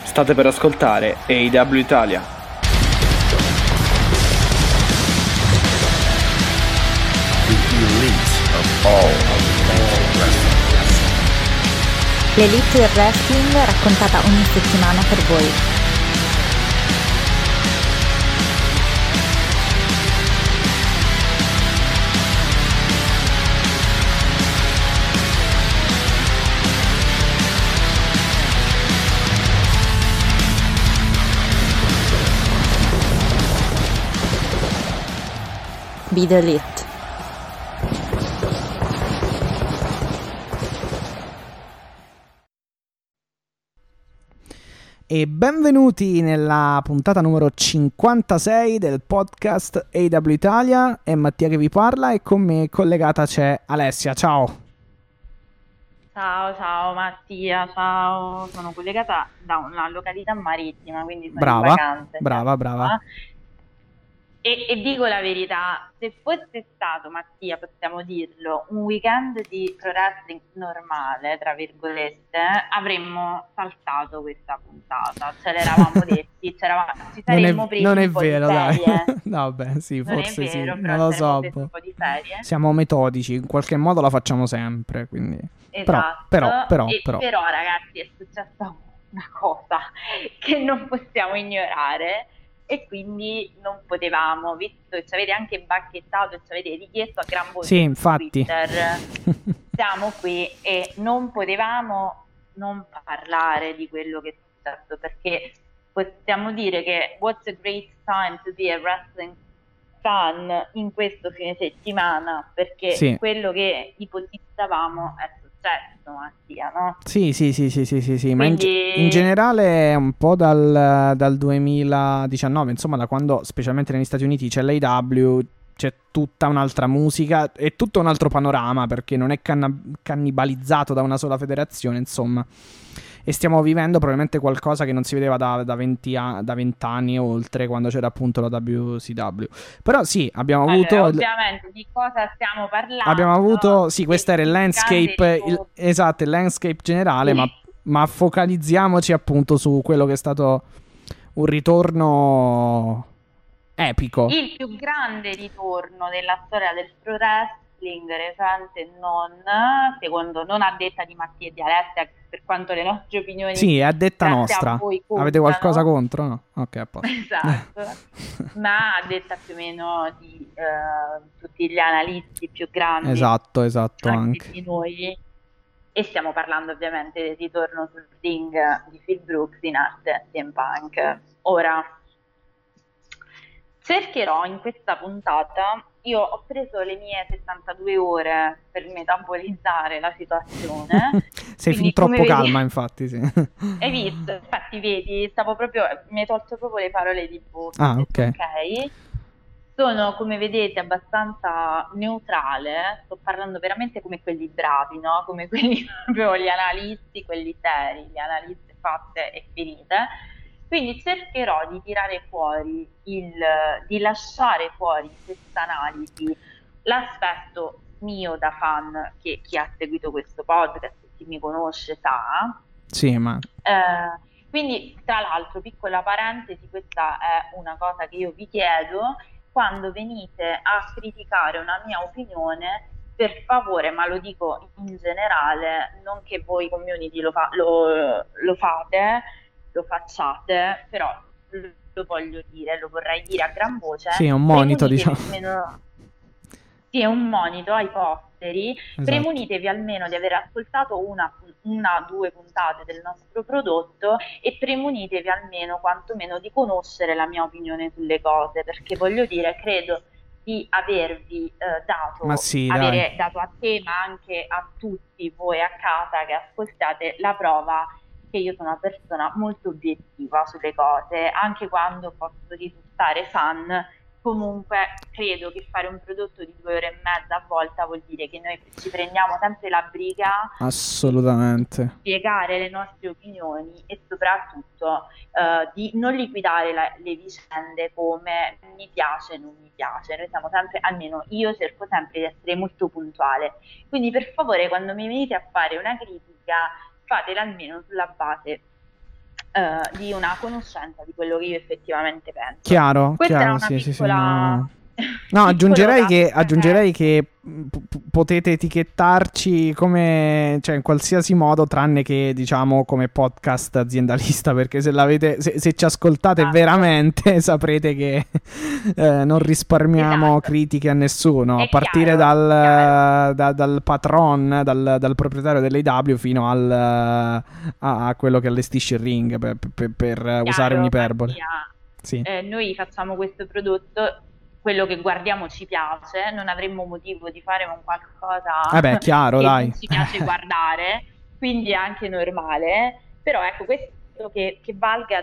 State per ascoltare AEW Italia. L'elite del wrestling raccontata ogni settimana per voi. Be the elite. E benvenuti nella puntata numero 56 del podcast AEW Italia. È Mattia che vi parla e con me collegata c'è Alessia. Ciao. Ciao Mattia, ciao. Sono collegata da una località marittima, quindi sono Brava, in vacanza. brava. E dico la verità, se fosse stato, Mattia, possiamo dirlo, un weekend di pro wrestling normale, tra virgolette, avremmo saltato questa puntata, ce l'eravamo detti, ci saremmo presi non è un po' vero, di dai. ferie. No, beh, sì, Non è forse vero, sì, però non lo ci saremmo so. presi un po' di ferie. Siamo metodici, in qualche modo la facciamo sempre, quindi... Esatto. Però. Però ragazzi è successa una cosa che non possiamo ignorare e quindi non potevamo, visto che ci avete anche bacchettato e ci avete richiesto a gran voce sì, su infatti. Twitter, siamo qui e non potevamo non parlare di quello che è successo, perché possiamo dire che what's a great time to be a wrestling fan in questo fine settimana, perché Sì. quello che ipotizzavamo è successo, Mattia, no? Sì, ma Quindi... in generale un po' dal 2019, insomma da quando specialmente negli Stati Uniti c'è l'AEW, c'è tutta un'altra musica e tutto un altro panorama, perché non è cannibalizzato da una sola federazione, insomma. E stiamo vivendo probabilmente qualcosa che non si vedeva da 20 anni e oltre, quando c'era appunto la WCW. Però sì, abbiamo avuto... ovviamente di cosa stiamo parlando? Abbiamo avuto, sì, questo era il landscape, esatto, il landscape generale, sì. ma focalizziamoci appunto su quello che è stato un ritorno epico. Il più grande ritorno della storia del pro wrestling recente, non a detta di Mattia e di Alessia, per quanto le nostre opinioni... Sì, è a detta nostra. Avete qualcosa contro? No? Ok, a posto. Esatto, ma a detta più o meno di tutti gli analisti più grandi. Esatto, anche di noi. E stiamo parlando ovviamente del ritorno sul ring di Phil Brooks in arte CM Punk. Ora, cercherò in questa puntata, io ho preso le mie 72 ore per metabolizzare la situazione. Sei fin troppo calma, infatti, sì. Hai visto? Infatti, vedi, mi hai tolto proprio le parole di bocca. Ah, ok. Sono, come vedete, abbastanza neutrale, sto parlando veramente come quelli bravi, no? Come quelli proprio gli analisti, quelli seri, le analisi fatte e finite. Quindi cercherò di tirare fuori, di lasciare fuori in questa analisi l'aspetto mio da fan, che chi ha seguito questo podcast, chi mi conosce sa. Sì, ma... Quindi, tra l'altro, piccola parentesi, questa è una cosa che io vi chiedo: quando venite a criticare una mia opinione, per favore, ma lo dico in generale, non che voi community lo fate, lo facciate, però lo voglio dire, lo vorrei dire a gran voce. Sì, è un monito, diciamo. Sì, è un monito ai posteri. Esatto. Premunitevi almeno di aver ascoltato una o due puntate del nostro prodotto e premunitevi almeno quantomeno di conoscere la mia opinione sulle cose, perché voglio dire, credo di avervi dato a te, ma anche a tutti voi a casa che ascoltate, la prova che io sono una persona molto obiettiva sulle cose, anche quando posso risultare fan. Comunque credo che fare un prodotto di 2 ore e mezza a volta vuol dire che noi ci prendiamo sempre la briga assolutamente di spiegare le nostre opinioni e soprattutto di non liquidare le vicende come mi piace, non mi piace. Noi siamo sempre, almeno io cerco sempre di essere molto puntuale, quindi per favore quando mi venite a fare una critica fatela almeno sulla base di una conoscenza di quello che io effettivamente penso. Chiaro, Questa era chiaro, una sì, sì, sì, piccola... no. piccolo Aggiungerei che potete etichettarci come, cioè in qualsiasi modo, tranne che diciamo come podcast aziendalista, perché se ci ascoltate veramente saprete che non risparmiamo Esatto. critiche a nessuno, È a partire chiaro. dal patron, dal proprietario dell'AW fino a quello che allestisce il ring, per usare un'iperbole. Mattia, Sì. noi facciamo questo prodotto, quello che guardiamo ci piace, non avremmo motivo di fare un qualcosa Vabbè, chiaro, che dai. non ci piace guardare, quindi è anche normale, però ecco, questo che valga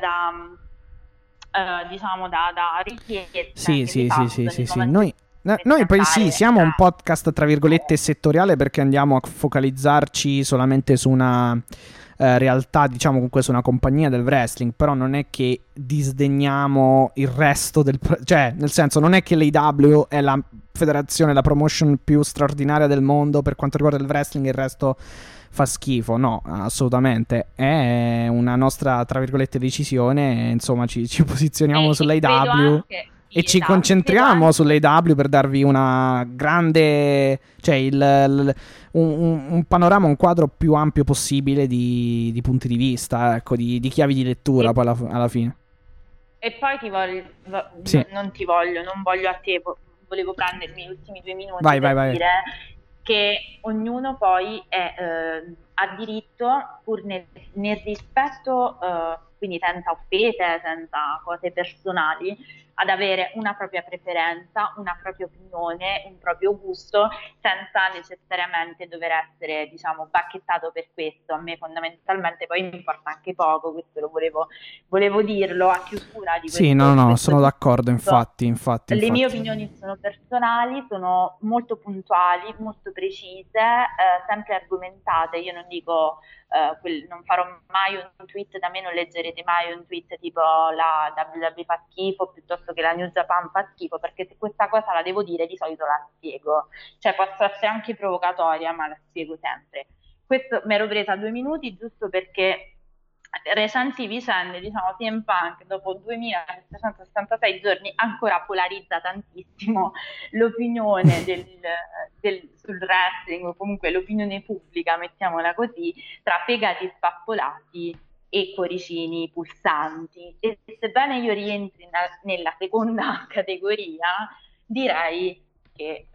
diciamo da richiesta Sì, che sì, si sì, fanno sì, nel sì, sì. momento in cui Noi poi sì, andare siamo un podcast tra virgolette settoriale, perché andiamo a focalizzarci solamente su una realtà, diciamo comunque su una compagnia del wrestling, però non è che disdegniamo il resto cioè nel senso, non è che l'AEW è la federazione, la promotion più straordinaria del mondo per quanto riguarda il wrestling e il resto fa schifo, no, assolutamente. È una nostra, tra virgolette, decisione. Insomma, ci posizioniamo sull'AEW e ci concentriamo sull'AEW per darvi una grande, cioè un panorama, un quadro più ampio possibile di punti di vista, ecco, di chiavi di lettura poi alla fine. E poi Sì. non voglio a te, volevo prendermi gli ultimi 2 minuti Vai. dire che ognuno poi ha diritto, pur nel rispetto, quindi senza offese, senza cose personali, ad avere una propria preferenza, una propria opinione, un proprio gusto, senza necessariamente dover essere, diciamo, bacchettato per questo. A me fondamentalmente poi mi importa anche poco, questo lo volevo dirlo a chiusura di questo. Sì, no, questo sono d'accordo, discorso. infatti. Le mie opinioni sono personali, sono molto puntuali, molto precise, sempre argomentate. Io non dico, non farò mai un tweet, da me non leggerete mai un tweet tipo la WWE fa schifo piuttosto che la New Japan fa schifo, perché se questa cosa la devo dire di solito la spiego. Cioè posso essere anche provocatoria, ma la spiego sempre. Questo mi ero presa 2 minuti giusto perché recenti vicende, diciamo, CM Punk dopo 2766 giorni ancora polarizza tantissimo l'opinione sul wrestling, o comunque l'opinione pubblica, mettiamola così, tra fegati spappolati e cuoricini pulsanti. E sebbene io rientri nella seconda categoria, direi che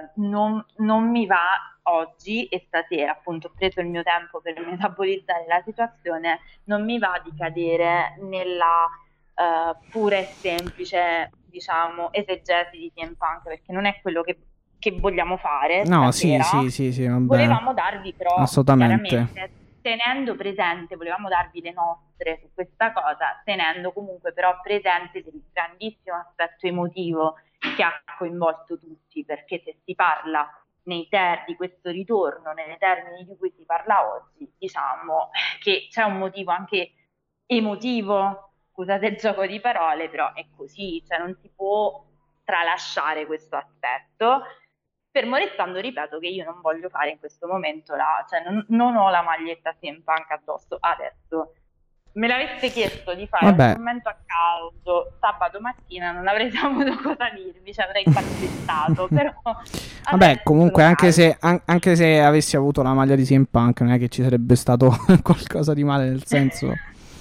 non mi va oggi e stasera, appunto ho preso il mio tempo per metabolizzare la situazione, non mi va di cadere nella pura e semplice, diciamo, esegesi di CM Punk, perché non è quello che vogliamo fare No, stasera. sì, vabbè. Volevamo darvi però, assolutamente, chiaramente, tenendo presente, volevamo darvi le nostre su questa cosa, tenendo comunque però presente il grandissimo aspetto emotivo che ha coinvolto tutti, perché se si parla di questo ritorno, nei termini di cui si parla oggi, diciamo che c'è un motivo anche emotivo, scusate il gioco di parole, però è così, cioè non si può tralasciare questo aspetto, fermo restando, ripeto, che io non voglio fare in questo momento cioè non ho la maglietta CM Punk addosso adesso. Me l'aveste chiesto di fare un commento a caldo sabato mattina, non avrei saputo cosa dirvi, ci avrei balbettato, però vabbè, comunque anche se avessi avuto la maglia di CM Punk non è che ci sarebbe stato qualcosa di male, nel senso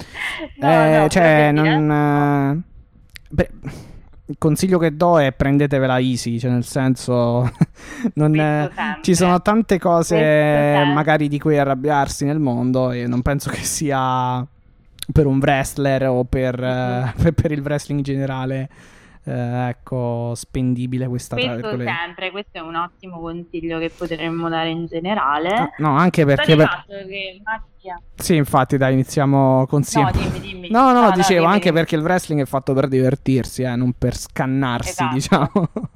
cioè non il consiglio che do è prendetevela easy, cioè nel senso ci sono tante cose magari di cui arrabbiarsi nel mondo, e non penso che sia per un wrestler o per il wrestling in generale ecco, spendibile questa questo sempre, questo è un ottimo consiglio che potremmo dare in generale. No, anche perché sì, infatti, dai, iniziamo con no, dimmi. No, dicevo dimmi. Anche perché il wrestling è fatto per divertirsi, non per scannarsi, esatto. Diciamo.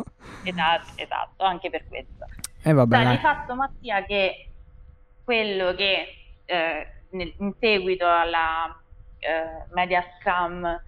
Esatto, anche per questo. Vabbè, dai, di fatto, Mattia, che quello che in seguito alla media scrum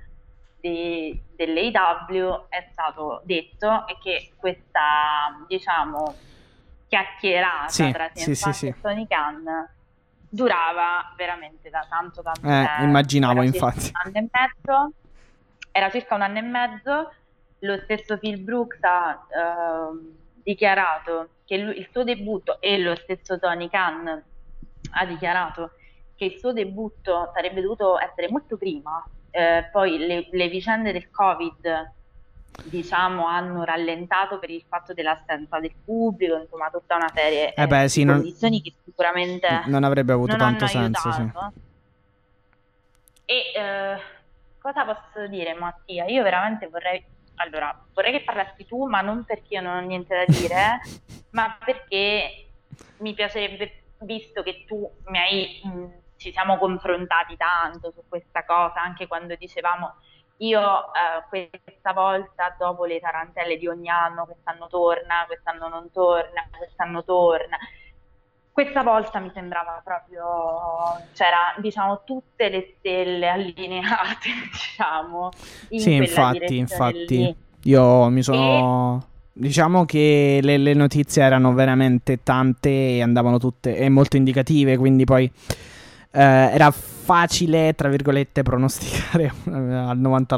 dell'AEW è stato detto, e che questa, diciamo, chiacchierata tra CM Punk e Tony Khan durava veramente da tanto tempo. Immaginavo, Era circa infatti. un anno e mezzo. Era circa un anno e mezzo. Lo stesso Phil Brooks ha dichiarato che il suo debutto, e lo stesso Tony Khan ha dichiarato che il suo debutto sarebbe dovuto essere molto prima. Poi le vicende del Covid, diciamo, hanno rallentato per il fatto dell'assenza del pubblico, insomma, tutta una serie di condizioni che sicuramente non avrebbe avuto non tanto hanno senso, aiutato. E cosa posso dire, Mattia? Io veramente vorrei che parlassi tu, ma non perché io non ho niente da dire, ma perché mi piacerebbe, visto che tu ci siamo confrontati tanto su questa cosa, anche quando dicevamo io questa volta, dopo le tarantelle di ogni anno, quest'anno torna, quest'anno non torna, quest'anno torna. Questa volta mi sembrava proprio, c'era, diciamo, tutte le stelle allineate, diciamo, in sì, quella infatti, direzione lì. Io mi sono... Diciamo che le notizie erano veramente tante e andavano tutte molto indicative, quindi poi era facile, tra virgolette, pronosticare al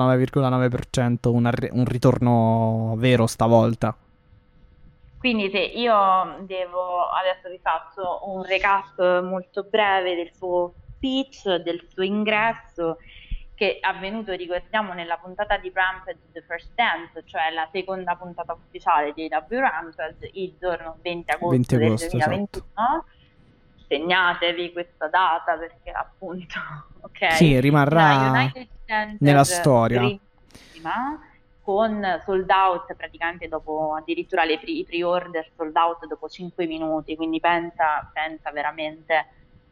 99,9% un ritorno vero stavolta. Quindi se io adesso vi faccio un recap molto breve del suo speech, del suo ingresso, che è avvenuto, ricordiamo, nella puntata di Rampage The First Dance, cioè la seconda puntata ufficiale di AEW Rampage, il giorno 20 agosto del 2021. Esatto. Segnatevi questa data perché appunto, ok, sì, rimarrà nella storia. Con sold out praticamente dopo, addirittura i pre-order sold out dopo 5 minuti, quindi pensa veramente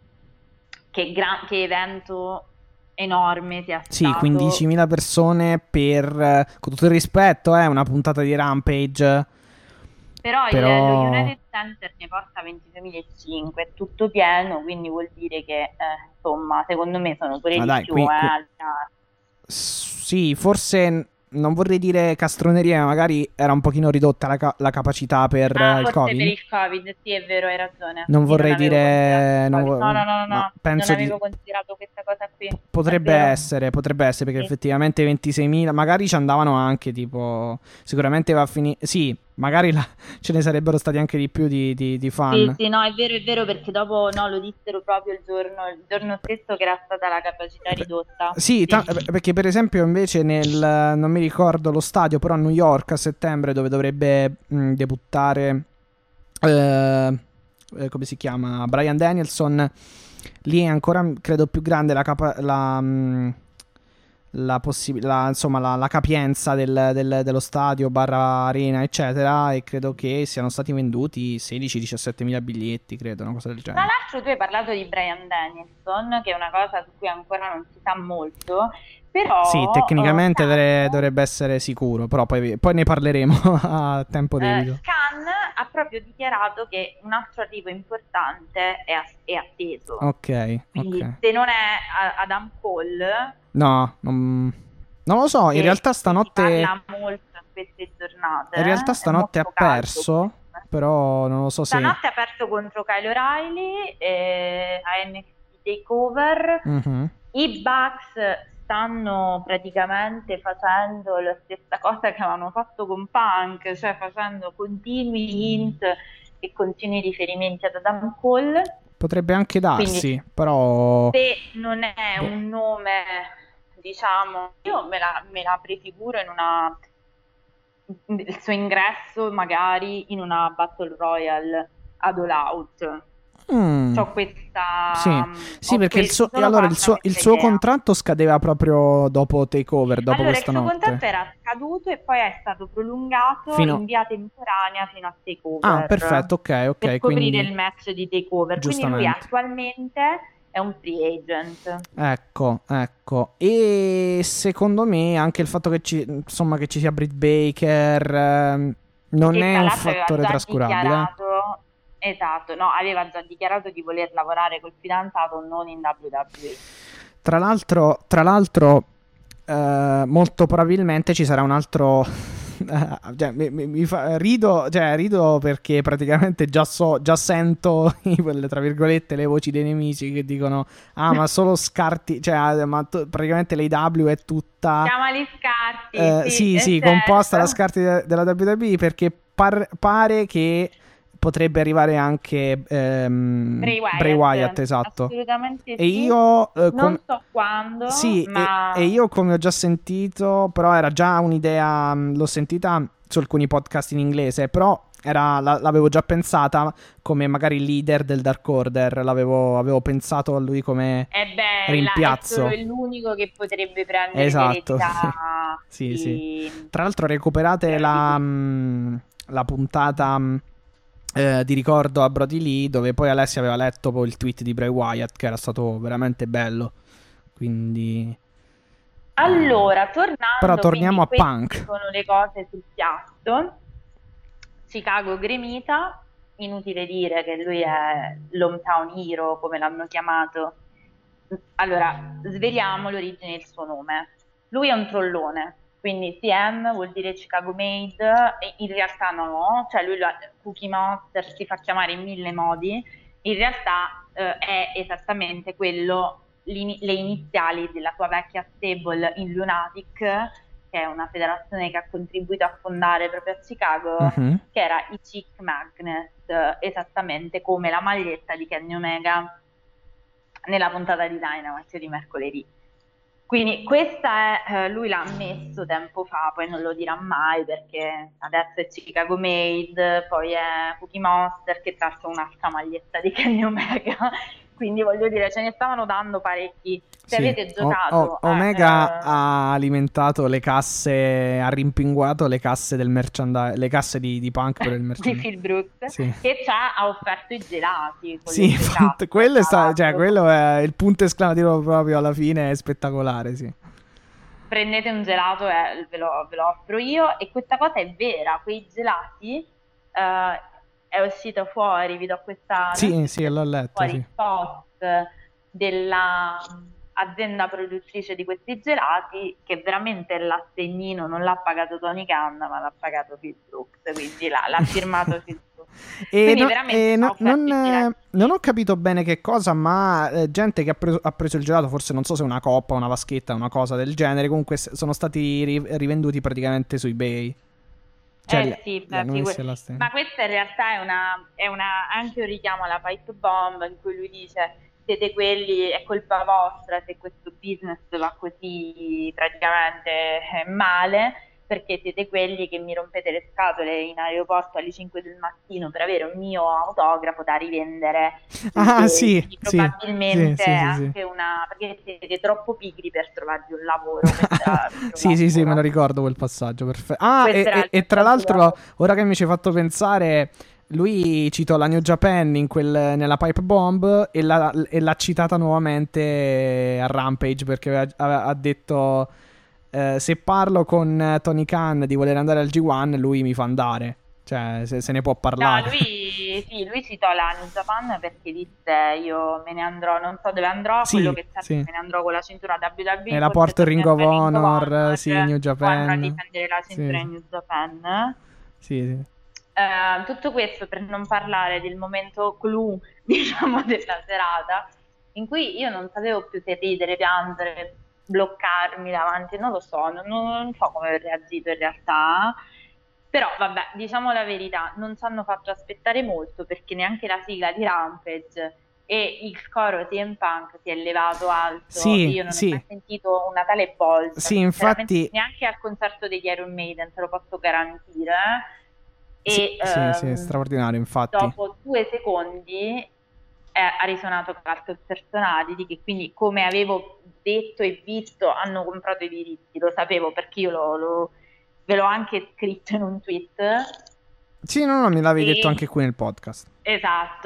che evento enorme sia stato. Sì, 15.000 persone con tutto il rispetto, una puntata di Rampage. Però lo United Center ne porta 26.500, è tutto pieno, quindi vuol dire che insomma, secondo me sono pure di più. Sì, forse non vorrei dire castroneria, ma magari era un pochino ridotta la capacità per il Covid. Per il Covid, sì, è vero, hai ragione. Non vorrei dire... No, penso non avevo considerato questa cosa qui. Potrebbe essere, perché sì, effettivamente 26.000, magari ci andavano anche, tipo, sicuramente va a finire... Sì, magari ce ne sarebbero stati anche di più di fan. Sì, no, è vero, perché dopo lo dissero proprio il giorno stesso che era stata la capacità ridotta. Sì, perché per esempio invece non mi ricordo lo stadio, però a New York a settembre, dove dovrebbe debuttare come si chiama? Bryan Danielson, lì è ancora, credo, più grande la capienza dello stadio / arena, eccetera, e credo che siano stati venduti 16-17.000 biglietti, credo, una cosa del genere. Tra l'altro tu hai parlato di Bryan Danielson, che è una cosa su cui ancora non si sa molto, però... Sì, tecnicamente dovrebbe essere sicuro, però poi ne parleremo a tempo debito. Khan ha proprio dichiarato che un altro arrivo importante è atteso. Ok. Quindi se non è Adam Cole... No, non lo so, in realtà stanotte... Si parla molto in queste giornate. In realtà stanotte ha perso, però non lo so se... Stanotte ha perso contro Kyle O'Reilly a NXT TakeOver. Mm-hmm. I Bucks stanno praticamente facendo la stessa cosa che avevano fatto con Punk, cioè facendo continui hint e continui riferimenti ad Adam Cole. Potrebbe anche darsi, quindi, però... Se non è un nome, diciamo, io me la prefiguro il suo ingresso magari in una Battle Royale ad All Out. C'ho questa... Sì, perché il suo contratto scadeva proprio dopo TakeOver, dopo questa notte. Il suo contratto era scaduto e poi è stato prolungato in via temporanea fino a TakeOver. Ah, perfetto, ok. Per coprire il match di TakeOver. Quindi lui attualmente è un free agent. Ecco. E secondo me anche il fatto che ci sia Britt Baker non è un fattore trascurabile. Esatto, no, aveva già dichiarato di voler lavorare col fidanzato non in WWE. Tra l'altro molto probabilmente ci sarà un altro cioè, rido perché praticamente già sento quelle, tra virgolette, le voci dei nemici che dicono ma solo scarti, cioè praticamente l'AEW è tutta chiamali scarti, sì, certo. composta da scarti della WWE, perché pare che potrebbe arrivare anche Bray Wyatt, esatto. Assolutamente E sì. io non so quando, sì, ma e io come ho già sentito, però era già un'idea, l'ho sentita su alcuni podcast in inglese, però l'avevo già pensata come magari leader del Dark Order, avevo pensato a lui come è bella, rimpiazzo. è l'unico che potrebbe prendere Esatto. l'eredità sì. Tra l'altro recuperate la puntata di ricordo a Brody Lee, dove poi Alessia aveva letto poi il tweet di Bray Wyatt, che era stato veramente bello. Quindi allora, però torniamo a Punk. Sono le cose sul piatto. Chicago gremita, inutile dire che lui è l'hometown hero, come l'hanno chiamato. Allora, sveliamo l'origine del suo nome. Lui è un trollone, quindi CM vuol dire Chicago Made, e in realtà no, cioè Cookie Monster si fa chiamare in 1000 modi, in realtà è esattamente quello, le iniziali della tua vecchia stable in Lunatic, che è una federazione che ha contribuito a fondare proprio a Chicago, che era i Chick Magnet, esattamente come la maglietta di Kenny Omega nella puntata di Dynamite di mercoledì. Quindi questa è, lui l'ha ammesso tempo fa, poi non lo dirà mai perché adesso è Chicago Made, poi è Cookie Monster che tratta un'altra maglietta di Kenny Omega, quindi voglio dire ce ne stavano dando parecchi. Se avete giocato Omega ha alimentato le casse, ha rimpinguato le casse del merchandise, le casse di Punk per il merchandise di Phil Brooks, sì. che ci ha offerto i gelati. Sì, quello è il punto esclamativo proprio alla fine, è spettacolare, sì. Prendete un gelato e ve lo offro io, e questa cosa è vera, quei gelati è uscito fuori, vi do questa sì, l'ho letto, fuori sì. il post della azienda produttrice di questi gelati, che veramente l'assegnino non l'ha pagato Tony Khan, ma l'ha pagato Phil Brooks, quindi l'ha firmato Phil Brooks. Non ho capito bene che cosa, ma gente che ha preso il gelato, forse non so se una coppa, una vaschetta, una cosa del genere, comunque sono stati rivenduti praticamente su eBay. Cioè, ma questa in realtà è anche un richiamo alla pipe bomb, in cui lui dice: siete quelli, è colpa vostra se questo business va così praticamente male, perché siete quelli che mi rompete le scatole in aeroporto alle 5 del mattino per avere un mio autografo da rivendere. Sì, probabilmente anche perché siete troppo pigri per trovarvi un lavoro. Sì, me lo ricordo quel passaggio, perfetto. E tra l'altro, ora che mi ci hai fatto pensare, lui citò la New Japan nella Pipe Bomb e l'ha citata nuovamente a Rampage, perché ha detto se parlo con Tony Khan di voler andare al G1, lui mi fa andare, cioè se ne può parlare. No, lui citò la New Japan perché disse: io me ne andrò, non so dove andrò, quello che certo me ne andrò con la cintura WWE e la porto Ring of Honor, New Japan, andrò a difendere la cintura in New Japan. Tutto questo per non parlare del momento clou, diciamo, della serata, in cui io non sapevo più se ridere, piangere, bloccarmi davanti, non lo so, non so come ho reagito in realtà, però vabbè, diciamo la verità, non ci hanno fatto aspettare molto, perché neanche la sigla di Rampage e il coro CM Punk si è elevato alto. Io non ho mai sentito una tale bolgia, infatti neanche al concerto degli Iron Maiden, te lo posso garantire. Sì, straordinario, infatti. Dopo 2 secondi ha risuonato Cartel Personality, che quindi, come avevo detto e visto, hanno comprato i diritti, lo sapevo perché io ve l'ho anche scritto in un tweet. Sì, no, me l'avevi detto anche qui nel podcast. Esatto.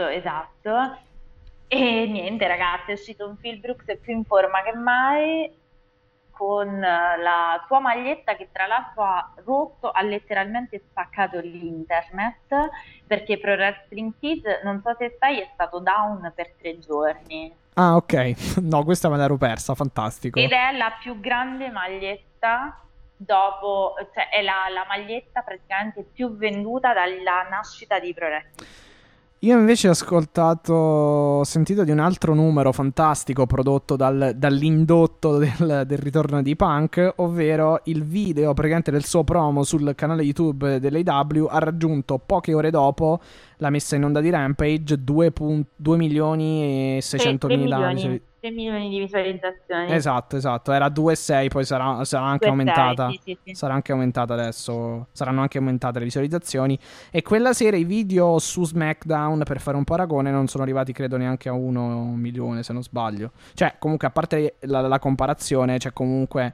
E niente, ragazzi, è uscito un Phil Brooks più in forma che mai, con la sua maglietta che tra l'altro ha rotto, ha letteralmente spaccato l'internet, perché Pro Wrestling Tees, non so se sai, è stato down per 3 giorni. Ah, ok. No, questa me l'ero persa, fantastico. Ed è la più grande maglietta dopo, cioè è la maglietta praticamente più venduta dalla nascita di Pro Wrestling. Io invece ho sentito di un altro numero fantastico prodotto dall'indotto del ritorno di Punk, ovvero il video praticamente del suo promo sul canale YouTube dell'AEW ha raggiunto poche ore dopo la messa in onda di Rampage 2 milioni e 600 mila 3 milioni di visualizzazioni. Esatto, era 2,6, poi sarà anche 2,6, aumentata. sì. Sarà anche aumentata adesso. Saranno anche aumentate le visualizzazioni. E quella sera i video su SmackDown, per fare un paragone, non sono arrivati credo neanche a 1 milione, se non sbaglio. Cioè, comunque, a parte la comparazione, c'è comunque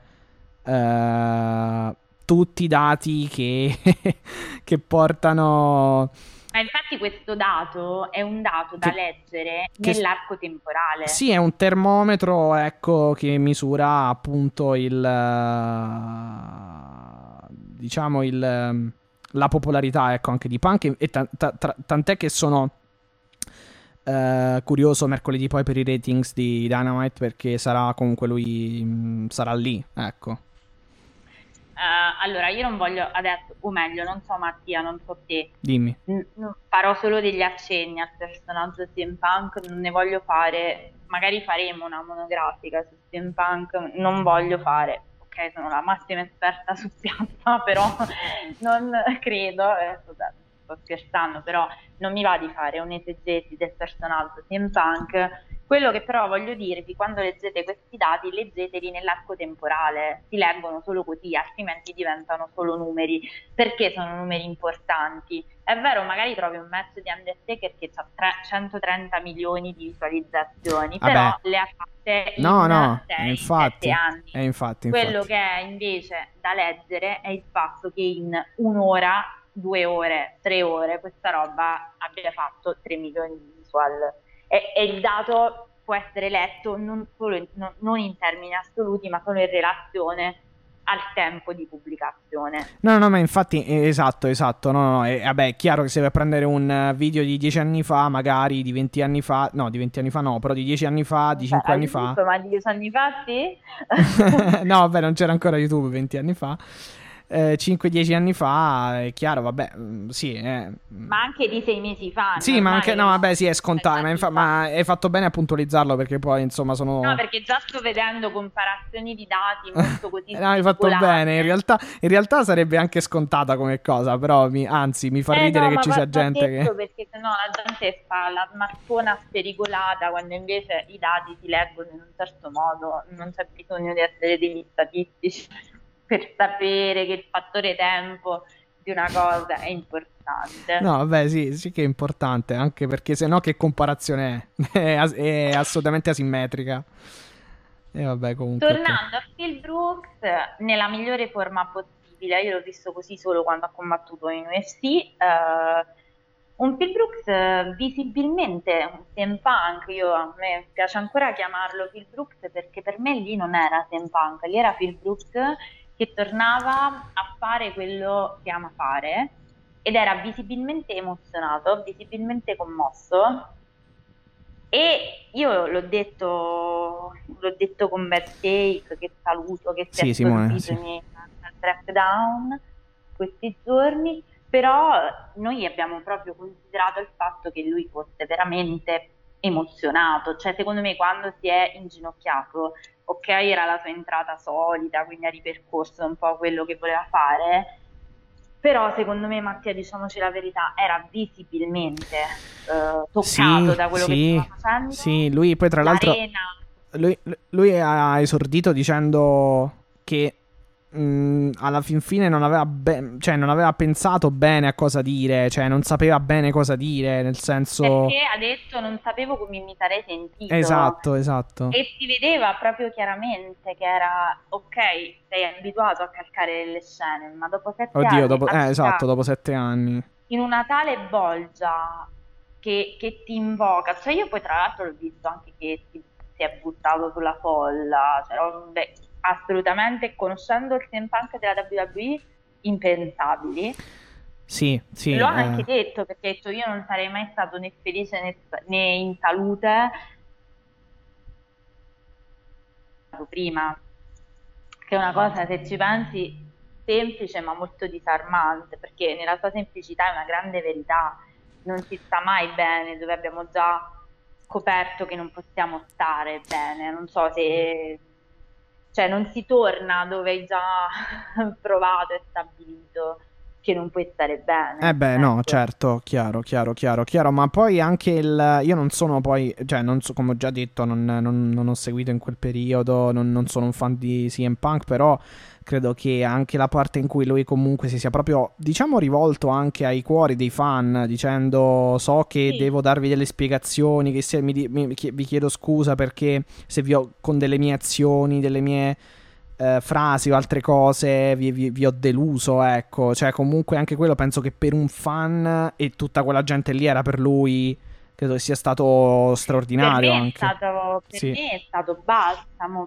tutti i dati che portano... Ma infatti questo dato è un dato da leggere nell'arco temporale. Sì, è un termometro, ecco, che misura appunto la popolarità, ecco, anche di Punk, e tant'è che sono curioso mercoledì poi per i ratings di Dynamite, perché sarà comunque lui sarà lì, ecco. Allora, io non voglio adesso, o meglio, non so Mattia, non so te. Dimmi. Farò solo degli accenni al personaggio CM Punk, non ne voglio fare, magari faremo una monografica su CM Punk, non voglio fare, ok, sono la massima esperta su piazza, però non credo, sto scherzando, però non mi va di fare un'esegesi del personaggio CM Punk. Quello che però voglio dirvi, quando leggete questi dati, leggeteli nell'arco temporale, si leggono solo così, altrimenti diventano solo numeri, perché sono numeri importanti. È vero, magari trovi un match di Undertaker che ha 130 milioni di visualizzazioni, però le ha fatte in 7 anni. Infatti. Quello che è invece da leggere è il fatto che in un'ora, 2 ore, 3 ore, questa roba abbia fatto 3 milioni di visual. E il dato può essere letto non in termini assoluti, ma solo in relazione al tempo di pubblicazione. No, ma infatti, esatto, no, vabbè, è chiaro che se vai a prendere un video di 10 anni fa, magari di 20 anni fa, no, di 20 anni fa no, però di 10 anni fa, di 5 anni fa... Ma di 10 anni fa sì? No, vabbè, non c'era ancora YouTube 20 anni fa. 5-10 anni fa, è chiaro, vabbè, sì. Ma anche di 6 mesi fa. Sì, ma anche, no, vabbè, sì, è scontato, ma hai fatto bene a puntualizzarlo, perché poi, insomma, sono... No, perché già sto vedendo comparazioni di dati molto così. No, hai fatto bene, in realtà sarebbe anche scontata come cosa, però anzi, mi fa ridere che ci sia gente che... Perché sennò la gente fa la smartphone spericolata, quando invece i dati si leggono in un certo modo, non c'è bisogno di essere degli statistici per sapere che il fattore tempo di una cosa è importante. No, vabbè, sì che è importante, anche perché sennò che comparazione è? È assolutamente asimmetrica. E vabbè, comunque. Tornando a Phil Brooks, nella migliore forma possibile, io l'ho visto così solo quando ha combattuto in UFC, un Phil Brooks visibilmente, un CM Punk, a me piace ancora chiamarlo Phil Brooks perché per me lì non era CM Punk, lì era Phil Brooks che tornava a fare quello che ama fare ed era visibilmente emozionato, visibilmente commosso, e io l'ho detto con Bad Take, che saluto, che si è assorbito i miei track down questi giorni, però noi abbiamo proprio considerato il fatto che lui fosse veramente emozionato, cioè secondo me quando si è inginocchiato, ok, era la sua entrata solita, quindi ha ripercorso un po' quello che voleva fare, però secondo me, Mattia, diciamoci la verità, era visibilmente toccato da quello che stava facendo. Sì, lui poi tra l'altro lui ha esordito dicendo che alla fin fine non aveva pensato bene a cosa dire, cioè non sapeva bene cosa dire, nel senso, perché ha detto non sapevo come mi sarei sentito. Esatto. E si vedeva proprio chiaramente che era ok, sei abituato a calcare le scene, ma dopo 7 anni dopo 7 anni in una tale bolgia che ti invoca, cioè io poi tra l'altro l'ho visto anche che si è buttato sulla folla, cioè, assolutamente, conoscendo il CM Punk della WWE, impensabili. Sì. L'ho anche detto, perché ho detto io non sarei mai stato né felice né in salute prima, che è una cosa, se ci pensi, semplice ma molto disarmante, perché nella sua semplicità è una grande verità. Non si sta mai bene dove abbiamo già scoperto che non possiamo stare bene. Non so se... Cioè, non si torna dove hai già provato e stabilito che non puoi stare bene. Eh beh, no, Ecco. certo, chiaro, ma poi anche io non sono poi, cioè, non so, come ho già detto, non ho seguito in quel periodo, non sono un fan di CM Punk, però credo che anche la parte in cui lui comunque si sia proprio, diciamo, rivolto anche ai cuori dei fan, dicendo, so che Sì, devo darvi delle spiegazioni, che se vi chiedo scusa perché se con delle mie azioni, delle mie frasi o altre cose vi ho deluso, ecco, cioè comunque anche quello penso che per un fan e tutta quella gente lì era per lui, credo che sia stato straordinario anche. per Sì. me è stato balsamo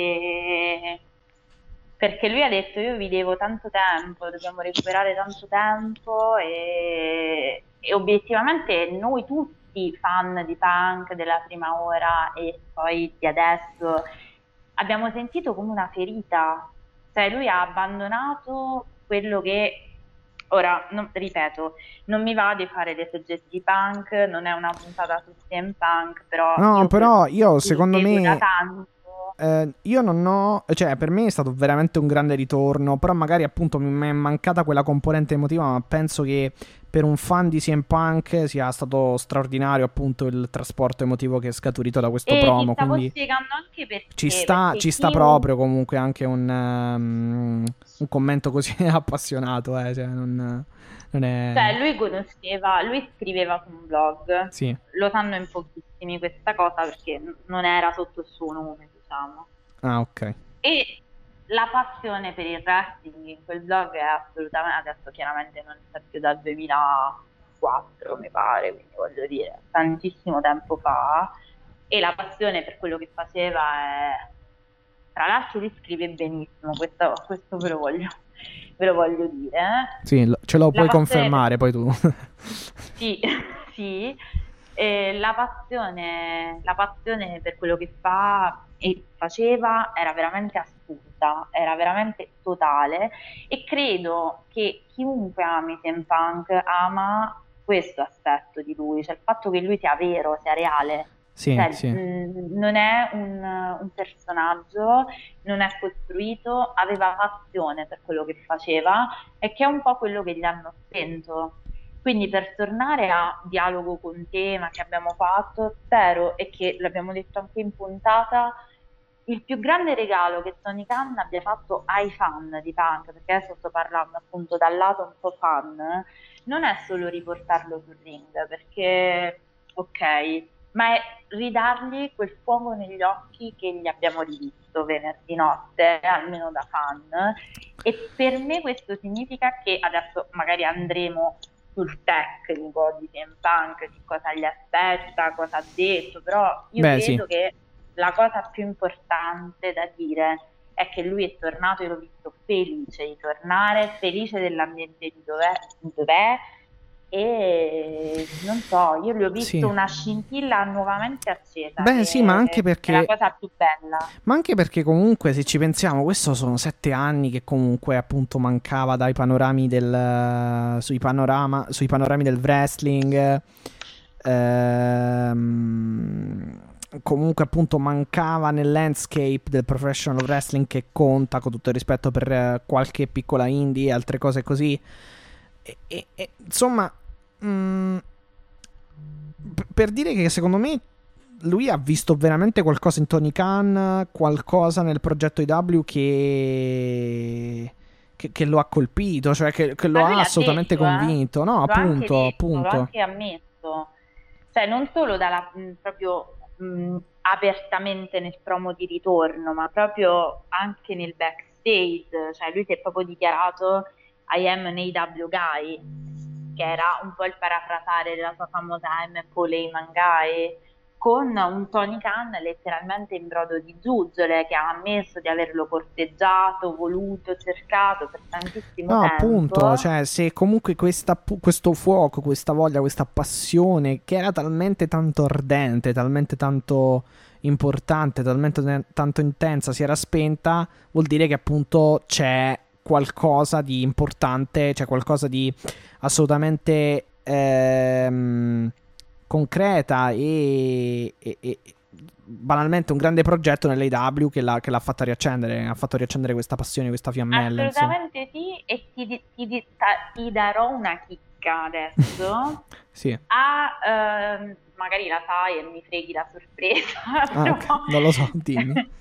perché lui ha detto io vi devo tanto tempo, dobbiamo recuperare tanto tempo e obiettivamente noi tutti fan di Punk della prima ora e poi di adesso abbiamo sentito come una ferita, cioè lui ha abbandonato quello che, ora ripeto, non mi va di fare l'esegesi di Punk, non è una puntata su CM Punk, però No, però io li secondo seguo da me tanto. io non ho, cioè per me è stato veramente un grande ritorno, però magari appunto mi è mancata quella componente emotiva, ma penso che per un fan di CM Punk sia stato straordinario appunto il trasporto emotivo che è scaturito da questo E ti promo, stavo quindi spiegando anche ci perché, sta, perché ci sta proprio comunque anche un commento così appassionato, cioè non è... cioè lui scriveva su un blog, Sì, lo sanno in pochissimi questa cosa perché non era sotto il suo nome, diciamo. ah ok. E la passione per il wrestling in quel blog è assolutamente, adesso chiaramente non c'è più dal 2004, mi pare, quindi voglio dire, tantissimo tempo fa, e la passione per quello che faceva è... Tra l'altro lui scrive benissimo, questo ve lo voglio dire. Sì, ce lo La puoi passione per... confermare poi tu. Sì, sì, la passione per quello che fa e faceva era veramente assurda, era veramente totale e credo che chiunque ami CM Punk ama questo aspetto di lui, cioè il fatto che lui sia vero, sia reale, Sì, cioè sì. non è un personaggio, non è costruito, aveva passione per quello che faceva e che è un po' quello che gli hanno spento. Quindi per tornare a dialogo con te, ma che abbiamo fatto, spero e che l'abbiamo detto anche in puntata, il più grande regalo che Tony Khan abbia fatto ai fan di Punk, perché adesso sto parlando appunto dal lato un po' fan, non è solo riportarlo sul ring, perché ok, ma è ridargli quel fuoco negli occhi che gli abbiamo rivisto venerdì notte, almeno da fan. E per me questo significa che adesso magari andremo sul tecnico di CM Punk, che cosa gli aspetta, cosa ha detto, però io Beh, sì. credo che la cosa più importante da dire è che lui è tornato, io l'ho visto felice di tornare, felice dell'ambiente dov'è e non so, io gli ho visto Sì. una scintilla nuovamente accesa, Beh, che sì, ma anche è la perché... cosa più bella. Ma anche perché comunque se ci pensiamo, questo sono 7 anni che comunque appunto mancava dai panorami sui panorami del wrestling. Comunque appunto mancava nel landscape del professional wrestling che conta, con tutto il rispetto per qualche piccola indie e altre cose così. Insomma, per dire che secondo me lui ha visto veramente qualcosa in Tony Khan, qualcosa nel progetto IW che lo ha colpito, cioè che Ma lo lui ha l'ha assolutamente detto, convinto. No, l'ho anche appunto, detto, l'ho appunto. anche ammesso, cioè non solo proprio apertamente nel promo di ritorno, ma proprio anche nel backstage, cioè lui si è proprio dichiarato I am an AW guy, che era un po' il parafrasare della sua famosa I'm a Paul Heyman guy, con un Tony Khan letteralmente in brodo di giuggiole, che ha ammesso di averlo corteggiato, voluto, cercato per tantissimo No, tempo. appunto, cioè se comunque questo fuoco, questa voglia, questa passione che era talmente tanto ardente, talmente tanto importante, talmente tanto intensa si era spenta, vuol dire che appunto c'è qualcosa di importante, cioè qualcosa di assolutamente concreta e banalmente un grande progetto nell'AEW che l'ha fatta riaccendere, ha fatto riaccendere questa passione, questa fiammella. Assolutamente sì, e ti darò una chicca adesso. Sì. Magari la sai e mi freghi la sorpresa. Okay. Non lo so, dimmi.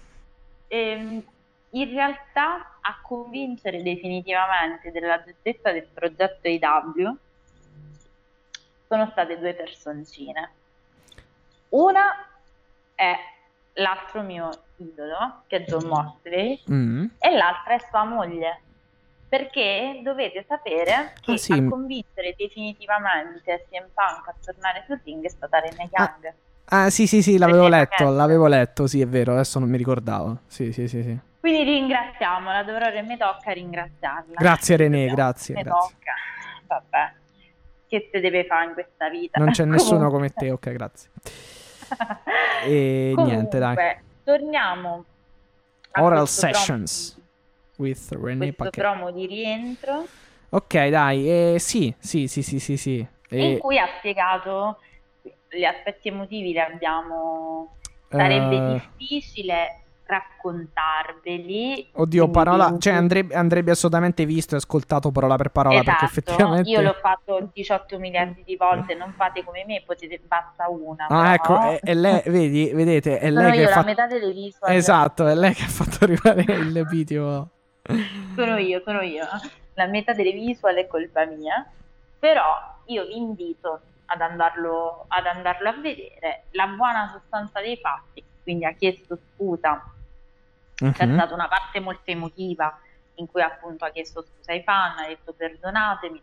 In realtà a convincere definitivamente della giustezza del progetto AEW sono state due personcine. Una è l'altro mio idolo, che è Jon Moxley, e l'altra è sua moglie. Perché dovete sapere che sì. a convincere definitivamente CM Punk a tornare sul ring è stata Renee Young. Sì, l'avevo letto, sì, è vero, adesso non mi ricordavo. Sì. Quindi ringraziamola, dovrò mi tocca ringraziarla. Grazie Renee, grazie. Tocca. Vabbè, che se deve fare in questa vita. Non c'è nessuno come te, ok, grazie. E comunque, niente, dai. Torniamo a Oral Sessions with Renee Paquette. Promo di rientro. Ok, dai, sì. In cui ha spiegato gli aspetti emotivi, li abbiamo. Sarebbe difficile raccontarveli. Oddio, parola, cioè andrebbe assolutamente visto e ascoltato parola per parola, esatto, perché effettivamente io l'ho fatto 18 miliardi di volte, non fate come me, potete basta una. Ecco, è lei, vedete, è lei che io fa la metà delle visual. Esatto, è lei che ha fatto arrivare il video. Sono io. La metà delle visual è colpa mia, però io vi invito ad andarlo a vedere. La buona sostanza dei fatti, quindi ha chiesto scusa. C'è stata una parte molto emotiva in cui appunto ha chiesto scusa ai fan, ha detto perdonatemi,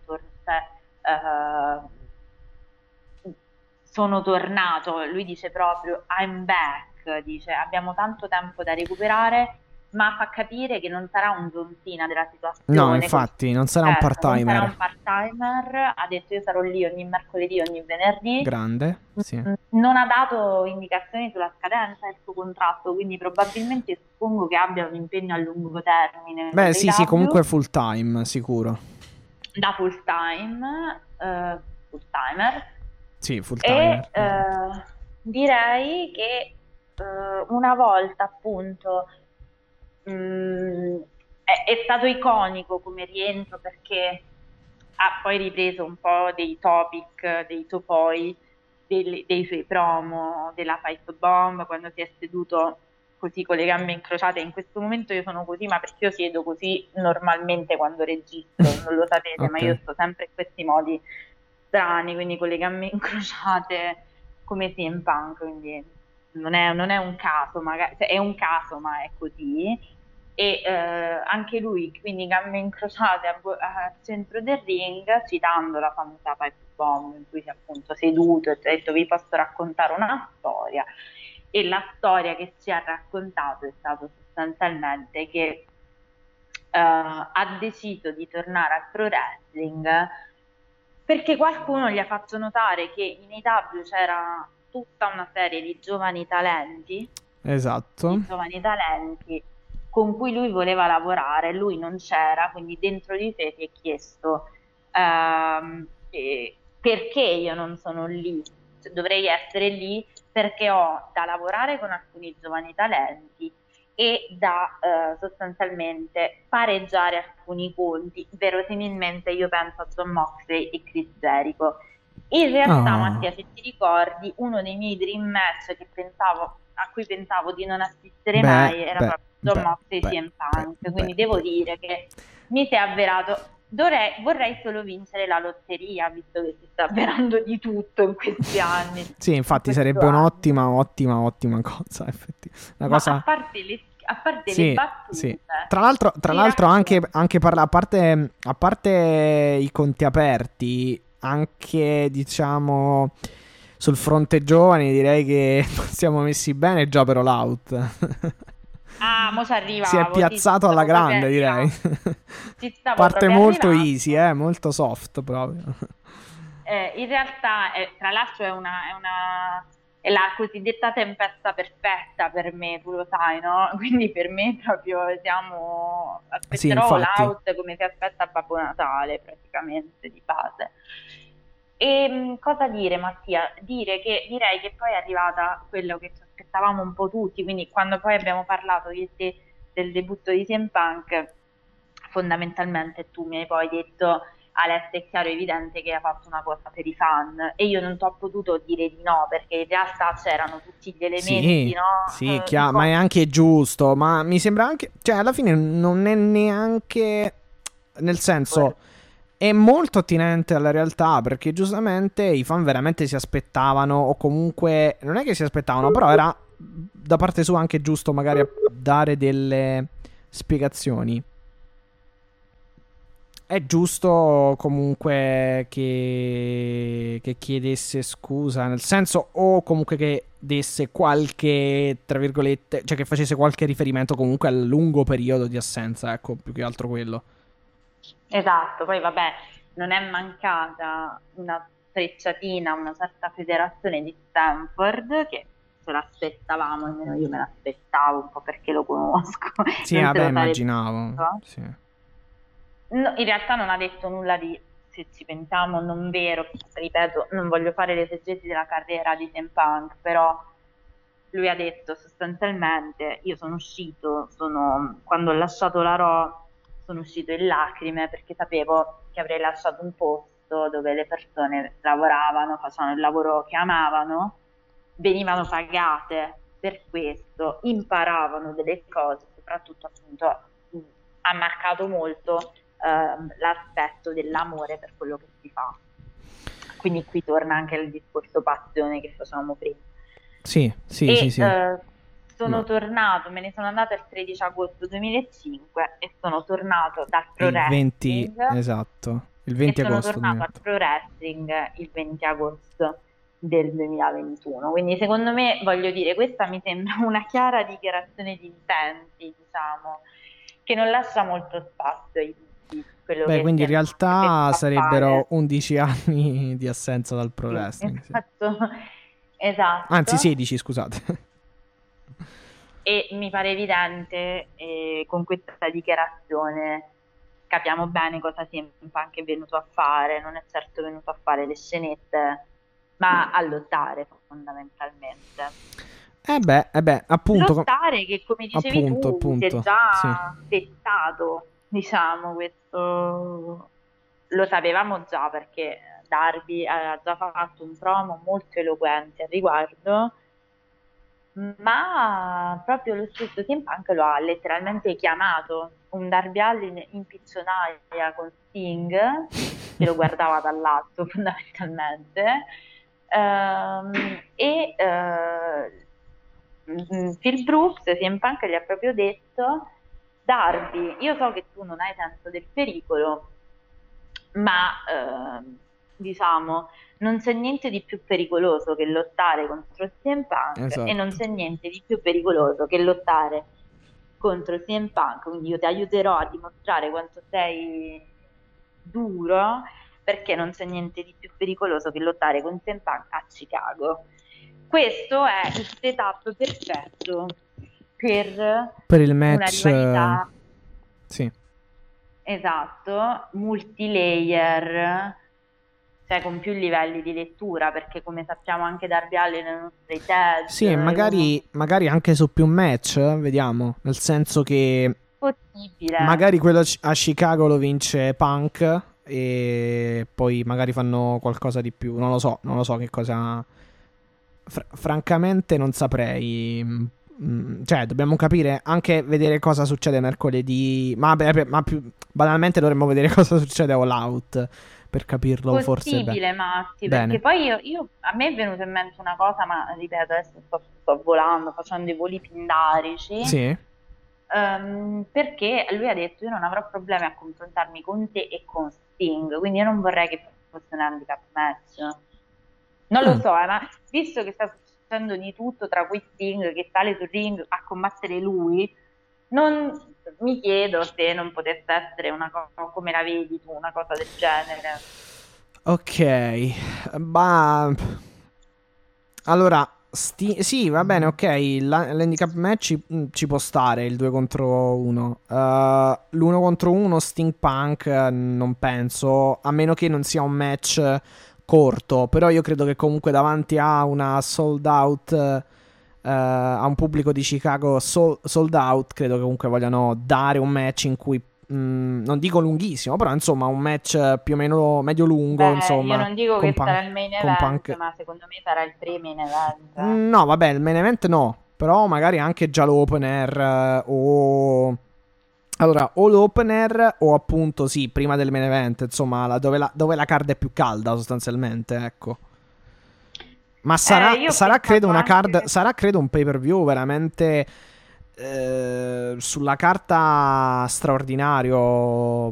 sono tornato, lui dice proprio I'm back, dice abbiamo tanto tempo da recuperare, ma fa capire che non sarà un John Cena della situazione. No, infatti, non sarà un part-timer. Non sarà un part-timer, ha detto io sarò lì ogni mercoledì, ogni venerdì. Grande, sì. Non ha dato indicazioni sulla scadenza del suo contratto, quindi probabilmente suppongo che abbia un impegno a lungo termine. Beh, sì, comunque full time, sicuro. Da full time, full-timer. Sì, full-timer. E direi che una volta appunto è stato iconico come rientro, perché ha poi ripreso un po' dei topic, dei topoi dei suoi promo, della pipe bomb, quando si è seduto così con le gambe incrociate. In questo momento io sono così, ma perché io siedo così normalmente quando registro, non lo sapete, Okay. ma io sto sempre in questi modi strani, quindi con le gambe incrociate come CM Punk, quindi non è un caso, magari, cioè, è un caso, ma è così. E anche lui, quindi gambe incrociate al centro del ring, citando la famosa pipe bomb in cui si è appunto seduto e ha detto vi posso raccontare una storia, e la storia che ci ha raccontato è stata sostanzialmente che ha deciso di tornare al pro wrestling perché qualcuno gli ha fatto notare che in AEW c'era tutta una serie di giovani talenti, Esatto. con cui lui voleva lavorare, lui non c'era, quindi dentro di sé si è chiesto perché io non sono lì, cioè, dovrei essere lì perché ho da lavorare con alcuni giovani talenti e da sostanzialmente pareggiare alcuni conti. Verosimilmente io penso a Jon Moxley e Chris Jericho. In realtà, Mattia, se ti ricordi, uno dei miei dream match a cui pensavo di non assistere mai era proprio Jon Moxley e CM Punk, quindi devo dire che mi si è avverato. Vorrei solo vincere la lotteria, visto che si sta avverando di tutto in questi anni. Sì, infatti sarebbe un'ottima cosa, effettivamente. Una cosa... A parte le battute. Sì. Tra l'altro anche a parte i conti aperti, anche diciamo sul fronte giovani direi che siamo messi bene già per All Out. Mo ci arrivavo, si è piazzato alla grande, direi. Parte molto easy, molto soft proprio. In realtà, tra l'altro, è la cosiddetta tempesta perfetta per me, tu lo sai, no? Quindi per me proprio siamo Sì, aspetterò All infatti. Out come si aspetta Babbo Natale praticamente di base. E cosa dire, Mattia? Direi che poi è arrivata quello che ci aspettavamo un po' tutti, quindi quando poi abbiamo parlato io e te del debutto di CM Punk, fondamentalmente tu mi hai poi detto Alessia, è chiaro e evidente che ha fatto una cosa per i fan e io non ti ho potuto dire di no perché in realtà c'erano tutti gli elementi, Sì, no? sì, I ma è co- anche giusto, ma mi sembra anche, cioè alla fine non è neanche, nel senso, è molto attinente alla realtà perché giustamente i fan veramente si aspettavano, o comunque, non è che si aspettavano, però era da parte sua anche giusto magari dare delle spiegazioni. È giusto comunque che chiedesse scusa, nel senso, o comunque che desse qualche, tra virgolette, cioè che facesse qualche riferimento comunque al lungo periodo di assenza, ecco, più che altro quello. Esatto, poi vabbè, non è mancata una frecciatina, una certa federazione di Stanford che ce l'aspettavamo, almeno io me l'aspettavo un po' perché lo conosco, Sì, non se vabbè, lo sarebbe immaginavo. detto. Sì. No, in realtà non ha detto nulla di, se ci pensiamo, non vero, ripeto, non voglio fare l'esegesi della carriera di CM Punk, però lui ha detto sostanzialmente, io sono uscito, quando ho lasciato la Raw, sono uscito in lacrime perché sapevo che avrei lasciato un posto dove le persone lavoravano, facevano il lavoro che amavano, venivano pagate per questo, imparavano delle cose, soprattutto appunto ha marcato molto l'aspetto dell'amore per quello che si fa. Quindi qui torna anche il discorso passione che facevamo prima. Sì, sì, sì, E sì. sono No, tornato, me ne sono andata il 13 agosto 2005 e sono tornato dal Pro il 20, Wrestling esatto. Il e 20 sono agosto tornato al 2008. Pro Wrestling il 20 agosto del 2021. Quindi secondo me, voglio dire, questa mi sembra una chiara dichiarazione di intenti, diciamo, che non lascia molto spazio ai dubbi su quello Beh, che quindi si in è pensato realtà a sarebbero fare. 11 anni di assenza dal pro Sì, wrestling, sì. esatto, Anzi, esatto. 16, scusate. E mi pare evidente, con questa dichiarazione capiamo bene cosa sia anche venuto a fare, non è certo venuto a fare le scenette, ma a lottare fondamentalmente. Appunto, Lottare che, come dicevi appunto, tu, si è appunto, sì. già dettato, diciamo, questo lo sapevamo già perché Darby aveva già fatto un promo molto eloquente al riguardo, ma proprio lo stesso CM Punk lo ha letteralmente chiamato un Darby Allin in piccionaia con Sting, che lo guardava dall'alto fondamentalmente, Phil Brooks, CM Punk gli ha proprio detto Darby, io so che tu non hai senso del pericolo, ma diciamo non c'è niente di più pericoloso che lottare contro CM Punk e non Esatto. c'è niente di più pericoloso che lottare contro CM Punk, quindi io ti aiuterò a dimostrare quanto sei duro, perché non c'è niente di più pericoloso che lottare con CM Punk a Chicago. Questo è il setup perfetto per Per il una match, rivalità, sì. esatto, multilayer, cioè con più livelli di lettura, perché come sappiamo anche Darby Allin è uno straight edge, Sì, e è uno magari anche su più match, vediamo. Nel senso che possibile. magari quello a Chicago lo vince Punk e poi magari fanno qualcosa di più. Non lo so che cosa. Francamente non saprei. Cioè, dobbiamo capire, anche vedere cosa succede mercoledì. Ma più banalmente dovremmo vedere cosa succede a All Out per capirlo forse Possibile, Matti, perché bene. poi a me è venuta in mente una cosa, ma ripeto, adesso sto volando, facendo i voli pindarici, Sì. perché lui ha detto io non avrò problemi a confrontarmi con te e con Sting, quindi io non vorrei che fosse un handicap match. Non lo Mm. so, ma visto che sta succedendo di tutto, tra cui Sting che sale sul ring a combattere lui, non mi chiedo se non potesse essere una cosa come la vedi tu, una cosa del genere. Ok, ma allora Sì, va bene, ok. L'handicap match ci può stare il 2 contro 1. L'1 contro 1 Sting Punk non penso, a meno che non sia un match corto. Però io credo che comunque davanti a una sold out, a un pubblico di Chicago sold out, credo che comunque vogliano dare un match in cui non dico lunghissimo, però insomma un match più o meno medio-lungo, Beh, io insomma, non dico con che sarà Punk. il main Con event, Punk. ma secondo me sarà il pre-main event. No, vabbè, il main event no, però magari anche già l'opener o... Allora, o l'opener o appunto sì, prima del main event, insomma, dove la card è più calda sostanzialmente, ecco. Ma Io ho sarà credo pensato una card, anche... sarà credo un pay-per-view veramente sulla carta straordinario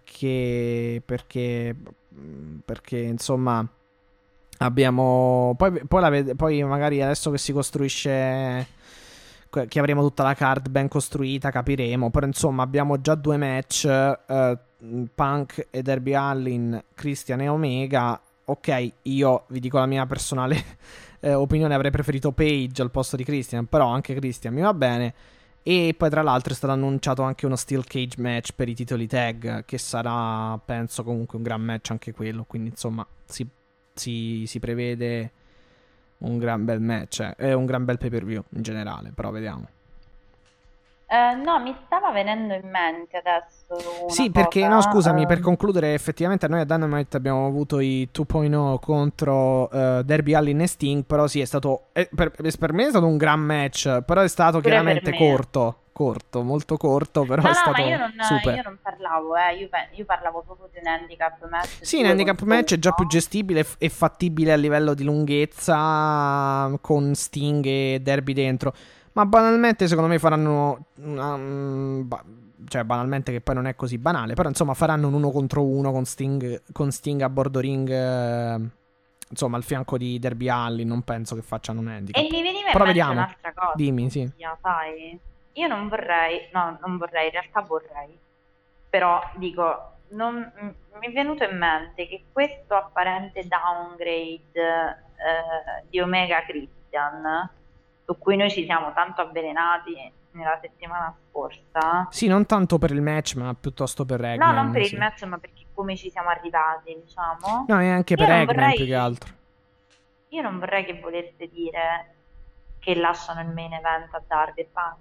perché insomma abbiamo poi magari adesso che si costruisce, che avremo tutta la card ben costruita, capiremo, però insomma abbiamo già 2 match, Punk e Darby Allin, Christian e Omega. Ok, io vi dico la mia personale opinione, avrei preferito Page al posto di Christian, però anche Christian mi va bene. E poi tra l'altro è stato annunciato anche uno Steel Cage match per i titoli tag, che sarà penso comunque un gran match anche quello, quindi insomma si prevede un gran bel match, un gran bel pay per view in generale, però vediamo. No, mi stava venendo in mente adesso una Sì, perché no, scusami, cosa. per concludere, effettivamente noi a Dynamite abbiamo avuto i 2.0 contro Darby Allin e Sting, però sì, è stato per me è stato un gran match, però è stato Pure per chiaramente me. corto, molto corto, però No, è no, ma stato io super. non parlavo, io parlavo proprio di un handicap match Sì, un 2 handicap contro match è già più 1. gestibile e fattibile a livello di lunghezza con Sting e Derby dentro. Ma banalmente secondo me faranno cioè banalmente che poi non è così banale, però insomma faranno un 1 contro 1 con Sting a bordo ring, insomma al fianco di Derby Allin, non penso che facciano un E handicap. mi veniva in Però mente vediamo. un'altra cosa, Dimmi, sì. Mattia, sai? Io non vorrei, no, non vorrei, in realtà vorrei, però dico, mi è venuto in mente che questo apparente downgrade di Omega Christian, su cui noi ci siamo tanto avvelenati nella settimana scorsa, Sì, non tanto per il match, ma piuttosto per no, non per Eggman, il sì. match, ma perché come ci siamo arrivati, diciamo, No, e anche io per non Eggman più che vorrei, altro. io non vorrei che volesse dire che lasciano il main event a Darby e Punk.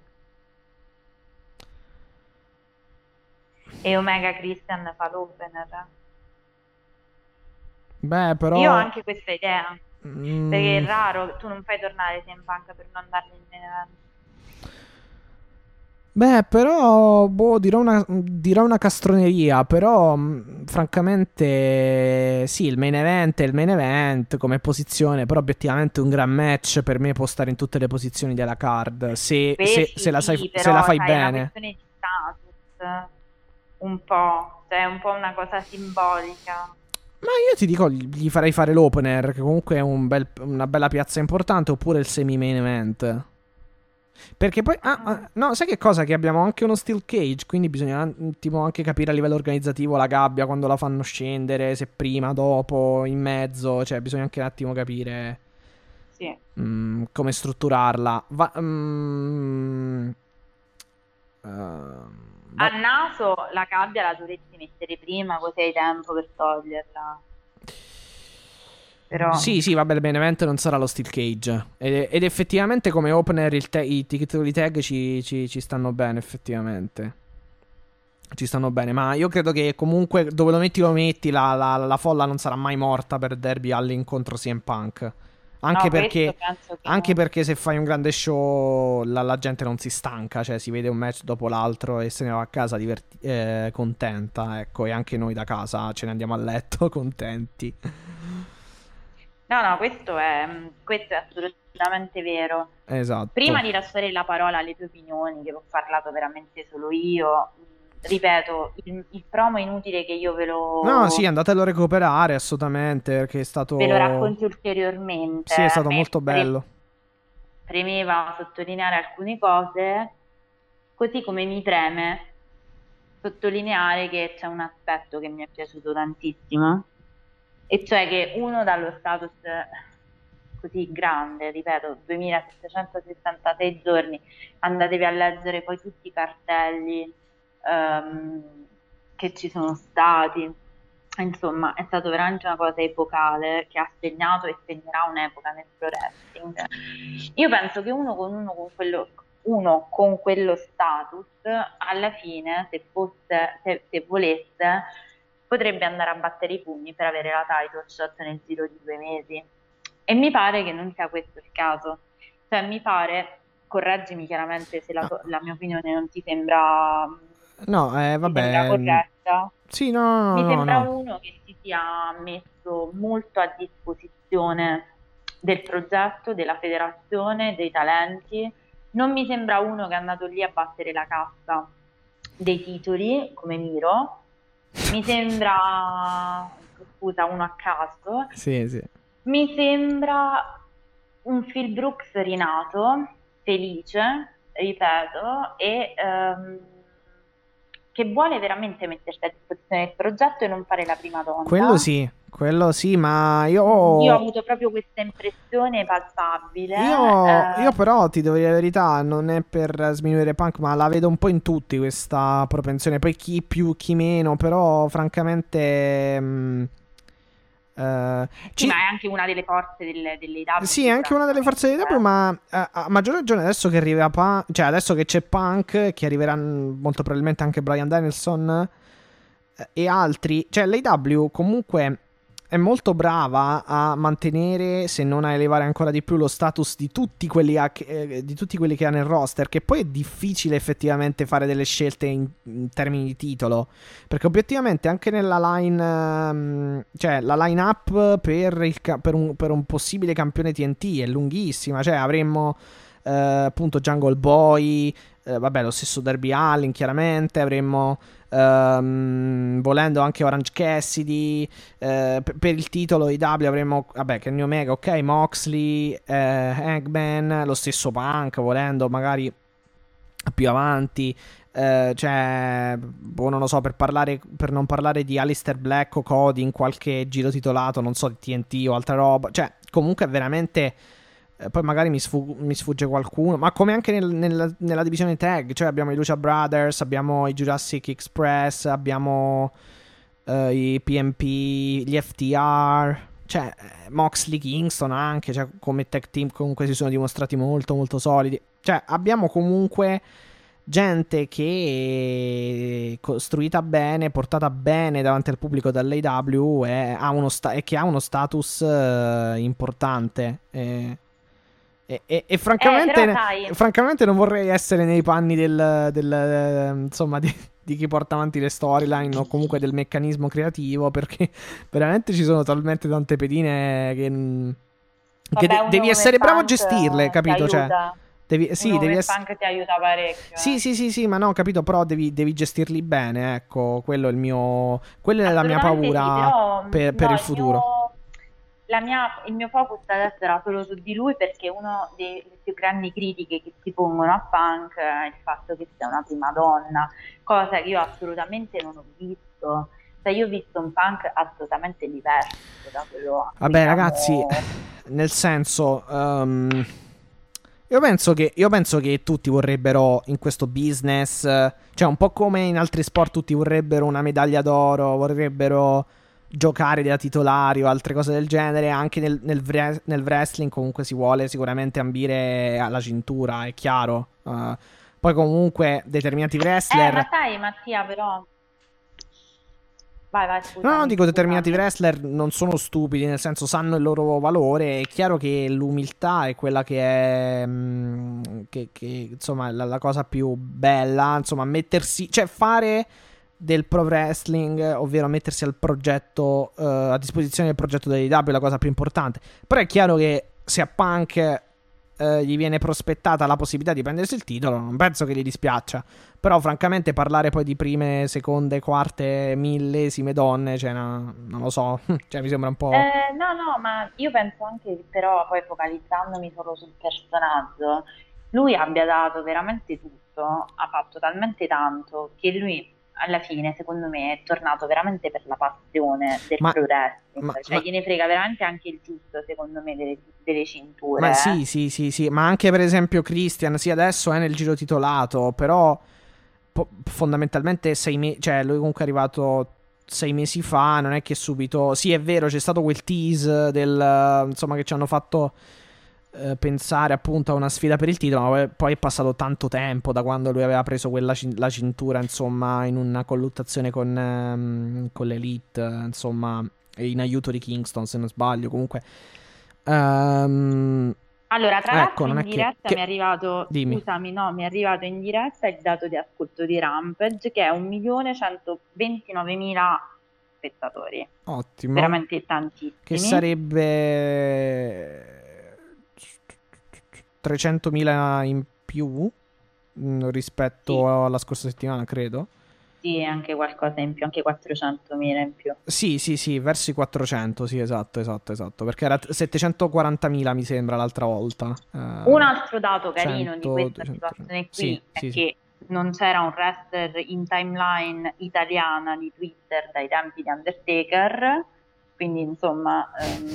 E Omega Christian fa l'opener. Beh, Io ho però anche questa idea, perché è mm, raro, tu non fai tornare CM Punk per non dargli il main event. beh, però, boh, dirò una castroneria, però, francamente, sì, il main event è il main event come posizione, però obiettivamente un gran match per me può stare in tutte le posizioni della card, Sì, sì, se la però fai sai, è una bene. questione di status, un po', cioè è un po' una cosa simbolica. Ma io ti dico, gli farei fare l'opener, che comunque è una bella piazza importante, oppure il semi-main event. Perché poi, Mm. no, sai che cosa? Che abbiamo anche uno steel cage, quindi bisogna un attimo anche capire a livello organizzativo la gabbia, quando la fanno scendere, se prima, dopo, in mezzo, cioè bisogna anche un attimo capire Sì. come strutturarla. A naso la gabbia la dovresti mettere prima, così hai tempo per toglierla. Però, Sì, sì, vabbè, il main event non sarà lo steel cage. Ed effettivamente come opener i titoli tag ci stanno bene, effettivamente. Ci stanno bene, ma io credo che comunque dove lo metti, la folla non sarà mai morta per Derby all'incontro CM Punk. no, questo penso che Anche no. perché se fai un grande show la gente non si stanca, cioè si vede un match dopo l'altro e se ne va a casa contenta, ecco, e anche noi da casa ce ne andiamo a letto contenti. No, no, questo è assolutamente vero. Esatto. Prima di lasciare la parola alle tue opinioni, che ho parlato veramente solo io, ripeto, il promo inutile che io No, sì, andatelo a recuperare assolutamente perché ve lo racconti ulteriormente. sì, è A stato me molto bello. premeva sottolineare alcune cose, così come mi preme sottolineare che c'è un aspetto che mi è piaciuto tantissimo, e cioè che uno dallo status così grande, ripeto, 2766 giorni, andatevi a leggere poi tutti i cartelli che ci sono stati. Insomma, è stato veramente una cosa epocale che ha segnato e segnerà un'epoca nel pro wrestling. Io penso che uno con quello status, alla fine, se volesse, potrebbe andare a battere i pugni per avere la title shot nel giro di 2 mesi. E mi pare che non sia questo il caso. Cioè, mi pare, correggimi chiaramente se la mia opinione non ti sembra, No, ti vabbè. sembra corretta. Sì, no, Mi no, sembra no. uno che si sia messo molto a disposizione del progetto, della federazione, dei talenti. Non mi sembra uno che è andato lì a battere la cassa dei titoli come Miro. Mi sembra, scusa, uno a caso. Sì, sì. Mi sembra un Phil Brooks rinato, felice, ripeto, e che vuole veramente mettersi a disposizione del progetto e non fare la prima donna. Quello sì, ma Io ho io avuto proprio questa impressione palpabile. io però ti devo dire la verità, non è per sminuire Punk, ma la vedo un po' in tutti questa propensione, poi chi più, chi meno, però francamente Sì, ma è anche una delle forze dell'AEW. sì, è anche una delle forze di W, ma a maggior ragione adesso che arriva cioè adesso che c'è Punk, che arriverà molto probabilmente anche Bryan Danielson e altri, cioè l'AEW comunque è molto brava a mantenere, se non a elevare ancora di più, lo status di tutti quelli, di tutti quelli che ha nel roster, che poi è difficile effettivamente fare delle scelte in termini di titolo, perché obiettivamente anche nella cioè la line up per un possibile campione TNT è lunghissima, cioè avremmo appunto Jungle Boy, vabbè, lo stesso Darby Allin chiaramente, avremmo volendo anche Orange Cassidy, per il titolo IW avremmo, vabbè, Kenny Omega, ok, Moxley, Hangman, lo stesso Punk volendo magari più avanti, cioè non lo so, per non parlare di Aleister Black o Cody in qualche giro titolato, non so, di TNT o altra roba, cioè comunque è veramente poi magari mi sfugge qualcuno, ma come anche nella divisione tag, cioè abbiamo i Lucha Brothers, abbiamo i Jurassic Express, abbiamo i PMP, gli FTR, cioè Moxley, Kingston anche, cioè come tag team comunque si sono dimostrati molto molto solidi, cioè abbiamo comunque gente che è costruita bene, portata bene davanti al pubblico dall'AEW e che ha uno status importante. E francamente, Però sai, francamente non vorrei essere nei panni insomma di chi porta avanti le storyline o comunque del meccanismo creativo, perché veramente ci sono talmente tante pedine che vabbè, un devi nome essere bravo a punk gestirle, ti capito? Cioè, aiuta. Un sì, nome punk ti aiuta parecchio. sì, ma no, capito, però devi gestirli bene, ecco, quella è la mia Assolutamente sì, paura però per no, il futuro. il mio focus adesso era solo su di lui perché una delle più grandi critiche che si pongono a Punk è il fatto che sia una prima donna, cosa che io assolutamente non ho visto. Cioè, io ho visto un Punk assolutamente diverso da quello a cui Vabbè, siamo. ragazzi, nel senso, io penso che tutti vorrebbero in questo business, cioè un po' come in altri sport tutti vorrebbero una medaglia d'oro, vorrebbero giocare da titolari o altre cose del genere, anche nel wrestling comunque si vuole sicuramente ambire alla cintura, è chiaro. Poi comunque determinati wrestler... Ma sai, Mattia, però. Vai, No, scusami, dico, determinati scusami. wrestler non sono stupidi, nel senso sanno il loro valore. È chiaro che l'umiltà è quella che è che insomma la cosa più bella, insomma, mettersi, cioè fare del pro wrestling, ovvero mettersi al progetto a disposizione del progetto dell'AEW è la cosa più importante. Però è chiaro che se a Punk gli viene prospettata la possibilità di prendersi il titolo, non penso che gli dispiaccia. Però francamente parlare poi di prime, seconde, quarte, millesime donne, cioè non lo so, cioè mi sembra un po'... No, ma io penso anche che però poi focalizzandomi solo sul personaggio, lui abbia dato veramente tutto, ha fatto talmente tanto che lui alla fine, secondo me, è tornato veramente per la passione del Ma, pro wrestling, cioè ma gliene frega veramente anche il giusto, secondo me, delle cinture, Ma sì, sì, sì, sì, ma anche per esempio Christian, sì, adesso è nel giro titolato, però fondamentalmente cioè lui comunque è arrivato 6 mesi fa, non è che subito. Sì, è vero, c'è stato quel tease del, insomma, che ci hanno fatto pensare appunto a una sfida per il titolo, ma poi è passato tanto tempo da quando lui aveva preso la cintura, insomma, in una colluttazione con l'Elite, insomma, in aiuto di Kingston, se non sbaglio, comunque. Allora, tra Ecco, l'altro non in è diretta mi è arrivato, Dimmi. scusami, no, mi è arrivato in diretta il dato di ascolto di Rampage che è 1.129.000 spettatori, Ottimo. veramente Che tantissimi. sarebbe 300.000 in più Sì, rispetto alla scorsa settimana, credo. sì, anche qualcosa in più, anche 400.000 in più. Sì, sì, sì, verso i 400, sì, esatto, esatto, esatto. Perché era 740.000, mi sembra, l'altra volta. Un altro dato carino di 100, questa 200. situazione Sì, qui è sì, sì. che non c'era un wrestler in timeline italiana di Twitter dai tempi di Undertaker, quindi insomma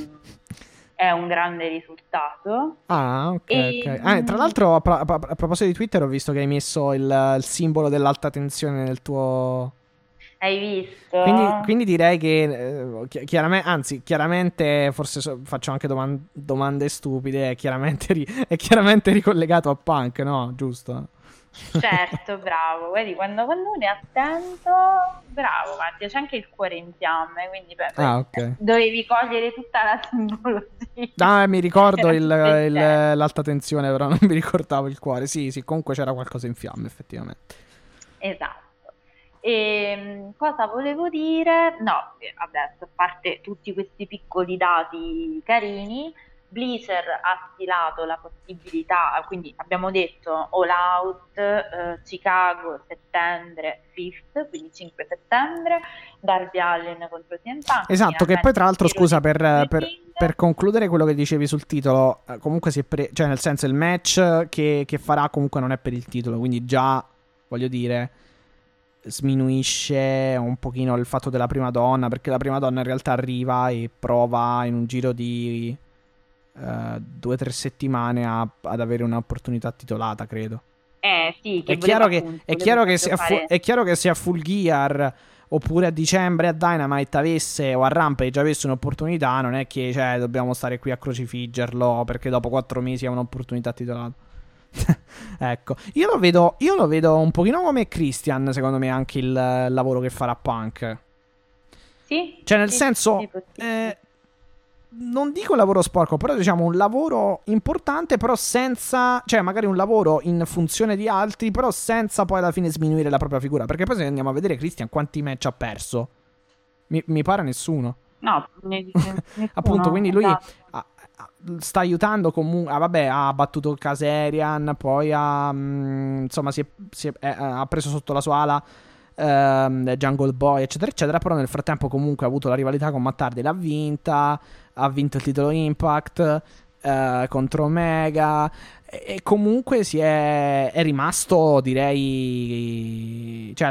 è un grande risultato. Ah, ok, E, ok. Tra l'altro, a proposito di Twitter, ho visto che hai messo il simbolo dell'alta tensione nel tuo. hai visto? Quindi direi che chiaramente, anzi, chiaramente, forse faccio anche domande stupide. È chiaramente ricollegato a Punk, no? Giusto? Certo, bravo, vedi, quando uno è attento, bravo Mattia, c'è anche il cuore in fiamme, quindi Ah, ok. dovevi cogliere tutta la simbologia. Ah, mi ricordo Era divertente. l'alta tensione, però non mi ricordavo il cuore. Sì, sì, comunque c'era qualcosa in fiamme, effettivamente. Esatto. E cosa volevo dire? No, vabbè, a parte tutti questi piccoli dati carini, Blizzard ha stilato la possibilità, quindi abbiamo detto All Out, Chicago, settembre, 5th, quindi 5 settembre, Darby Allin contro CM Punk, Esatto, che poi finalmente tra il l'altro, giro scusa, di Wrestle per- King. per concludere quello che dicevi sul titolo, comunque cioè nel senso il match che farà comunque non è per il titolo, quindi già, voglio dire, sminuisce un pochino il fatto della prima donna, perché la prima donna in realtà arriva e prova in un giro di 2 o 3 settimane ad avere un'opportunità titolata, credo. Sì, che È voleva chiaro che, appunto, è voleva chiaro che proprio fare... è chiaro che se a Full Gear oppure a dicembre a Dynamite avesse o a Rampage avesse un'opportunità, non è che cioè, dobbiamo stare qui a crocifiggerlo perché dopo 4 mesi ha un'opportunità titolata. Ecco, io lo vedo un pochino come Christian, secondo me, anche il lavoro che farà Punk. Sì, Cioè, nel sì, sì, senso, sì, possibile. non dico lavoro sporco, però diciamo un lavoro importante, però senza, cioè magari un lavoro in funzione di altri, però senza poi alla fine sminuire la propria figura. Perché poi se andiamo a vedere Christian quanti match ha perso, mi pare nessuno. No, Appunto, nessuno, quindi lui esatto. sta aiutando comunque. Vabbè, ha battuto Kaserian, poi insomma, ha preso sotto la sua ala Jungle Boy, eccetera, eccetera. Però nel frattempo, comunque, ha avuto la rivalità con Matt Hardy, l'ha vinta. Ha vinto il titolo Impact contro Omega. E comunque è rimasto, direi. Cioè,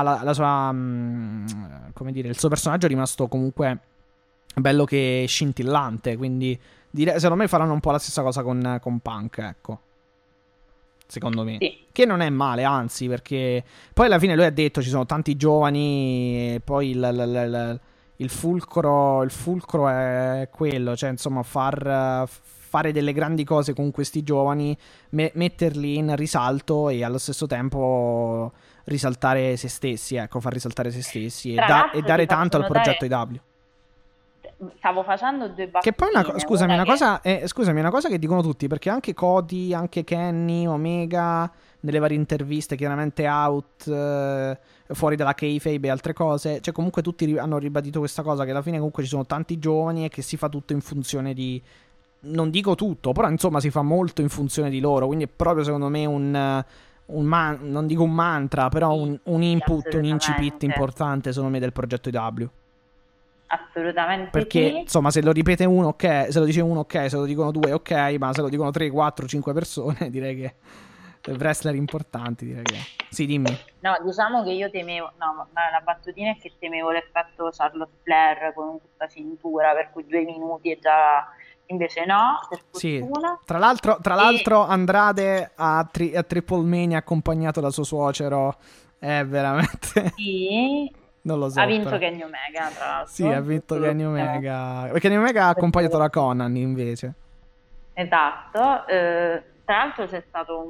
come dire, il suo personaggio è rimasto comunque bello che scintillante. Quindi secondo me faranno un po' la stessa cosa con Punk, ecco. Secondo me. Sì. Che non è male, anzi, perché poi alla fine lui ha detto ci sono tanti giovani. E poi il fulcro è quello, cioè insomma fare delle grandi cose con questi giovani, metterli in risalto e allo stesso tempo risaltare se stessi, ecco, far risaltare se stessi Tra e l'altro ti dare faccio tanto al progetto notare, IW. stavo facendo due Che poi battutine, scusami, una che scusami, una cosa che dicono tutti, perché anche Cody, anche Kenny, Omega, nelle varie interviste, chiaramente out, fuori dalla kayfabe e altre cose, cioè comunque tutti hanno ribadito questa cosa, che alla fine comunque ci sono tanti giovani e che si fa tutto in funzione di. Non dico tutto, però insomma si fa molto in funzione di loro, quindi è proprio secondo me non dico un mantra, però un sì, input, un incipit assolutamente, importante secondo me del progetto IW. assolutamente Perché, sì. insomma, se lo ripete uno, ok, se lo dice uno, ok, se lo dicono due, ok, ma se lo dicono 3, 4, 5 persone, direi che wrestler importanti, direi che... Sì, dimmi. No, diciamo che io temevo, no, ma la battutina è che temevo l'effetto Charlotte Flair con questa cintura, per cui 2 minuti e già, invece no, per Sì, fortuna. tra l'altro Andrade a Triple Mania accompagnato da suo suocero è veramente... Sì, Non lo so, ha vinto però. Kenny Omega, tra l'altro. Sì, ha vinto Questo lo Kenny sappiamo. Omega. Perché Kenny Omega ha accompagnato la Conan invece. Esatto, tra l'altro c'è stato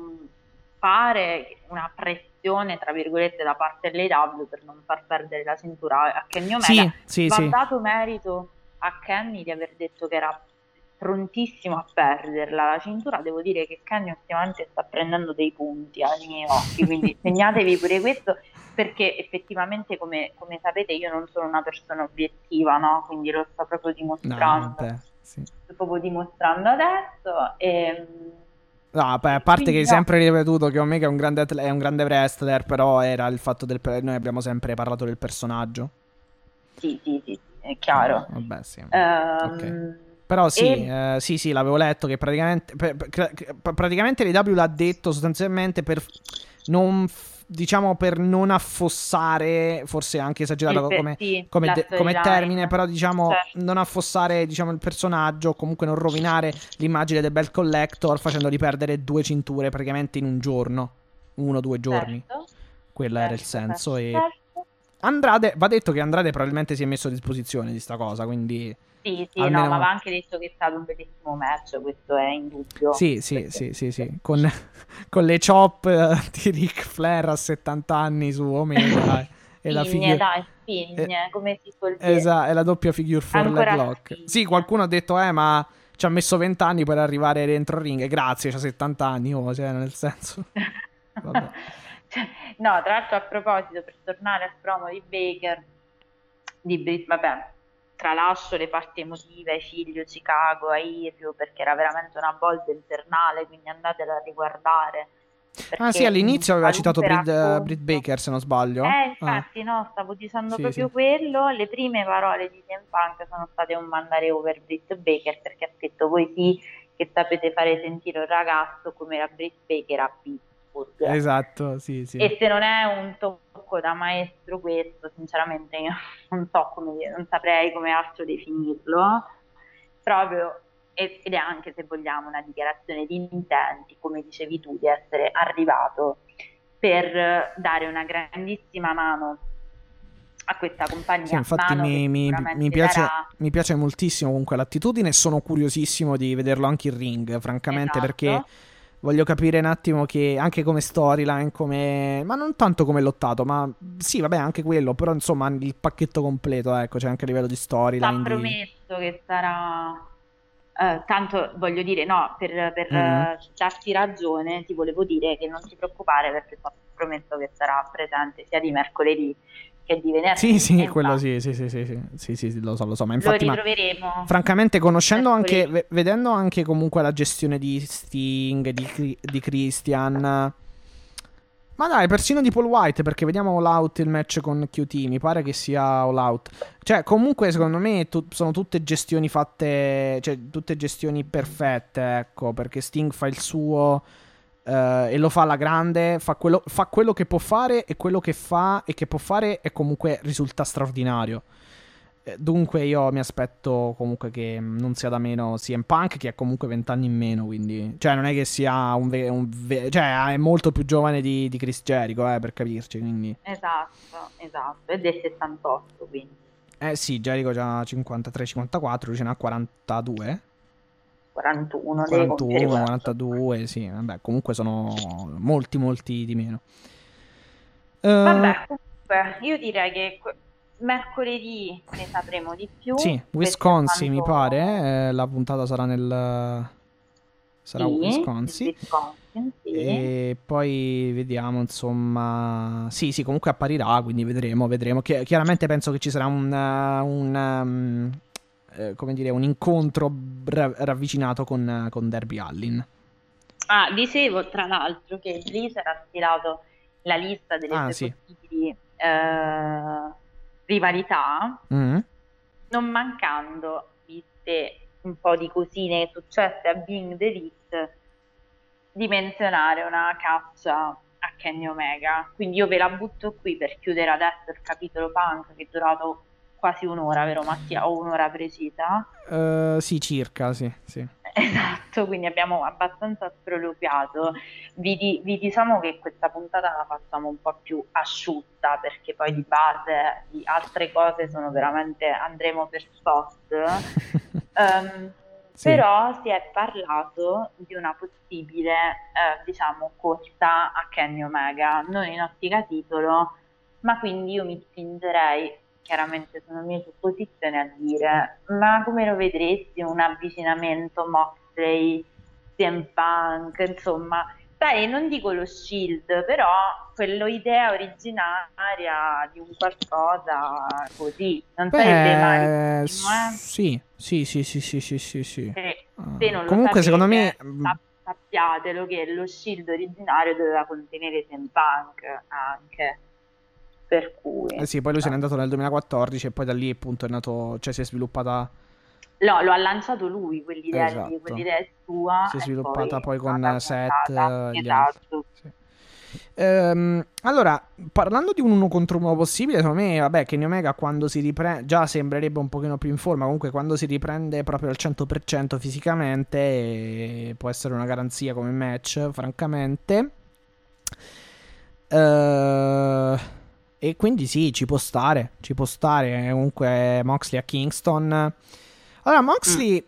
una pressione, tra virgolette, da parte dell'AEW per non far perdere la cintura a Kenny Omega. Sì, Va sì. dato merito a Kenny di aver detto che era prontissimo a perderla la cintura. Devo dire che Kenny ultimamente sta prendendo dei punti ai miei occhi, quindi segnatevi pure questo, perché effettivamente, come sapete, io non sono una persona obiettiva, no? Quindi lo sto proprio dimostrando. No, vabbè, sì. Sto proprio dimostrando adesso. No, beh, a parte quindi che hai no. sempre ripetuto che Omega è un grande wrestler, però era il fatto noi abbiamo sempre parlato del personaggio. Sì, è chiaro. Vabbè, sì. Ehm, Ok. Però sì, sì, l'avevo letto che praticamente l'AEW l'ha detto sostanzialmente per non, diciamo, per non affossare, forse anche esagerato come termine, però diciamo certo. non affossare, diciamo, il personaggio, o comunque non rovinare l'immagine del Belt Collector facendogli perdere 2 cinture praticamente in un giorno, 1 o 2 giorni. Certo, Quello era il senso. E certo. Andrade, va detto che Andrade probabilmente si è messo a disposizione di sta cosa, quindi... Sì, almeno... no, ma va anche detto che è stato un bellissimo match, questo è indubbio. Sì. Con le chop di Ric Flair a 70 anni su Omega e la Spigne, dai, spigne, come si suol dire. Esatto, è la doppia figure for leg Ancora lock. spigne. Sì, qualcuno ha detto, ma ci ha messo 20 anni per arrivare dentro il ring. Grazie, c'ha 70 anni, cioè, nel senso... Vabbè. No, tra l'altro, a proposito, per tornare al promo di Baker, vabbè, tralascio le parti emotive, figlio, Chicago, Airview, perché era veramente una bolda infernale, quindi andatela a riguardare. Sì, all'inizio aveva citato qualunque Britt Baker, se non sbaglio. infatti, no, stavo dicendo Sì, proprio sì. quello. Le prime parole di CM Punk sono state un mandare over Britt Baker, perché ha detto: voi sì che sapete fare sentire un ragazzo come era Britt Baker a Pittsburgh. Esatto, sì. E se non è un tocco da maestro questo, sinceramente io non so come dire, non saprei come altro definirlo. Proprio, ed è anche, se vogliamo, una dichiarazione di intenti, come dicevi tu, di essere arrivato per dare una grandissima mano a questa compagnia. Sì, infatti mi piace moltissimo comunque l'attitudine e sono curiosissimo di vederlo anche in ring, francamente, Esatto. perché voglio capire un attimo che anche come storyline, ma non tanto come lottato, ma sì, vabbè, anche quello, però insomma il pacchetto completo, ecco, c'è anche a livello di storyline. T'ha promesso che sarà... tanto voglio dire, no, per darti ragione, ti volevo dire che non ti preoccupare, perché ti ho promesso che sarà presente sia di mercoledì che di venerdì. Sì, quello sì, lo so, ma infatti, lo ritroveremo. francamente, conoscendo anche, vedendo anche comunque la gestione di Sting, di Christian, ma dai, persino di Paul White, perché vediamo All Out, il match con QT, mi pare che sia All Out. Cioè, comunque, secondo me sono tutte gestioni fatte, cioè, tutte gestioni perfette, ecco, perché Sting fa il suo e lo fa alla grande, fa quello che può fare, e quello che fa e che può fare e comunque risulta straordinario. Dunque io mi aspetto comunque che non sia da meno CM Punk, che ha comunque 20 anni in meno, quindi... Cioè non è che sia cioè è molto più giovane di Chris Jericho, per capirci, quindi... Esatto, è del 78, quindi. Sì, Jericho ha 53-54, lui ce n'ha 42. 41, 42, sì, vabbè, comunque sono molti di meno. Vabbè, comunque, io direi che mercoledì ne sapremo di più. Sì, Wisconsin mi pare, la puntata sarà sarà Wisconsin. Sì. E poi vediamo, insomma, sì, comunque apparirà, quindi vedremo. Chiaramente penso che ci sarà come dire, un incontro ravvicinato con Darby Allin. Dicevo tra l'altro che lì sarà stilato la lista delle possibili rivalità, non mancando, viste un po' di cosine successe a Being the Elite, di menzionare una caccia a Kenny Omega. Quindi io ve la butto qui per chiudere adesso il capitolo punk che è durato quasi un'ora, vero Mattia? O un'ora precisa? Sì, circa, sì. Esatto, quindi abbiamo abbastanza sproloquiato. Vi diciamo che questa puntata la facciamo un po' più asciutta perché poi di base di altre cose sono veramente andremo per soft. Sì. Però si è parlato di una possibile, diciamo, corsa a Kenny Omega, non in ottica titolo, ma quindi io mi spingerei, chiaramente sono mie supposizioni, a dire, ma come lo vedresti un avvicinamento Moxley, CM Punk, insomma, sai, non dico lo Shield, però quell'idea originaria di un qualcosa così, non sarebbe Beh, malissimo, eh? sì. Sì. Se non lo Comunque, secondo me, sapete, sappiatelo che lo Shield originario doveva contenere CM Punk anche, per cui... sì, poi lui se n'è andato nel 2014 e poi da lì appunto è nato, cioè si è sviluppata. No, lo ha lanciato lui, Esatto. quell'idea è sua Si è e sviluppata poi è con stata Seth montata. e gli altri. Esatto. Sì. Allora, parlando di un uno contro uno possibile, secondo me, vabbè, Kenny Omega quando si riprende, già sembrerebbe un pochino più in forma, comunque quando si riprende proprio al 100% fisicamente, può essere una garanzia come match, francamente. E quindi sì, ci può stare, comunque Moxley a Kingston. Allora, Moxley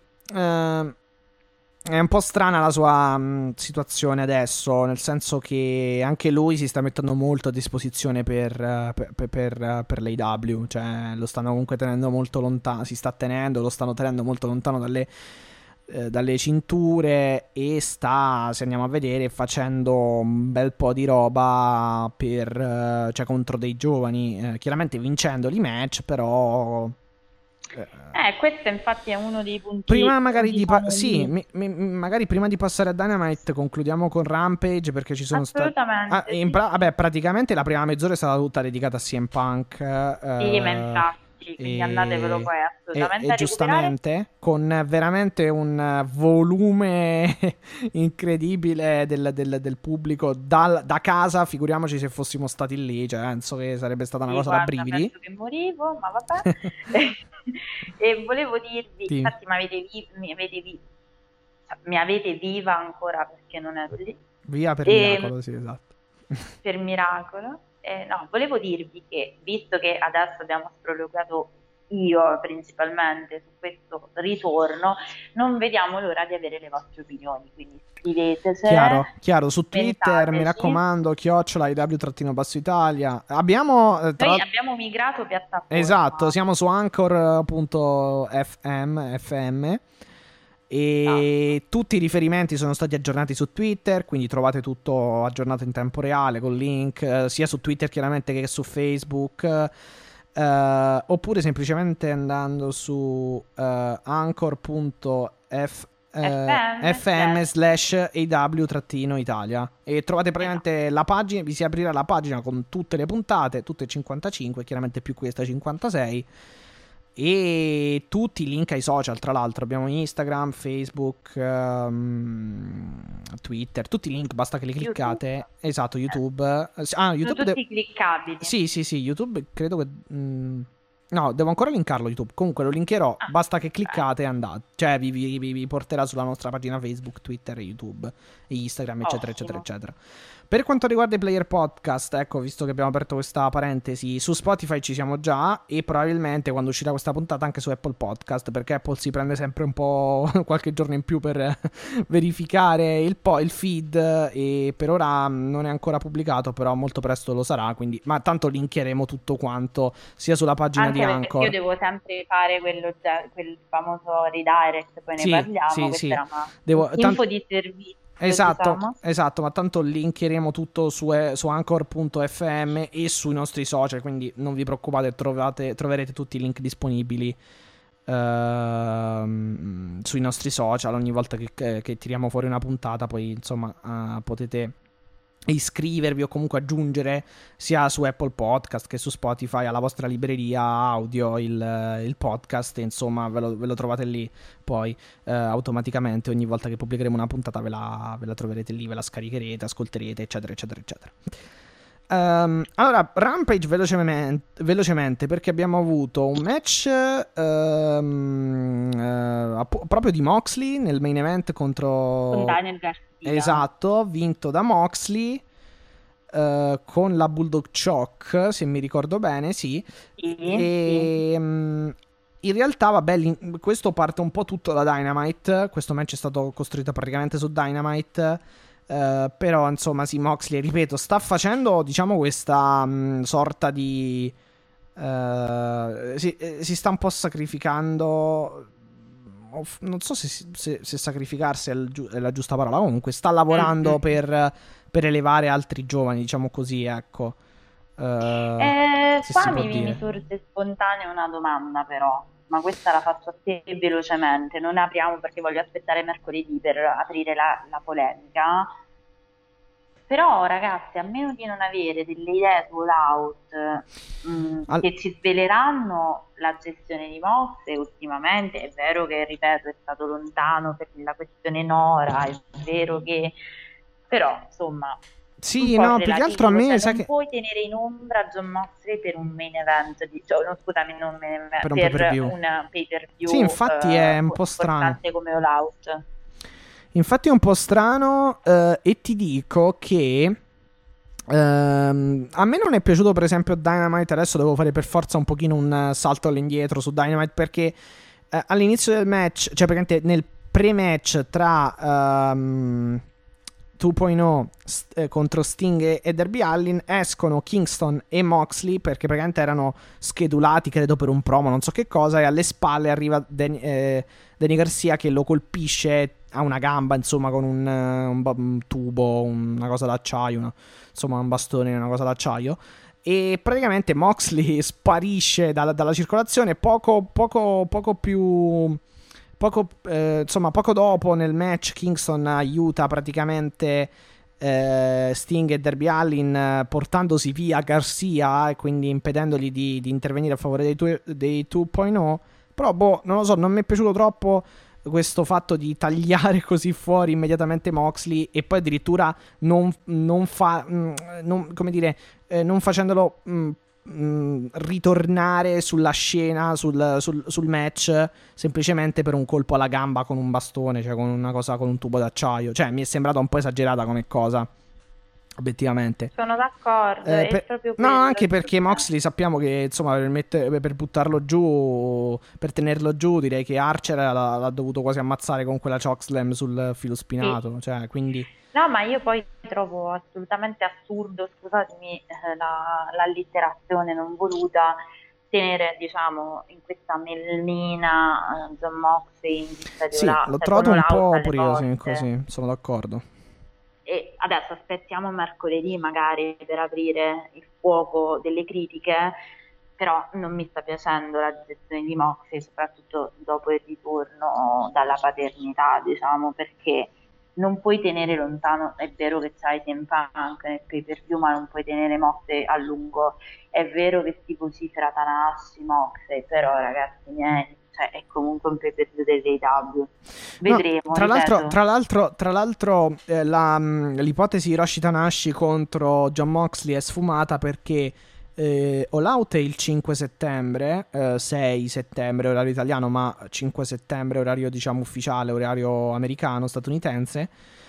è un po' strana la sua situazione adesso, nel senso che anche lui si sta mettendo molto a disposizione per l'AEW, cioè lo stanno comunque tenendo molto lontano, lo stanno tenendo molto lontano dalle cinture e sta, se andiamo a vedere, facendo un bel po' di roba cioè contro dei giovani, chiaramente vincendoli i match, però... Questo infatti è uno dei punti. Prima magari magari prima di passare a Dynamite concludiamo con Rampage, perché ci sono stati... Assolutamente. vabbè, praticamente la prima mezz'ora è stata tutta dedicata a CM Punk. Sì, ma infatti, quindi andatevelo poi assolutamente a giustamente, con veramente un volume incredibile del pubblico da casa, figuriamoci se fossimo stati lì, cioè penso che sarebbe stata una cosa da brividi. Penso che morivo, ma vabbè. E volevo dirvi, Sì. infatti mi avete viva ancora perché non è lì. Via per miracolo, sì, esatto. Per miracolo. No, volevo dirvi che, visto che adesso abbiamo sproloquiato io principalmente su questo ritorno, non vediamo l'ora di avere le vostre opinioni, quindi scriveteci. Chiaro, su Twitter, mi raccomando, @live_Italia. Noi abbiamo migrato piattaforma. Esatto, siamo su Anchor.fm e tutti i riferimenti sono stati aggiornati su Twitter, quindi trovate tutto aggiornato in tempo reale con link sia su Twitter chiaramente che su Facebook, oppure semplicemente andando su anchor.fm/AW-Italia e trovate praticamente la pagina, vi si aprirà la pagina con tutte le puntate, tutte 55, chiaramente più questa 56, e tutti i link ai social. Tra l'altro abbiamo Instagram, Facebook, Twitter, tutti i link, basta che li cliccate. YouTube. Esatto, YouTube. YouTube sono tutti cliccabili. Sì, YouTube credo che no, devo ancora linkarlo YouTube. Comunque lo linkerò, basta che cliccate e andate. Cioè vi porterà sulla nostra pagina Facebook, Twitter, YouTube, Instagram, eccetera, eccetera, eccetera. Per quanto riguarda i player podcast, ecco, visto che abbiamo aperto questa parentesi, su Spotify ci siamo già e probabilmente quando uscirà questa puntata anche su Apple Podcast, perché Apple si prende sempre un po' qualche giorno in più per verificare il feed, e per ora non è ancora pubblicato, però molto presto lo sarà, quindi, ma tanto linkeremo tutto quanto sia sulla pagina anche di Anchor. Io devo sempre fare quel famoso redirect, poi ne parliamo, questa era una info di servizio. Esatto, ma tanto linkeremo tutto su Anchor.fm e sui nostri social, quindi non vi preoccupate, troverete tutti i link disponibili sui nostri social ogni volta che tiriamo fuori una puntata. Poi insomma potete iscrivervi o comunque aggiungere sia su Apple Podcast che su Spotify alla vostra libreria audio il podcast, e insomma ve lo trovate lì poi automaticamente. Ogni volta che pubblicheremo una puntata ve la troverete lì, ve la scaricherete, ascolterete, eccetera eccetera eccetera. Allora, Rampage velocemente, perché abbiamo avuto un match proprio di Moxley nel main event con Daniel Garcia. Esatto, vinto da Moxley con la Bulldog Choke, se mi ricordo bene, sì. E in realtà, vabbè, questo parte un po' tutto da Dynamite. Questo match è stato costruito praticamente su Dynamite. Però insomma sì, Moxley, ripeto, sta facendo, diciamo, questa sorta di si sta un po' sacrificando. Non so se sacrificarsi è la giusta parola. Comunque sta lavorando per elevare altri giovani, diciamo così, ecco. Qua mi sorge spontanea una domanda, però, ma questa la faccio a te velocemente, non apriamo perché voglio aspettare mercoledì per aprire la polemica. Però ragazzi, a meno di non avere delle idee su All Out che ci sveleranno la gestione di mosse ultimamente, è vero che, ripeto, è stato lontano per la questione Nora, è vero che, però insomma, sì, no, più che altro a me, cioè, non puoi tenere in ombra Jon Moxley per un main event, no, scusami, non main event, per un pay-per-view. Sì, infatti è un po' strano come All Out. Infatti è un po' strano, e ti dico che a me non è piaciuto per esempio Dynamite. Adesso devo fare per forza un pochino un salto all'indietro su Dynamite, perché all'inizio del match, cioè praticamente nel pre-match tra 2.0 contro Sting e Darby Allin, escono Kingston e Moxley perché praticamente erano schedulati, credo, per un promo, non so che cosa, e alle spalle arriva Danny Garcia che lo colpisce a una gamba, insomma, con un tubo, una cosa d'acciaio, insomma un bastone, una cosa d'acciaio, e praticamente Moxley sparisce dalla circolazione. Poco dopo nel match Kingston aiuta praticamente Sting e Darby Allin portandosi via Garcia e quindi impedendogli di intervenire a favore dei 2.0. Però non lo so, non mi è piaciuto troppo questo fatto di tagliare così fuori immediatamente Moxley e poi addirittura non facendolo ritornare sulla scena, sul match, semplicemente per un colpo alla gamba con un bastone, cioè con una cosa, con un tubo d'acciaio. Cioè mi è sembrata un po' esagerata come cosa, obiettivamente. Sono d'accordo, è proprio quello. No, anche perché Moxley sappiamo che, insomma, per buttarlo giù, per tenerlo giù, direi che Archer l'ha dovuto quasi ammazzare con quella chokeslam sul filo spinato, sì. Cioè, quindi... No, ma io poi trovo assolutamente assurdo, scusatemi, l'allitterazione non voluta, tenere, diciamo, in questa melmina Jon Moxley in vista di Sì, l'ho trovato un po' pure io, così, sono d'accordo. E adesso aspettiamo mercoledì magari per aprire il fuoco delle critiche, però non mi sta piacendo la gestione di Moxley, soprattutto dopo il ritorno dalla paternità, diciamo, perché non puoi tenere lontano. È vero che c'hai CM Punk nel pay-per-view, ma non puoi tenere Moxley a lungo. È vero che si vocifera Tanahashi Moxley, però ragazzi miei, cioè, è comunque un pay-per-view dell'AEW. Vedremo. No, tra l'altro l'ipotesi Hiroshi Tanahashi contro Jon Moxley è sfumata perché All Out è il 5 settembre, 6 settembre orario italiano, ma 5 settembre orario, diciamo, ufficiale, orario americano, statunitense.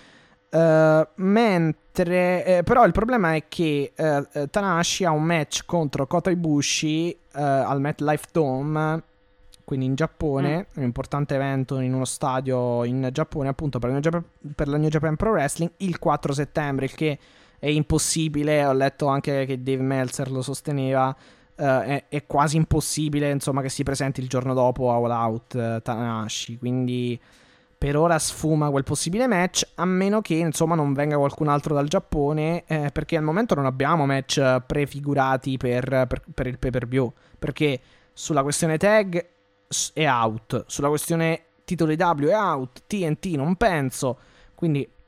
Mentre però il problema è che Tanahashi ha un match contro Kota Ibushi al MetLife Dome, quindi in Giappone, un importante evento in uno stadio in Giappone, appunto per la New Japan Pro Wrestling, il 4 settembre, il che è impossibile. Ho letto anche che Dave Meltzer lo sosteneva, è quasi impossibile, insomma, che si presenti il giorno dopo a All Out Tanahashi, quindi per ora sfuma quel possibile match, a meno che, insomma, non venga qualcun altro dal Giappone, perché al momento non abbiamo match prefigurati per il pay-per-view, perché sulla questione tag è out, sulla questione titoli W è out, TNT non penso, quindi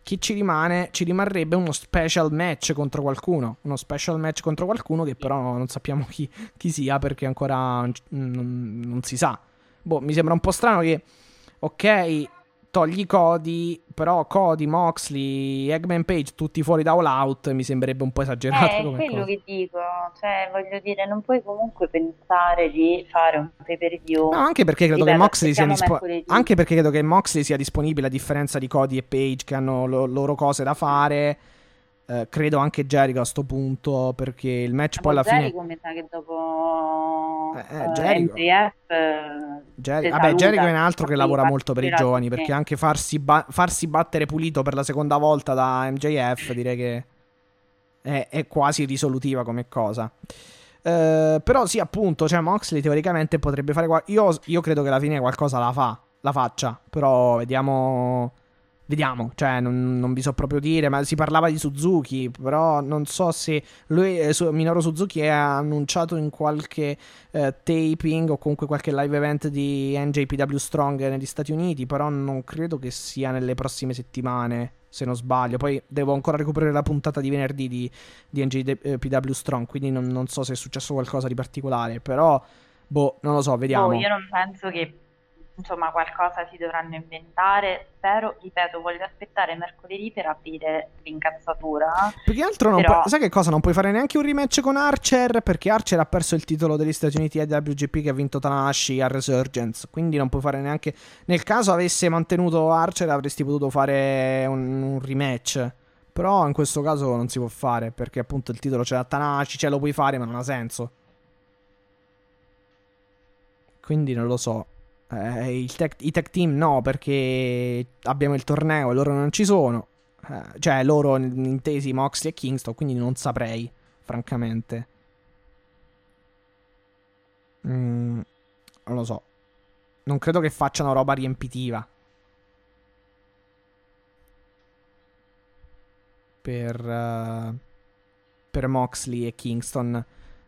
chi ci rimane? Ci rimarrebbe uno special match contro qualcuno. Uno special match contro qualcuno che però non sappiamo chi sia, perché ancora non si sa. Boh, mi sembra un po' strano che, ok, togli Cody, però Cody, Moxley, Eggman Page tutti fuori da All Out, mi sembrerebbe un po' esagerato È come quello cosa. che dico, cioè voglio dire, non puoi comunque pensare di fare un pay-per-view, No, anche perché credo che ripeto, Moxley sia aspettiamo mercoledì. anche perché credo che Moxley sia disponibile, a differenza di Cody e Page che hanno loro cose da fare. Credo anche Jericho a sto punto, perché il match poi alla fine Jericho mi sa che dopo Jericho. MJF si Vabbè, Jericho saluta, è un altro che poi lavora molto per i partirà giovani, di perché me. anche farsi battere pulito per la seconda volta da MJF direi che è quasi risolutiva come cosa. Però sì, appunto, cioè Moxley teoricamente potrebbe fare io credo che alla fine qualcosa la faccia, però vediamo, cioè non vi so proprio dire, ma si parlava di Suzuki, però non so se lui, Minoru Suzuki è annunciato in qualche taping o comunque qualche live event di NJPW Strong negli Stati Uniti, però non credo che sia nelle prossime settimane, se non sbaglio. Poi devo ancora recuperare la puntata di venerdì di NJPW Strong, quindi non so se è successo qualcosa di particolare, però boh, non lo so, vediamo. Io non penso che insomma qualcosa si dovranno inventare, spero, ripeto, voglio aspettare mercoledì per aprire l'incazzatura, Più che altro però sai che cosa? Non puoi fare neanche un rematch con Archer, perché Archer ha perso il titolo degli Stati Uniti IWGP che ha vinto Tanahashi a Resurgence, quindi non puoi fare neanche... Nel caso avesse mantenuto Archer avresti potuto fare un rematch, però in questo caso non si può fare, perché appunto il titolo c'è da Tanahashi, lo puoi fare ma non ha senso. Quindi non lo so. I tag team no, perché abbiamo il torneo e loro non ci sono. Cioè loro intesi Moxley e Kingston, quindi non saprei, francamente. Non lo so. Non credo che facciano roba riempitiva per Moxley e Kingston.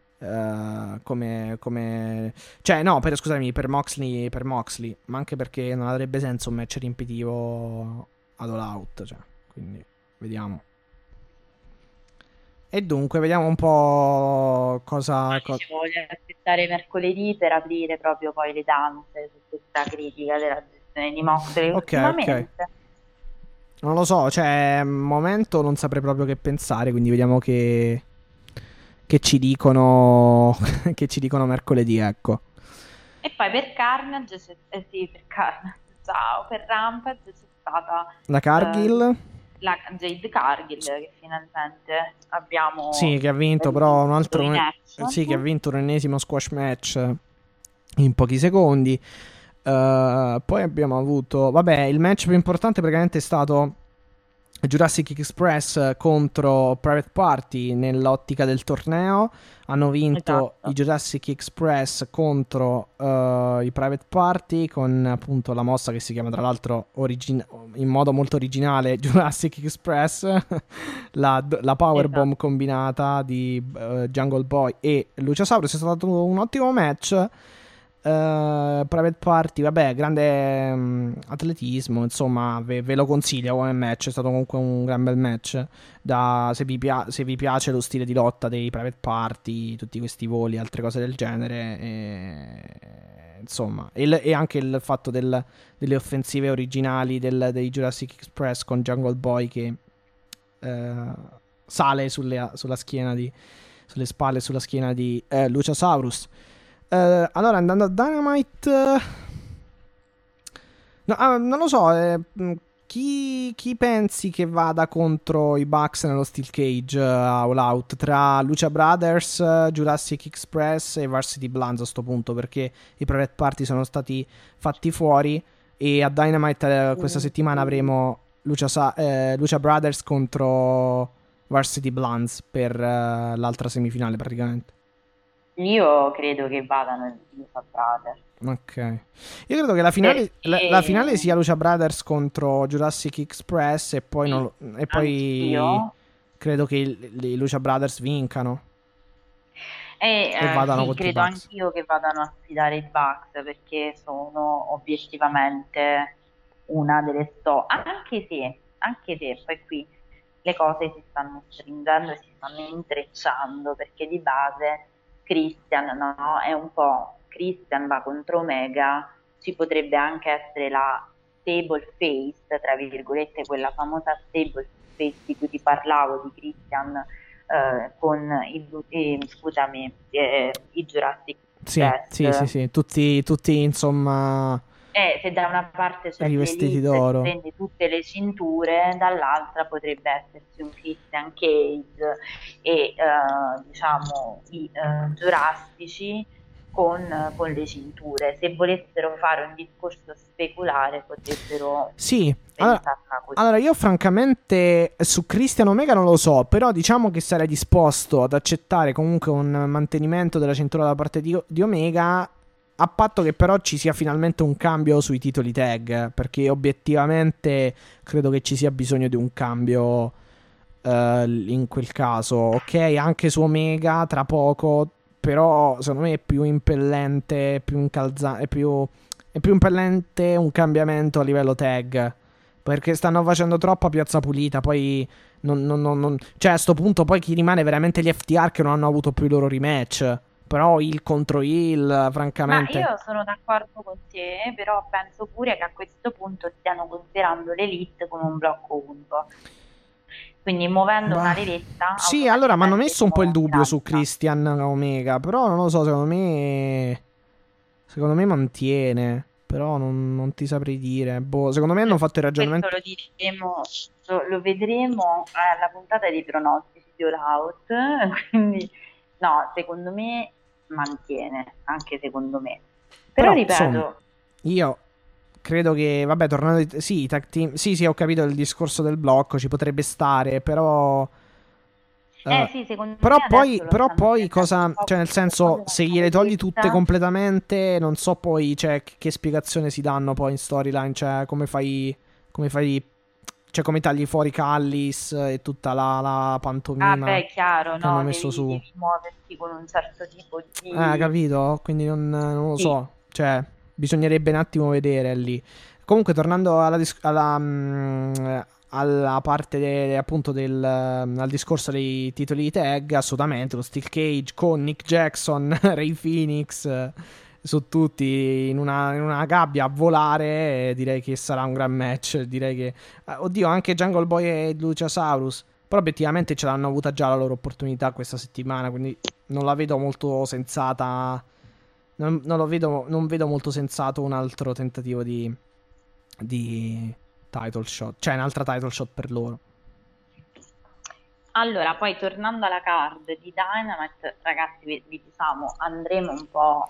Cioè no, scusami, per Moxley, ma anche perché non avrebbe senso un match riempitivo ad All Out, cioè, quindi vediamo. E dunque vediamo un po' cosa voglio aspettare mercoledì per aprire proprio poi le danze su questa critica della gestione di Moxley ultimamente. Non lo so, cioè, al momento non saprei proprio che pensare, quindi vediamo che ci dicono che ci dicono mercoledì, ecco. E poi per Carnage per Rampage c'è stata la Cargill, la Jade Cargill, che finalmente abbiamo che ha vinto però un altro che ha vinto un ennesimo squash match in pochi secondi. Poi abbiamo avuto il match più importante praticamente è stato Jurassic Express contro Private Party nell'ottica del torneo. Hanno vinto i Jurassic Express contro i Private Party con appunto la mossa che si chiama tra l'altro in modo molto originale Jurassic Express la powerbomb combinata di Jungle Boy e Luciasaurus. È stato un ottimo match. Private Party, grande atletismo, insomma, ve lo consiglio come match. È stato comunque un gran bel match. Se vi piace lo stile di lotta dei Private Party, tutti questi voli, altre cose del genere, insomma, e anche il fatto delle offensive originali dei Jurassic Express con Jungle Boy che sale sulla schiena sulle spalle e sulla schiena di Luciasaurus. Allora, andando a Dynamite, non lo so, chi pensi che vada contro i Bucks nello Steel Cage All Out tra Lucha Brothers, Jurassic Express e Varsity Blondes a sto punto, perché i Private Party sono stati fatti fuori e a Dynamite questa settimana avremo Lucha Brothers contro Varsity Blondes per l'altra semifinale praticamente. Io credo che vadano in Lucha Brothers. Ok. Io credo che la finale sia Lucha Brothers contro Jurassic Express e poi, credo che i Lucha Brothers vincano. E vadano contro credo i Bucks. anch'io che vadano a sfidare i Bucks perché sono obiettivamente una delle anche anche se poi qui le cose si stanno stringendo e si stanno intrecciando, perché di base Christian, no, è un po' Christian va contro Omega, ci potrebbe anche essere la stable face, tra virgolette, quella famosa stable face di cui ti parlavo, di Christian con scusami, i Jurassic Sì, Express. sì, tutti insomma Se da una parte c'è rivestiti l'Elite che d'oro. prende tutte le cinture, dall'altra potrebbe esserci un Christian Cage e diciamo i giurassici con le cinture. Se volessero fare un discorso speculare, potrebbero Sì, pensarla così. allora io francamente su Christian Omega non lo so, però diciamo che sarei disposto ad accettare comunque un mantenimento della cintura da parte di Omega, a patto che però ci sia finalmente un cambio sui titoli tag, perché obiettivamente credo che ci sia bisogno di un cambio in quel caso. Ok, anche su Omega tra poco, però secondo me è più impellente, più incalzante, è più impellente un cambiamento a livello tag, perché stanno facendo troppa piazza pulita. Poi cioè a sto punto poi chi rimane veramente gli FTR che non hanno avuto più i loro rematch. Però il contro il, Ma francamente. io sono d'accordo con te, però penso pure che a questo punto stiano considerando l'Elite come un blocco unico. Quindi muovendo una Bah. levetta Sì, allora mi hanno automaticamente messo un po' il muovi dubbio su l'altra. Christian Omega, però non lo so, secondo me mantiene, però non ti saprei dire. Boh, secondo me hanno fatto il Questo ragionamento. lo diremo, lo vedremo alla puntata dei pronostici di All Out, quindi no, secondo me mantiene, anche secondo me. Però Però, insomma, ripeto, io credo che, vabbè, tornando sì, i tag team, sì, ho capito il discorso del blocco, ci potrebbe stare, però sì, secondo me Però adesso lo però stanno poi prendendo un cosa, po' cioè nel come senso, una se gliele togli tutte carrelletta. completamente, non so poi, cioè, che spiegazione si danno poi in storyline, cioè, come fai, cioè, come tagli fuori Callis e tutta la Ah, pantomima beh, chiaro, che hanno no, messo su. devi muoverti con un certo tipo di... Capito? Quindi non lo Sì, so, cioè, bisognerebbe un attimo vedere lì. Comunque, tornando alla parte appunto al discorso dei titoli di tag, assolutamente lo Steel Cage con Nick Jackson, Ray Phoenix su tutti in una gabbia a volare, direi che sarà un gran match. Direi che oddio, anche Jungle Boy e Luciasaurus, però obiettivamente ce l'hanno avuta già la loro opportunità questa settimana, quindi non la vedo molto sensata. Non vedo molto sensato un altro tentativo di title shot, cioè un'altra title shot per loro. allora, poi tornando alla card di Dynamite, ragazzi, vi diciamo, andremo un po'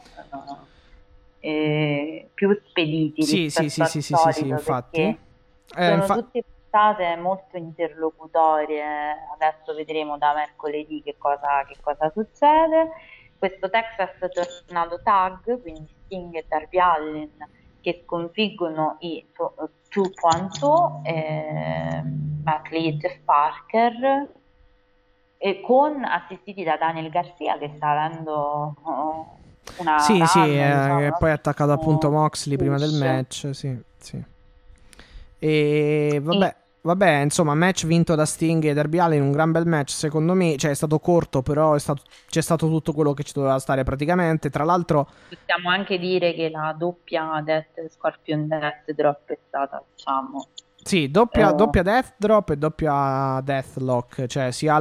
più spediti Sì, sì, rispetto sì, al sì, sì, sì, sì, solito, infatti. perché sono tutte puntate molto interlocutorie. Adesso vedremo da mercoledì che cosa succede. Questo Texas Tornado Tag, quindi Sting e Darby Allin che sconfiggono i 2.0, Matt Lee e Jeff Parker, e con assistiti da Daniel Garcia che sta avendo una Sì, sì, run, diciamo, un che poi ha attaccato appunto ottimo Moxley prima del push. match, sì, sì. E E vabbè, insomma, match vinto da Sting e Darby Allin, un gran bel match, secondo me, cioè è stato corto, però c'è stato tutto quello che ci doveva stare praticamente. Tra l'altro, possiamo anche dire che la doppia Scorpion Death Drop è stata, diciamo, sì, eh, doppia Death Drop e doppia Deathlock, cioè sia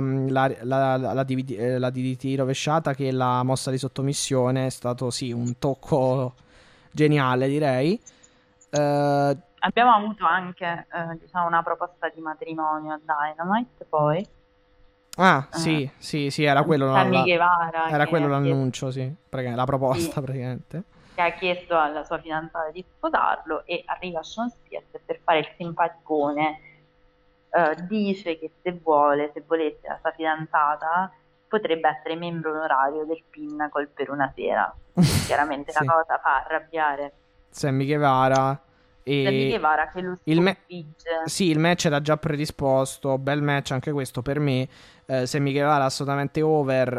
la DDT rovesciata che la mossa di sottomissione. È stato, sì, un tocco geniale, direi. Eh, abbiamo avuto anche, diciamo, una proposta di matrimonio a Dynamite, poi sì, sì, sì, era quello, Sammy Guevara era che quello ha chiesto, l'annuncio, sì, la sì, proposta praticamente. che ha chiesto alla sua fidanzata di sposarlo, e arriva Sean Spears e per fare il simpaticone dice che se vuole, se volesse la sua fidanzata, potrebbe essere membro onorario del Pinnacle per una sera. Chiaramente la Sì, cosa fa arrabbiare Sammy Guevara Sammy e Guevara che lo il, me- sconfigge. sì, il match era già predisposto, bel match anche questo per me. Sammy Guevara assolutamente over,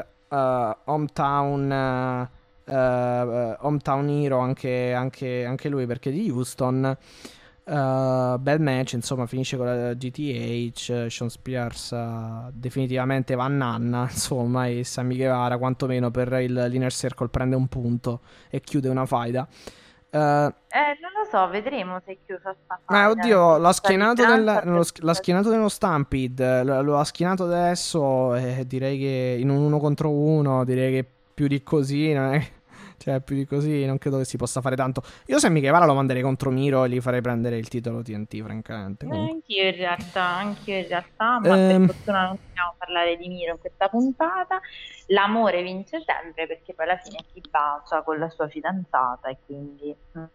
hometown hero anche lui perché di Houston. Bel match, insomma, finisce con la GTH. Sean Spears definitivamente va a nanna, insomma, e Sammy Guevara quantomeno per l'Inner Circle prende un punto e chiude una faida. Non lo so, vedremo se è chiusa sta faida. Oddio, l'ha Questa schienato, differenza l'ha schienato nello Stampede, lo ha schienato adesso, e direi che in un 1 contro 1, direi che più di così non è... Cioè, più di così non credo che si possa fare tanto. Io se Guevara lo manderei contro Miro e gli farei prendere il titolo TNT, francamente. Anch'io in realtà, ma per fortuna non dobbiamo parlare di Miro in questa puntata. L'amore vince sempre, perché poi alla fine si bacia con la sua fidanzata e quindi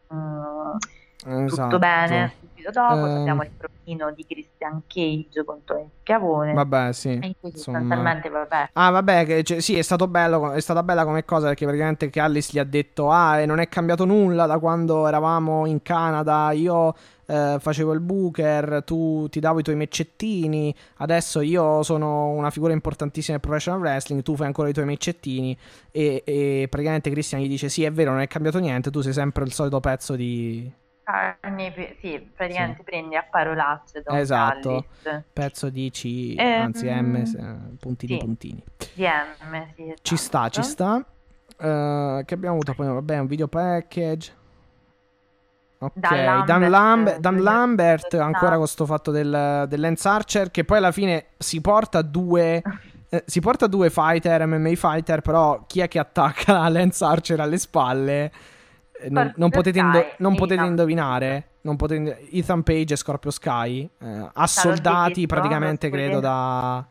Esatto. tutto bene. Subito dopo abbiamo il provino di Christian Cage contro il Schiavone. Vabbè, sì. E in cui sostanzialmente, vabbè. Ah, vabbè, sì, è stato bello, è stata bella come cosa, perché praticamente Callis gli ha detto: ah, non è cambiato nulla da quando eravamo in Canada, io facevo il booker, tu ti davo i tuoi meccettini, adesso io sono una figura importantissima nel professional wrestling, tu fai ancora i tuoi meccettini, e praticamente Christian gli dice: sì, è vero, non è cambiato niente, tu sei sempre il solito pezzo di... Sì, praticamente prendi a parolacce Don Esatto, Callis. pezzo di C, anzi M, puntini sì, puntini. di M, sì, esatto. Ci sta. Che abbiamo avuto poi? Vabbè, un video package. Ok, Dan Lambert ancora con sto fatto del Lance Archer, che poi alla fine si porta due fighter, MMA fighter, però chi è che attacca Lance Archer alle spalle? Non potete indovinare. Ethan Page e Scorpio Sky, assoldati praticamente, credo, da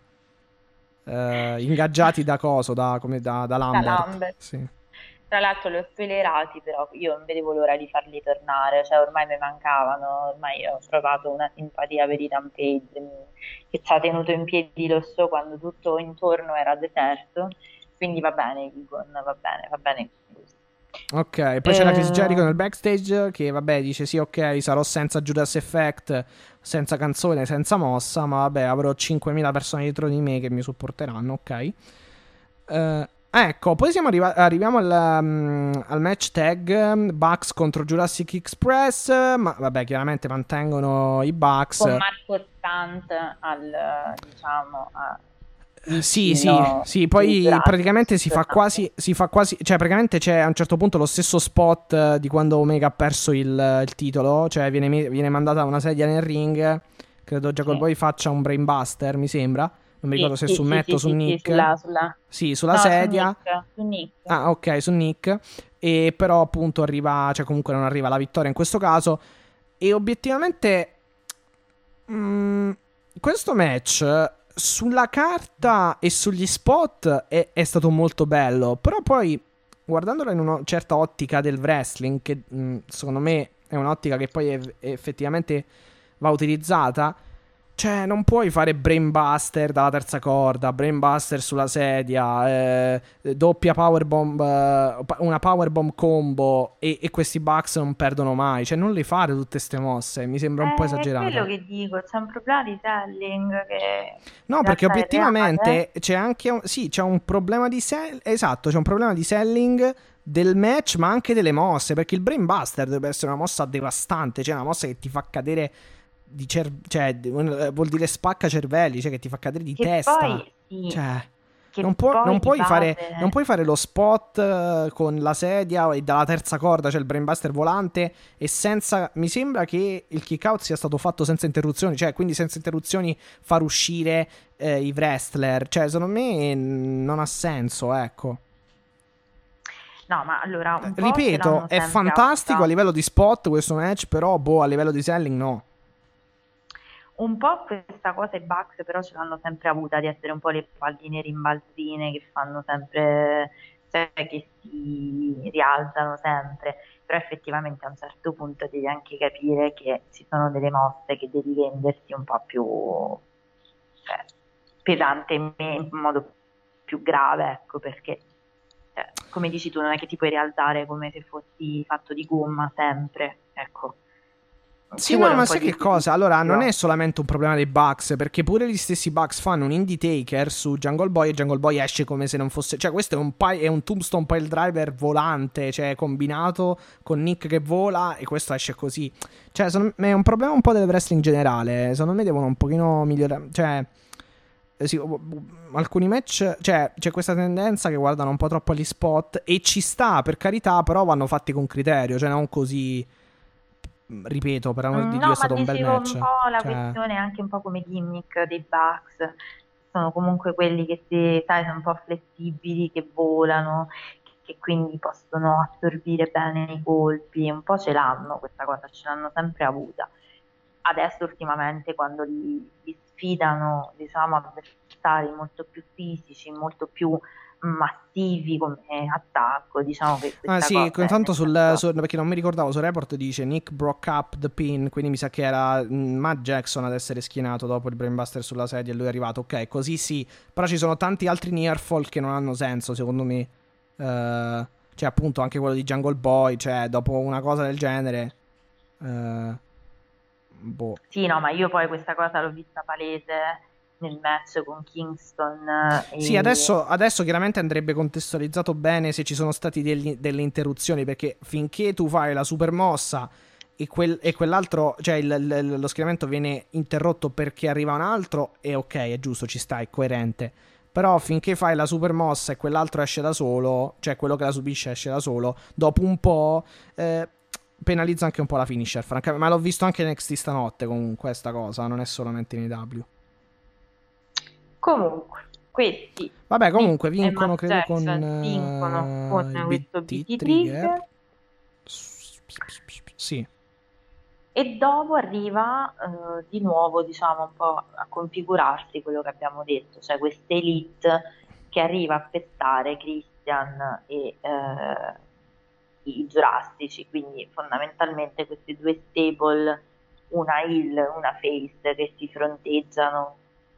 ingaggiati da Lambert. Sì. Tra l'altro li ho spoilerati, però io non vedevo l'ora di farli tornare, cioè ormai mi mancavano, ormai ho provato una simpatia per Ethan Page, che ci ha tenuto in piedi lo show quando tutto intorno era deserto, quindi va bene, Egon, va bene così. Ok, poi c'era Chris Jericho nel backstage che vabbè dice: sì, ok, sarò senza Judas Effect, senza canzone, senza mossa, ma vabbè, avrò 5.000 persone dietro di me che mi supporteranno, ok. Ecco, poi arriviamo al match tag Bucks contro Jurassic Express, ma vabbè, chiaramente mantengono i Bucks con Marco Stunt sì, poi praticamente si fa quasi, cioè praticamente c'è a un certo punto lo stesso spot di quando Omega ha perso il titolo, cioè viene mandata una sedia nel ring, credo Jacob Boy faccia un brainbuster, mi sembra, non mi ricordo se su Matt o su Nick. Sulla sedia. Su Nick. Ah, ok, su Nick. E però appunto arriva, cioè comunque non arriva la vittoria in questo caso. E obiettivamente questo match sulla carta e sugli spot è stato molto bello, però poi guardandolo in una certa ottica del wrestling, che secondo me è un'ottica che poi effettivamente va utilizzata, cioè non puoi fare brainbuster dalla terza corda, brainbuster sulla sedia, doppia powerbomb, una powerbomb combo, e questi Bucks non perdono mai, cioè non le fare tutte ste mosse, mi sembra un po' esagerato. È quello che dico, c'è un problema di selling che... No, perché obiettivamente c'è anche c'è un problema di esatto, c'è un problema di selling del match, ma anche delle mosse, perché il brainbuster deve essere una mossa devastante, cioè una mossa che ti fa cadere cioè vuol dire spacca cervelli, cioè che ti fa cadere di testa. Poi, sì, cioè non puoi fare lo spot con la sedia e dalla terza corda, cioè il brainbuster volante, e senza, mi sembra che il kick out sia stato fatto senza interruzioni, cioè quindi senza interruzioni far uscire i wrestler, cioè secondo me non ha senso, ecco. No, ma allora ripeto, è fantastico a livello di spot questo match, però a livello di selling no. Un po' questa cosa i Bucks però ce l'hanno sempre avuta, di essere un po' le palline rimbalzine che fanno sempre, cioè che si rialzano sempre, però effettivamente a un certo punto devi anche capire che ci sono delle mosse che devi vendersi un po' più pesante, in modo più grave, ecco, perché come dici tu non è che ti puoi rialzare come se fossi fatto di gomma sempre, ecco. Sì, no, ma sai che cosa? Allora, non è solamente un problema dei Bucks, perché pure gli stessi Bucks fanno un Indie Taker su Jungle Boy e Jungle Boy esce come se non fosse... Cioè, questo è un Tombstone Pile Driver volante, cioè combinato con Nick che vola e questo esce così. Cioè, è un problema un po' del wrestling in generale. Secondo me devono un pochino migliorare... Cioè... Sì, alcuni match, cioè c'è questa tendenza che guardano un po' troppo agli spot e ci sta, per carità, però vanno fatti con criterio, cioè non così, ripeto, per amor di Dio No, è ma stato un bel dicevo un match, po' la cioè, questione anche un po' come gimmick dei Bucks. Sono comunque quelli che sai, sono un po' flessibili, che volano, che quindi possono assorbire bene i colpi. Un po' ce l'hanno questa cosa, ce l'hanno sempre avuta. Adesso ultimamente quando li sfidano, diciamo, avversari molto più fisici, molto più massivi come attacco, diciamo che questa sì, cosa è intanto nel perché non mi ricordavo, sul report dice Nick broke up the pin, quindi mi sa che era Matt Jackson ad essere schienato dopo il brainbuster sulla sedia e lui è arrivato, ok, così sì, però ci sono tanti altri near fall che non hanno senso, secondo me. Cioè appunto anche quello di Jungle Boy, cioè dopo una cosa del genere, boh. Sì, no, ma io poi questa cosa l'ho vista palese nel match con Kingston Sì, adesso chiaramente andrebbe contestualizzato bene se ci sono stati delle interruzioni, perché finché tu fai la super mossa e quell'altro, cioè lo schieramento viene interrotto perché arriva un altro, è ok, è giusto, ci sta, è coerente. Però finché fai la super mossa e quell'altro esce da solo, cioè quello che la subisce esce da solo, dopo un po' penalizza anche un po' la finisher, francamente. Ma l'ho visto anche in NXT stanotte comunque questa cosa, non è solamente in AEW. Comunque, questi Vabbè, comunque Nick e vincono, Matt credo, con Jackson vincono con il questo BT BT Trigger. Trigger Sì. e dopo arriva di nuovo, diciamo, un po' a configurarsi quello che abbiamo detto, cioè questa elite che arriva a pestare Christian e i giurassici, quindi fondamentalmente questi due stable, una heel, una face, che si fronteggiano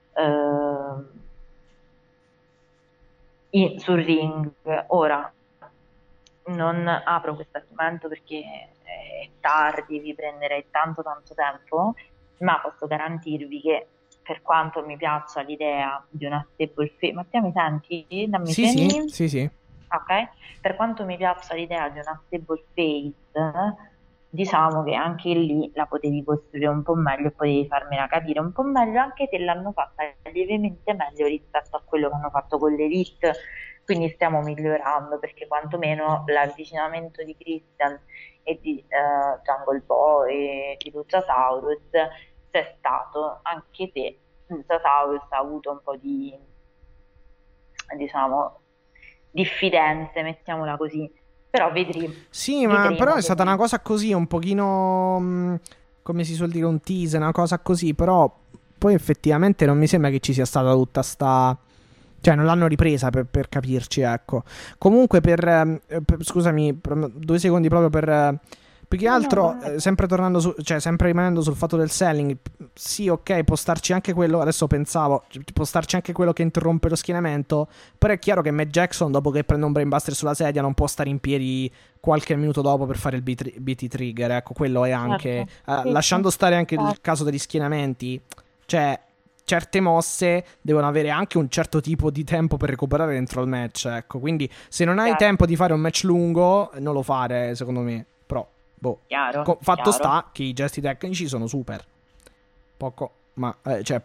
sul ring. Ora non apro questo argomento perché è tardi, vi prenderei tanto tanto tempo, ma posso garantirvi che per quanto mi piaccia l'idea di una stable face, Mattia mi senti? Dammi Sì, sì, segni. sì, sì. Ok? Per quanto mi piaccia l'idea di una stable face, diciamo che anche lì la potevi costruire un po' meglio e potevi farmela capire un po' meglio, anche se l'hanno fatta lievemente meglio rispetto a quello che hanno fatto con l'Elite. Quindi stiamo migliorando perché quantomeno l'avvicinamento di Christian e di Jungle Boy e di Luchasaurus c'è stato, anche se Luchasaurus ha avuto un po' di, diciamo, diffidenze, mettiamola così. Però Sì, ma però vedremo, è stata una cosa così, un pochino, come si suol dire, un teaser, una cosa così, però poi effettivamente non mi sembra che ci sia stata tutta sta... Cioè, non l'hanno ripresa per capirci, ecco. Comunque, scusami, 2 secondi proprio per... più che altro, sempre tornando cioè, sempre rimanendo sul fatto del selling, sì, ok, può starci anche quello, adesso pensavo, può starci anche quello che interrompe lo schienamento, però è chiaro che Matt Jackson, dopo che prende un brainbuster sulla sedia, non può stare in piedi qualche minuto dopo per fare il BT Trigger, ecco, quello è anche... certo. lasciando stare anche il caso degli schienamenti, cioè... Certe mosse devono avere anche un certo tipo di tempo per recuperare dentro il match, ecco. Quindi se non hai Certo. tempo di fare un match lungo, non lo fare, secondo me. Però, boh. Chiaro, Fatto chiaro. sta che i gesti tecnici sono super. Poco ma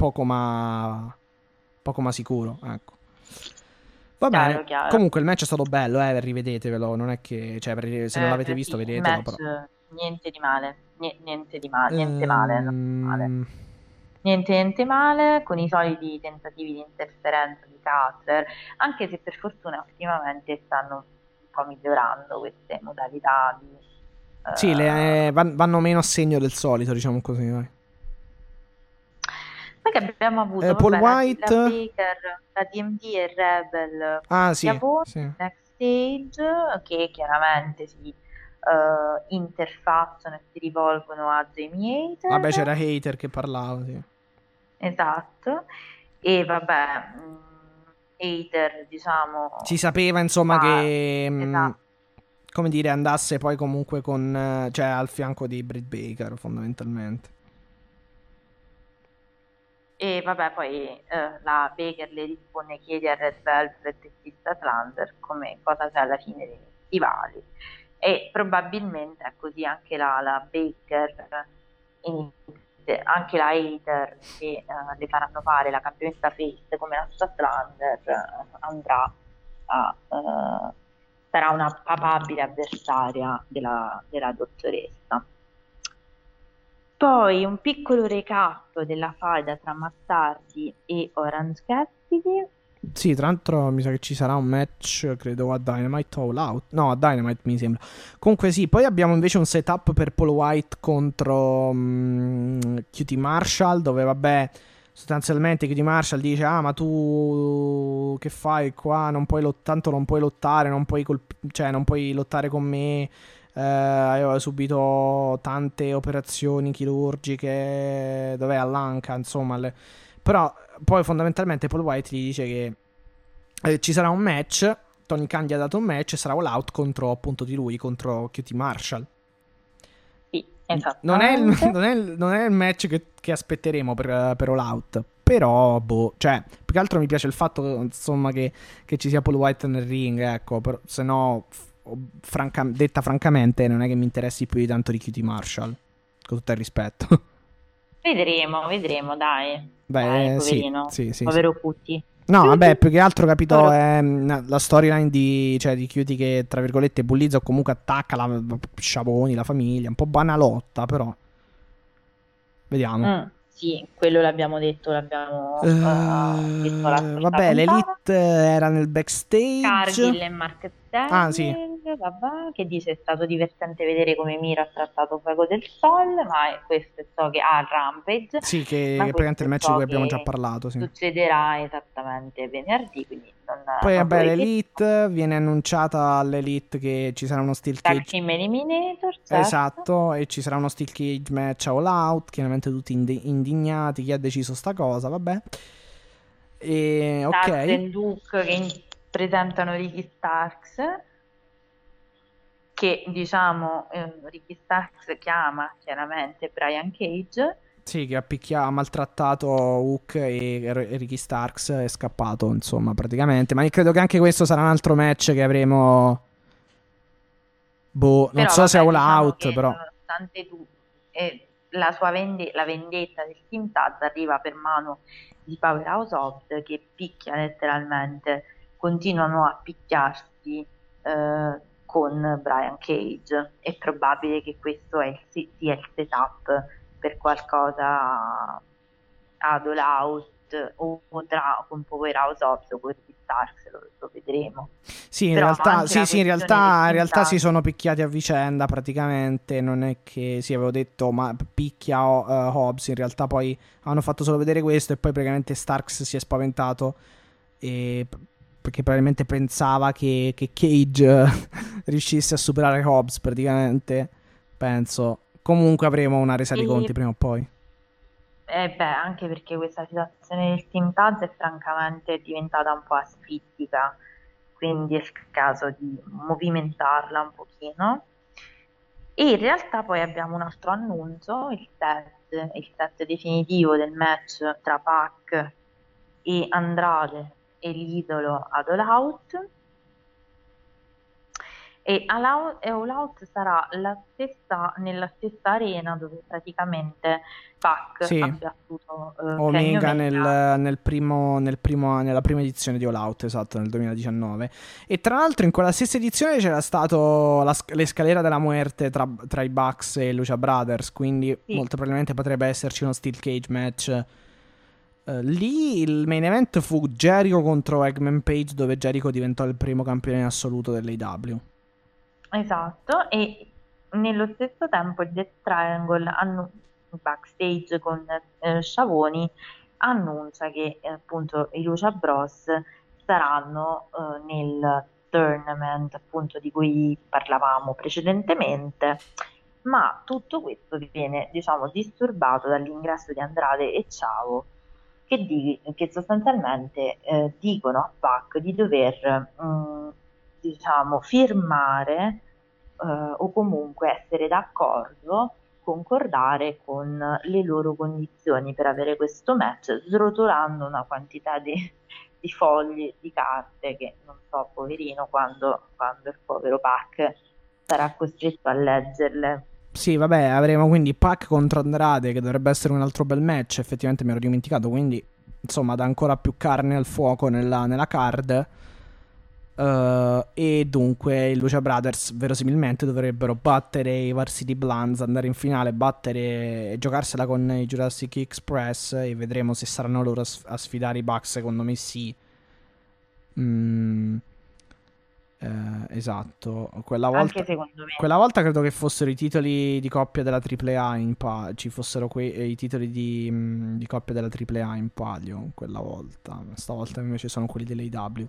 sicuro, ecco. Va Chiaro, bene. chiaro. Comunque il match è stato bello, rivedetevelo, non è che, cioè, se non l'avete visto, Sì, il vedetelo, match, però. niente di male, niente di male, niente male, non male. Niente male, con i soliti tentativi di interferenza di Cutler, anche se per fortuna ultimamente stanno un po' migliorando queste modalità di... Sì, vanno meno a segno del solito, diciamo così, vai. Poi che abbiamo avuto Paul vabbè, White, la Baker, la DMD e Rebel sì, sì. backstage, che chiaramente si interfacciano e si rivolgono a Jamie Hater. Vabbè, c'era Hater che parlava, sì. Esatto, e vabbè, Hater, diciamo... Si sapeva, insomma, che... esatto. come dire, andasse poi comunque con, cioè al fianco di Britt Baker fondamentalmente. E vabbè, poi la Baker le risponde, chiede a Red Velvet e Chris Statlander come cosa c'è alla fine dei rivali. E probabilmente è così anche la Baker, anche la Hater, che le faranno fare la campionessa face come la Statlander, andrà sarà una papabile avversaria della dottoressa. Poi un piccolo recap della faida tra Matt Hardy e Orange Cassidy. Sì, tra l'altro mi sa che ci sarà un match, credo a Dynamite o All Out. No, a Dynamite mi sembra. Comunque sì, poi abbiamo invece un setup per Paul White contro QT Marshall, dove vabbè, sostanzialmente QT Marshall dice: ah, ma tu che fai qua? Non puoi tanto non puoi lottare, non puoi cioè non puoi lottare con me. Avevo subito tante operazioni chirurgiche, dov'è, all'anca, insomma, però poi fondamentalmente Paul White gli dice che ci sarà un match, Tony Khan gli ha dato un match e sarà All Out contro appunto di lui, contro QT Marshall. Sì, esatto. Non è il match che aspetteremo per All Out, però boh, cioè più che altro mi piace il fatto insomma che ci sia Paul White nel ring, ecco, se no detta francamente non è che mi interessi più di tanto di QT Marshall, con tutto il rispetto. Vedremo, dai. Beh, dai, poverino, sì, povero Cuti. No, vabbè, più che altro, capito, è la storyline di QT che, tra virgolette, bullizza o comunque attacca Sciavoni, la famiglia, un po' banalotta, però vediamo. Sì, quello l'abbiamo detto la vabbè, l'Elite era nel backstage. Cargill e Mark Stenning, sì. vabbè, che dice: è stato divertente vedere come Miro ha trattato Fuego del Sol, ma questo è ciò che ha Rampage. Sì, che praticamente il match di cui abbiamo già parlato, sì. Succederà esattamente venerdì, quindi poi vabbè, l'Elite viene annunciata all'Elite che ci sarà uno Steel Cage Team Eliminator, certo. Esatto, e ci sarà uno Steel Cage match All Out, chiaramente tutti indignati, chi ha deciso sta cosa, vabbè. E ok. Starks e Duke che presentano Ricky Starks, che diciamo Ricky Starks chiama chiaramente Brian Cage. Sì, che ha maltrattato Hook e Ricky Starks, è scappato, insomma, praticamente. Ma io credo che anche questo sarà un altro match che avremo. Boh, non so se è All Out, però. Nonostante la vendetta del Team Taz arriva per mano di Powerhouse Hobbs, che picchia letteralmente, continuano a picchiarsi con Brian Cage. È probabile che questo sia il setup per qualcosa ad All Out o con Powerhouse Hobbs o con Ricky Starks, lo vedremo. Sì, in realtà si sono picchiati a vicenda praticamente, non è che avevo detto ma picchia Hobbs, in realtà poi hanno fatto solo vedere questo e poi praticamente Starks si è spaventato perché probabilmente pensava che Cage riuscisse a superare Hobbs praticamente, penso. Comunque avremo una resa dei conti prima o poi. Anche perché questa situazione del Team Taz è francamente diventata un po' asfittica, quindi è il caso di movimentarla un pochino. E in realtà poi abbiamo un altro annuncio, il set definitivo del match tra Pac e Andrade e l'idolo ad All Out. E All Out sarà nella stessa arena dove praticamente Pac ha battuto Omega nella prima edizione di All Out, esatto, nel 2019. E tra l'altro in quella stessa edizione c'era stato l'escalera della muerte tra i Bucks e Lucha Brothers, quindi molto probabilmente potrebbe esserci uno Steel Cage match. Lì il main event fu Jericho contro Eggman Page, dove Jericho diventò il primo campione assoluto dell'AEW. Esatto, e nello stesso tempo il Death Triangle backstage con Sciavoni annuncia che appunto i Lucha Bros saranno nel tournament appunto di cui parlavamo precedentemente, ma tutto questo viene disturbato dall'ingresso di Andrade e Chavo che sostanzialmente dicono a Pac di dover firmare o comunque essere d'accordo, concordare con le loro condizioni per avere questo match, srotolando una quantità di fogli, di carte che non so, poverino, quando il povero Pac sarà costretto a leggerle. Sì, vabbè, avremo quindi Pac contro Andrade, che dovrebbe essere un altro bel match. Effettivamente mi ero dimenticato, quindi insomma dà ancora più carne al fuoco nella card. E dunque i Lucha Brothers verosimilmente dovrebbero battere i Varsity Blondes, andare in finale, battere e giocarsela con i Jurassic Express, e vedremo se saranno loro a sfidare i Bucks. Secondo me sì. Esatto, Anche secondo me. quella volta credo che fossero i titoli di coppia della AAA ci fossero i titoli di coppia della AAA in palio quella volta. Stavolta invece sono quelli dell'AEW.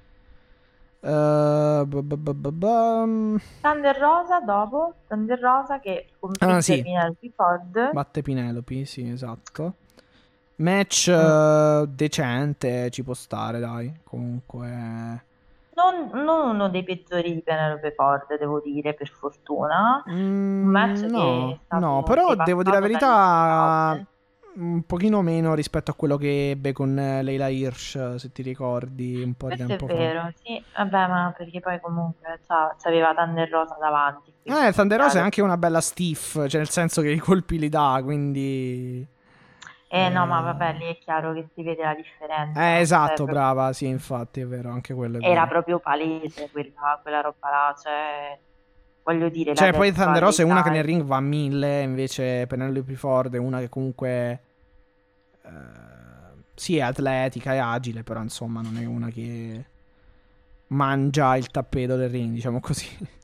Thunder Rosa dopo, Thunder Rosa che configge sì. Penelope Ford. Batte Penelope, sì, esatto. Match decente, ci può stare, dai. Comunque Non uno dei peggiori di Penelope Ford, devo dire, per fortuna. Un match che è stato no, però devo dire la verità, dall'inizio. un pochino meno rispetto a quello che ebbe con Leila Hirsch, se ti ricordi, un po' di Questo è tempo vero, sì, vabbè, ma perché poi comunque c'aveva Thunder Rosa davanti. fa. Thunder Rosa è anche una bella stiff, cioè nel senso che i colpi li dà, quindi... No, ma vabbè, lì è chiaro che si vede la differenza. esatto, Cioè, brava, sì, infatti, è vero, anche quello è era vero. proprio palese quella roba là, cioè, voglio dire... Cioè, la poi destra Thunder Rosa è dei una che nel tagli. ring va a 1000, invece Penelope Ford è una che comunque... sì, è atletica, è agile, però insomma non è una che mangia il tappeto del ring, diciamo così.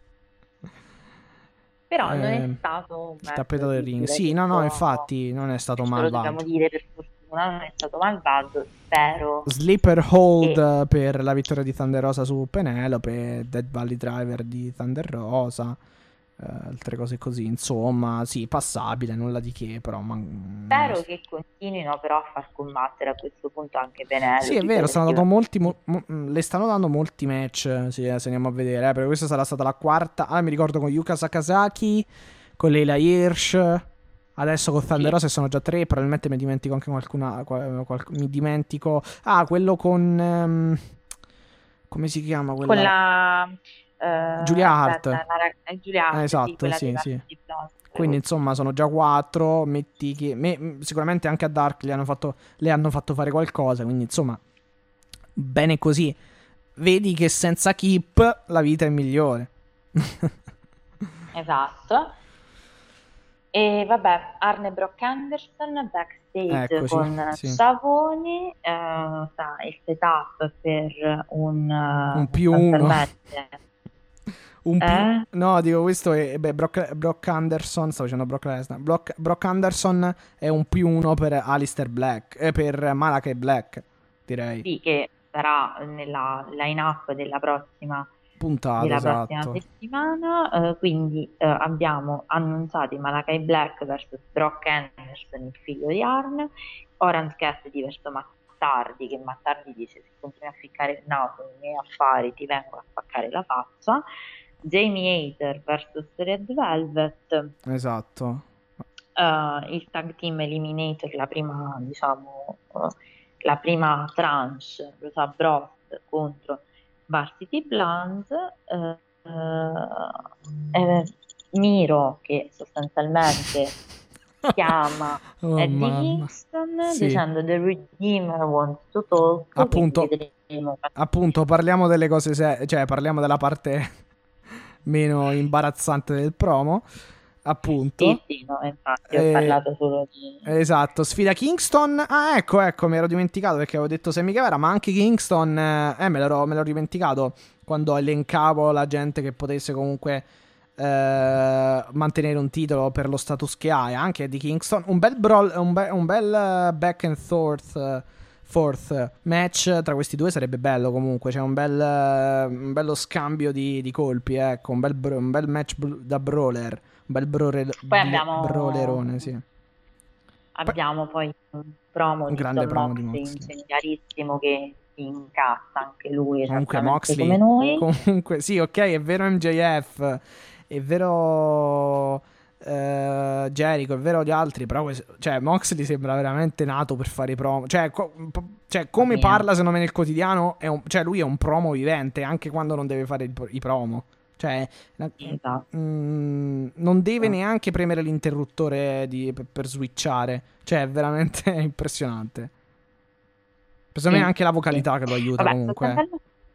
Però non è stato un Il match tappeto del ring. orribile, Sì, no, questo infatti non è stato lo dobbiamo malvagio. dire, per fortuna non è stato malvagio, spero. Sleeper hold per la vittoria di Thunder Rosa su Penelope, Dead Valley Driver di Thunder Rosa, altre cose così, insomma, sì, passabile, nulla di che, però Spero che continuino però a far combattere a questo punto anche Penelope. sì, è vero, stanno dando le stanno dando molti match, se andiamo a vedere, perché questa sarà stata la quarta. Mi ricordo con Yuka Sakazaki, con Leila Hirsch, adesso con Thunder Rosa sono già 3, probabilmente mi dimentico anche qualcuna, mi dimentico, quello con come si chiama quella? Con la Giulia Hart. Giulia Hart, esatto, sì, sì. Quindi insomma sono già 4. Metti che sicuramente anche a Dark le hanno fatto fare qualcosa, quindi insomma bene così. Vedi che senza Kip la vita è migliore. Esatto. E vabbè, Arne Brock Anderson backstage Eccoci, con sì. Savoni, il setup per un più uno. match. No, dico, questo è Brock Anderson. Stavo dicendo Brock Lesnar. Brock Anderson è un più 1 per Alistair Black, per Malachi Black, direi. Sì, che sarà nella line-up della prossima puntata, prossima settimana. Quindi abbiamo annunciato Malachi Black versus Brock Anderson, il figlio di Arn, Orange Cassidy verso Matt Hardy, che Matt Hardy dice: se continui a ficcare il naso nei miei affari ti vengo a spaccare la faccia. Jamie Hayter versus Red Velvet, esatto. Il tag team eliminator, la prima, diciamo, la prima tranche, Rosa Brost contro Varsity Blondes, Miro che sostanzialmente chiama Eddie Kingston dicendo The Redeemer wants to talk. Appunto, parliamo delle cose cioè parliamo della parte meno imbarazzante del promo, appunto. Sì, no, infatti ho parlato solo di... Esatto, sfida Kingston. Ecco, mi ero dimenticato perché avevo detto Sammy Guevara, ma anche Kingston, me l'ero dimenticato quando elencavo la gente che potesse comunque mantenere un titolo per lo status che ha, e anche di Kingston. Un bel brawl, un bel back and forth match tra questi due sarebbe bello comunque. C'è un bello scambio di colpi, ecco, un bel match da brawler, un bel brawlerone, sì. Abbiamo poi un promo un di grande Jon promo di Moxley Moxley, incendiarissimo, che si incazza anche lui comunque esattamente Moxley, come noi. comunque sì, ok, è vero, MJF è vero Jericho, è vero gli altri, però cioè Moxley sembra veramente nato per fare i promo, cioè, come parla secondo me nel quotidiano cioè lui è un promo vivente anche quando non deve fare i promo, cioè Esatto. non deve neanche premere l'interruttore per switchare, cioè è veramente impressionante. Secondo me anche la vocalità che lo aiuta. Vabbè, comunque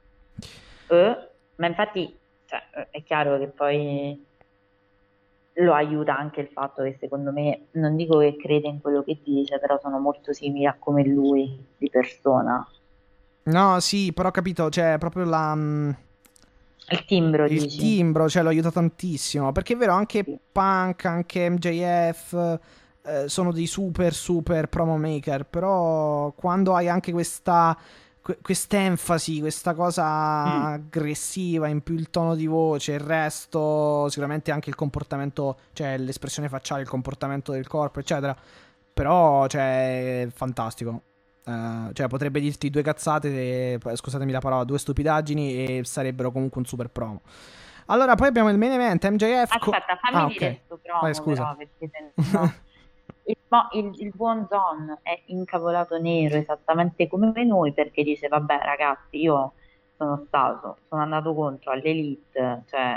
ma infatti cioè, è chiaro che poi lo aiuta anche il fatto che secondo me, non dico che crede in quello che dice, però sono molto simili a come lui di persona. No, sì, però ho capito, cioè proprio Il timbro, il dici? timbro, cioè lo aiuta tantissimo, perché è vero, anche Sì. Punk, anche MJF sono dei super promo maker, però quando hai anche quest'enfasi, questa cosa aggressiva, in più il tono di voce, il resto, sicuramente anche il comportamento, cioè l'espressione facciale, il comportamento del corpo, eccetera, però cioè è fantastico. Cioè potrebbe dirti due cazzate, scusatemi la parola, due stupidaggini e sarebbero comunque un super promo. Allora poi abbiamo il main event MJF. Aspetta, fammi dire sto promo. Vai, scusa. Però, perché il buon John è incavolato nero esattamente come noi, perché dice vabbè ragazzi, io sono andato contro all'Elite, cioè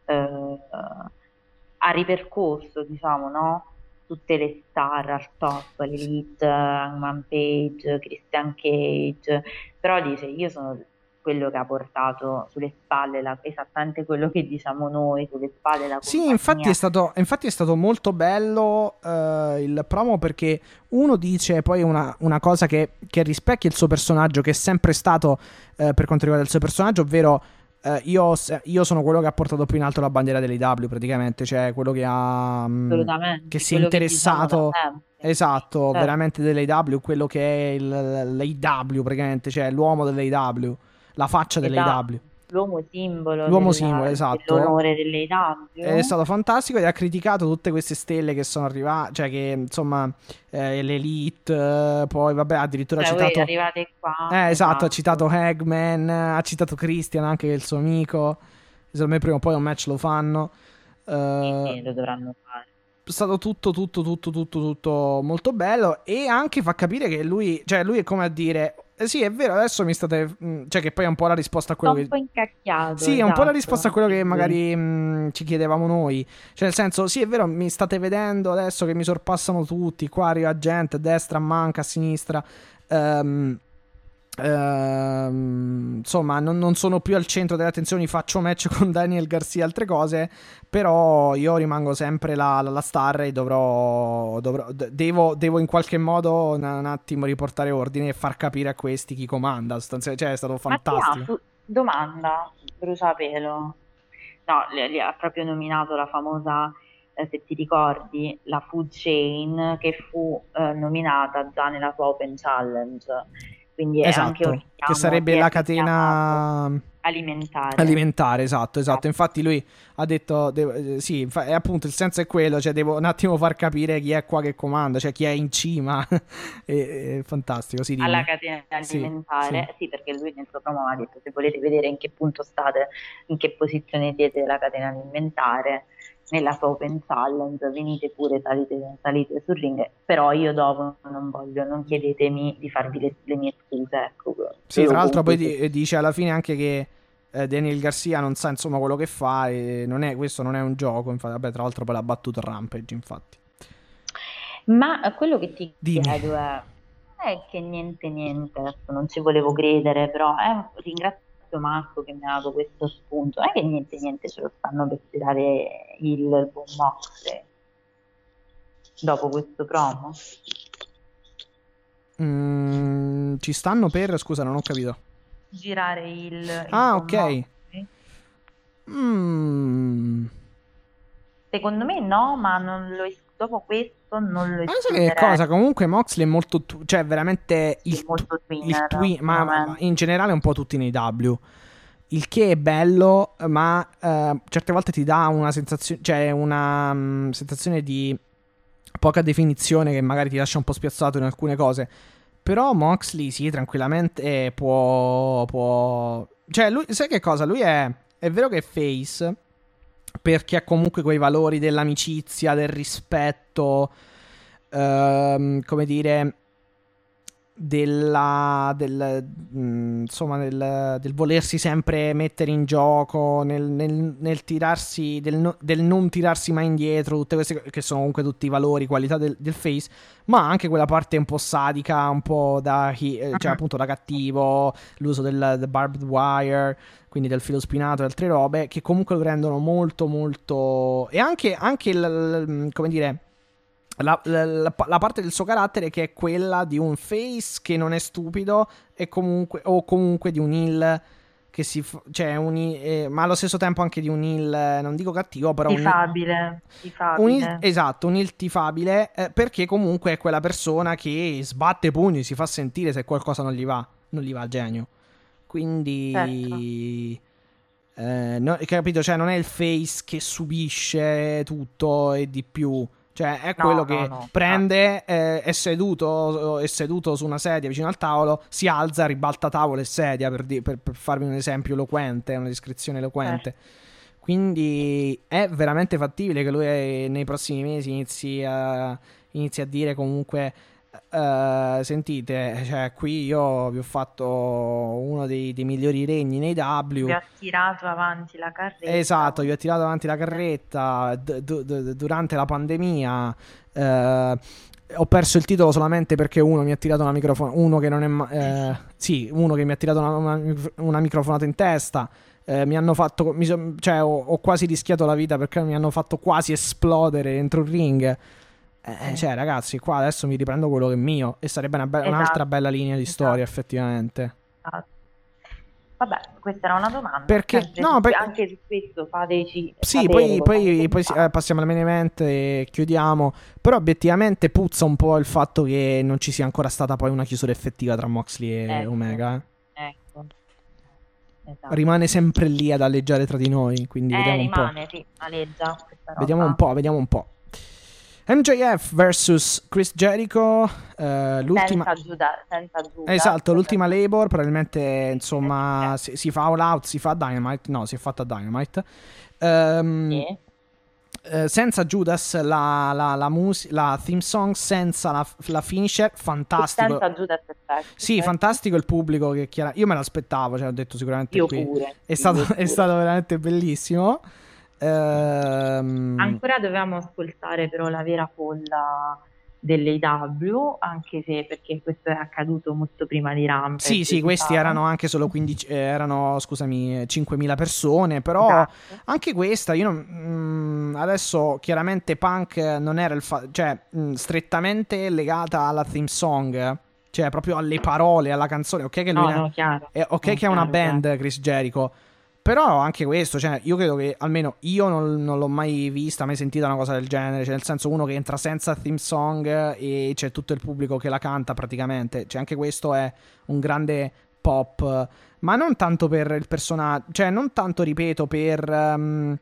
ha ripercorso, diciamo, no? Tutte le star al top, l'Elite, Hangman Page, Christian Cage, però dice io sono quello che ha portato sulle spalle esattamente quello che diciamo noi, sulle spalle la Sì, compagnia. infatti è stato molto bello il promo, perché uno dice poi una cosa che rispecchia il suo personaggio, che è sempre stato per quanto riguarda il suo personaggio, ovvero io sono quello che ha portato più in alto la bandiera dell'AEW praticamente, cioè quello che ha Assolutamente, che si è quello che diciamo interessato da sempre. esatto, Certo. veramente dell'AEW, quello che è l'AEW praticamente, cioè l'uomo dell'AEW, la faccia dell'AEW. L'uomo simbolo, esatto, dell'onore dell'AEW. è stato fantastico e ha criticato tutte queste stelle che sono arrivate, cioè che insomma l'Elite, poi vabbè addirittura ha citato arrivate qua. esatto, ha citato Hagman, ha citato Christian anche, che è il suo amico, secondo me prima o poi un match lo fanno. Sì, lo dovranno fare. È stato tutto molto bello, e anche fa capire che lui è come a dire sì, è vero, adesso mi state cioè che poi è un po' la risposta a quello un po' incacchiato. sì, è un po' la esatto. risposta a quello che magari ci chiedevamo noi, cioè nel senso, sì è vero, mi state vedendo adesso che mi sorpassano tutti, qua arriva gente a destra, a manca, a sinistra, insomma non sono più al centro delle attenzioni, faccio match con Daniel Garcia e altre cose, però io rimango sempre la star e devo in qualche modo un attimo riportare ordine e far capire a questi chi comanda, cioè è stato fantastico. Domanda, bruciapelo. No, li ha proprio nominato la famosa, se ti ricordi, la Food Chain, che fu nominata già nella sua Open Challenge. Quindi è anche un richiamo, che sarebbe la catena alimentare, esatto. Infatti lui ha detto sì, appunto il senso è quello, cioè devo un attimo far capire chi è qua che comanda, cioè chi è in cima. È fantastico, sì, alla catena alimentare. Sì, perché lui nel suo promo ha detto: se volete vedere in che punto state, in che posizione siete della catena alimentare, nella sua Open Challenge, venite pure, salite sul ring, però io dopo non chiedetemi di farvi le mie scuse, ecco. Sì, tra l'altro poi dice alla fine anche che Daniel Garcia non sa insomma quello che fa, e questo non è un gioco, infatti, vabbè, tra l'altro poi l'ha battuto Rampage, infatti. Ma quello che ti chiedo è che niente, adesso non ci volevo credere, però ringrazio Marco che mi ha dato questo spunto, è che niente ce lo stanno per tirare il buon Moxley dopo questo promo. Ci stanno per, scusa, non ho capito, girare il ok. Secondo me no, ma dopo questo non lo escluderei. Che cosa? Comunque Moxley è molto, cioè veramente il twinner, ma in generale un po' tutti nei W, il che è bello, ma certe volte ti dà una sensazione, cioè una sensazione di poca definizione che magari ti lascia un po' spiazzato in alcune cose. Però Moxley sì, tranquillamente può cioè lui, sai che cosa? Lui è vero che è face, perché ha comunque quei valori dell'amicizia, del rispetto, come dire, insomma, del volersi sempre mettere in gioco, nel tirarsi, del non tirarsi mai indietro, tutte queste che sono comunque tutti i valori, qualità del face, ma anche quella parte un po' sadica, un po' cioè appunto da cattivo, l'uso del barbed wire, quindi del filo spinato e altre robe, che comunque lo rendono molto molto... E anche come dire... La parte del suo carattere che è quella di un face che non è stupido e comunque di un heel che cioè ma allo stesso tempo anche di un heel, non dico cattivo, però tifabile. Esatto, un heel tifabile, perché comunque è quella persona che sbatte pugni, si fa sentire se qualcosa non gli va a genio. Quindi no, capito, cioè non è il face che subisce tutto e di più. Cioè è quello che prende, è seduto su una sedia vicino al tavolo, si alza, ribalta tavolo e sedia, per farvi un esempio eloquente, una descrizione eloquente. Quindi è veramente fattibile che lui nei prossimi mesi inizi a dire comunque sentite, cioè qui io vi ho fatto uno dei migliori regni nei W, vi ho tirato avanti la carretta. Esatto, vi ho tirato avanti la carretta durante la pandemia. Ho perso il titolo solamente perché uno mi ha tirato una microfonata, uno che mi ha tirato una microfonata in testa. Mi hanno fatto, cioè ho quasi rischiato la vita perché mi hanno fatto quasi esplodere dentro il ring. Cioè ragazzi, qua adesso mi riprendo quello che è mio e sarebbe un'altra bella linea di storia, effettivamente. Esatto. Vabbè, questa era una domanda. Perché anche su questo fateci sì, poi passiamo al main event e chiudiamo. Però obiettivamente puzza un po' il fatto che non ci sia ancora stata poi una chiusura effettiva tra Moxley e Omega. Ecco. Esatto. Rimane sempre lì ad alleggiare tra di noi, quindi vediamo un po'. Sì, aleggia questa roba. Vediamo un po'. MJF vs Chris Jericho, l'ultima... senza Judas. Esatto, l'ultima labor, probabilmente, insomma, si fa All Out, si fa Dynamite, no, si è fatta Dynamite. Senza Judas la theme song, senza la finisher, fantastico. Senza Judas sì, fantastico il pubblico che io me l'aspettavo, cioè ho detto sicuramente io qui. Pure. È stato veramente bellissimo. Ancora dovevamo ascoltare però la vera folla dell'AEW, anche se perché questo è accaduto molto prima di Rampage. Sì, questi erano anche solo 5.000 persone, però esatto. Anche questa io adesso chiaramente Punk non era strettamente legata alla theme song, cioè proprio alle parole, alla canzone. Ok che lui che è una band, Chris Jericho. Però anche questo, cioè, io credo che almeno io non l'ho mai vista, mai sentita una cosa del genere. Cioè, nel senso, uno che entra senza theme song e c'è tutto il pubblico che la canta praticamente. Cioè, anche questo è un grande pop. Ma non tanto per il personaggio, cioè, non tanto, ripeto, per...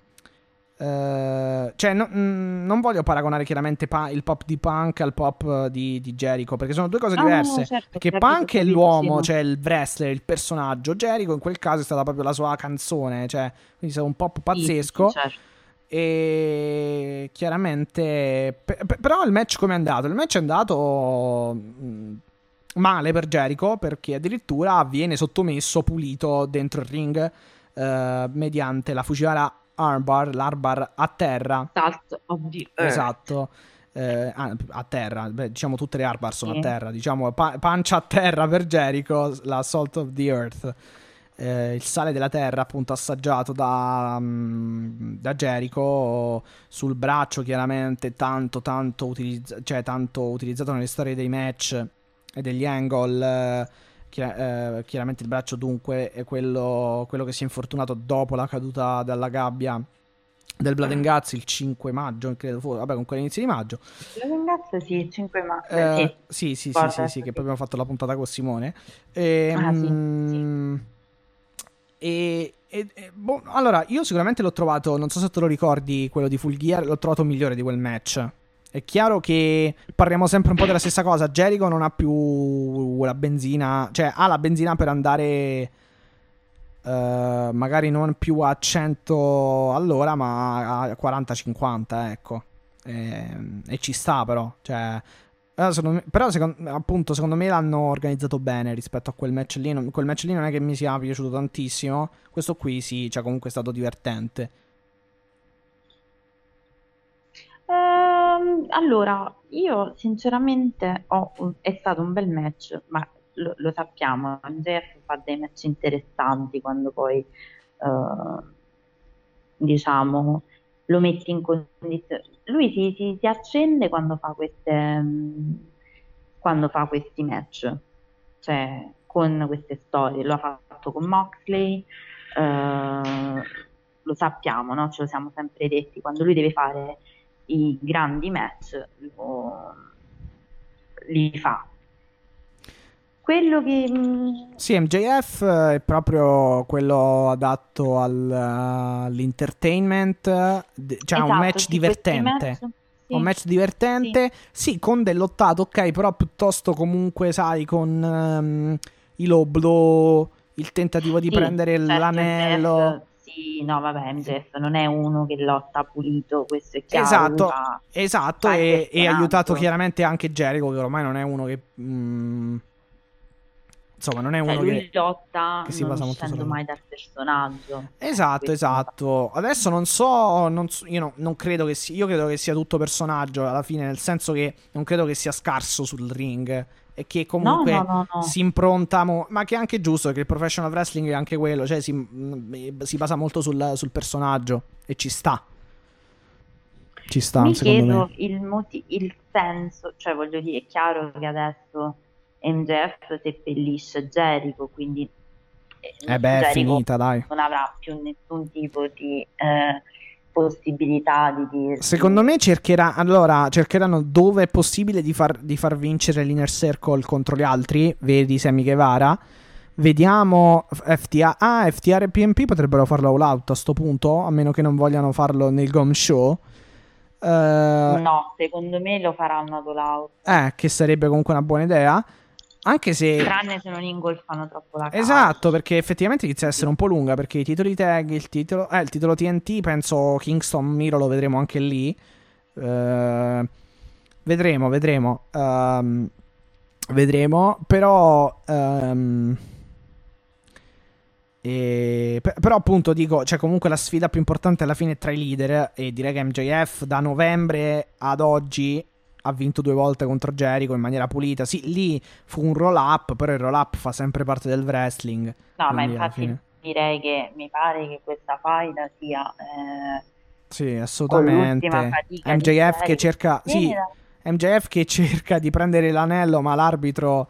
non voglio paragonare chiaramente il pop di Punk al pop di Jericho, perché sono due cose diverse. No, certo, perché Punk è l'uomo, cioè il wrestler, il personaggio. Jericho in quel caso è stata proprio la sua canzone, cioè quindi è stato un pop pazzesco. Sì, certo. E chiaramente però il match come è andato? Il match è andato male per Jericho, perché addirittura viene sottomesso, pulito dentro il ring mediante la Fujiwara l'armbar a terra. Esatto. A terra. Beh, diciamo tutte le armbar sono a terra. Diciamo pancia a terra per Jericho, la Salt of the Earth. Il sale della terra, appunto, assaggiato da Jericho sul braccio, chiaramente tanto utilizzato nelle storie dei match e degli angle. Chiaramente il braccio dunque è quello che si è infortunato dopo la caduta dalla gabbia del Blood and Guts il 5 maggio, credo, vabbè, comunque all'inizio di maggio. Blood and Guts sì, il 5 maggio. Sì, che poi abbiamo fatto la puntata con Simone. Allora, io sicuramente l'ho trovato, non so se te lo ricordi, quello di Full Gear, l'ho trovato migliore di quel match. È chiaro che parliamo sempre un po' della stessa cosa. Jericho non ha più la benzina, cioè ha la benzina per andare magari non più a 100 all'ora, ma a 40-50, ecco. E ci sta, però. Cioè, appunto, secondo me l'hanno organizzato bene rispetto a quel match lì. Quel match lì non è che mi sia piaciuto tantissimo. Questo qui sì, cioè comunque è stato divertente. Allora, io sinceramente è stato un bel match, ma lo sappiamo, MJF fa dei match interessanti quando poi, diciamo, lo metti in condizione. Lui si accende quando fa questi match, cioè con queste storie. Lo ha fatto con Moxley, lo sappiamo, no? Ce lo siamo sempre detti, quando lui deve fare i grandi match li fa. Quello che Sì, MJF è proprio quello adatto all'entertainment, cioè esatto, un match sì, divertente. match, sì, Un match divertente, sì, con del lottato, ok, però piuttosto comunque, sai, con i low blow, il tentativo di sì, prendere certo, l'anello. MJF, sì, no, vabbè, MJF non è uno che lotta pulito, questo è chiaro. Lui Esatto, fa il e personaggio. aiutato chiaramente anche Jericho, che ormai non è uno che... insomma, non è Cioè, uno lui lotta che si non basa molto uscendo sulla... mai dal personaggio. Esatto. Adesso non so, io non credo che sia, io credo che sia tutto personaggio alla fine, nel senso che non credo che sia scarso sul ring e che comunque No. si impronta, ma che è anche giusto, perché il professional wrestling è anche quello, cioè si basa molto sul personaggio e ci sta. Ci sta, Mi secondo chiedo me. il senso, cioè voglio dire, è chiaro che adesso MJF seppellisce Jericho, quindi È Jericho finita, dai. non avrà più nessun tipo di possibilità di dirsi. Secondo me cercheranno dove è possibile di far vincere l'Inner Circle contro gli altri. Vedi Sammy Guevara. Vediamo FTR. FTR e PNP potrebbero farlo all out a sto punto, a meno che non vogliano farlo nel Gom Show. No, secondo me lo faranno ad all out. Che sarebbe comunque una buona idea. Anche se... Tranne se non ingolfano troppo la card. Esatto, perché effettivamente inizia a essere un po' lunga, perché i titoli tag, il titolo TNT, penso Kingston Miro lo vedremo anche lì. Vedremo. Però però appunto dico, cioè comunque la sfida più importante alla fine è tra i leader, e direi che MJF da novembre ad oggi ha vinto 2 volte contro Jericho in maniera pulita. Sì, lì fu un roll up, però il roll up fa sempre parte del wrestling. No, ma Quindi, alla infatti fine... direi che mi pare che questa faida sia Sì, con assolutamente. l'ultima fatica di MJF che Jericho. cerca, sì, MJF che cerca di prendere l'anello, ma l'arbitro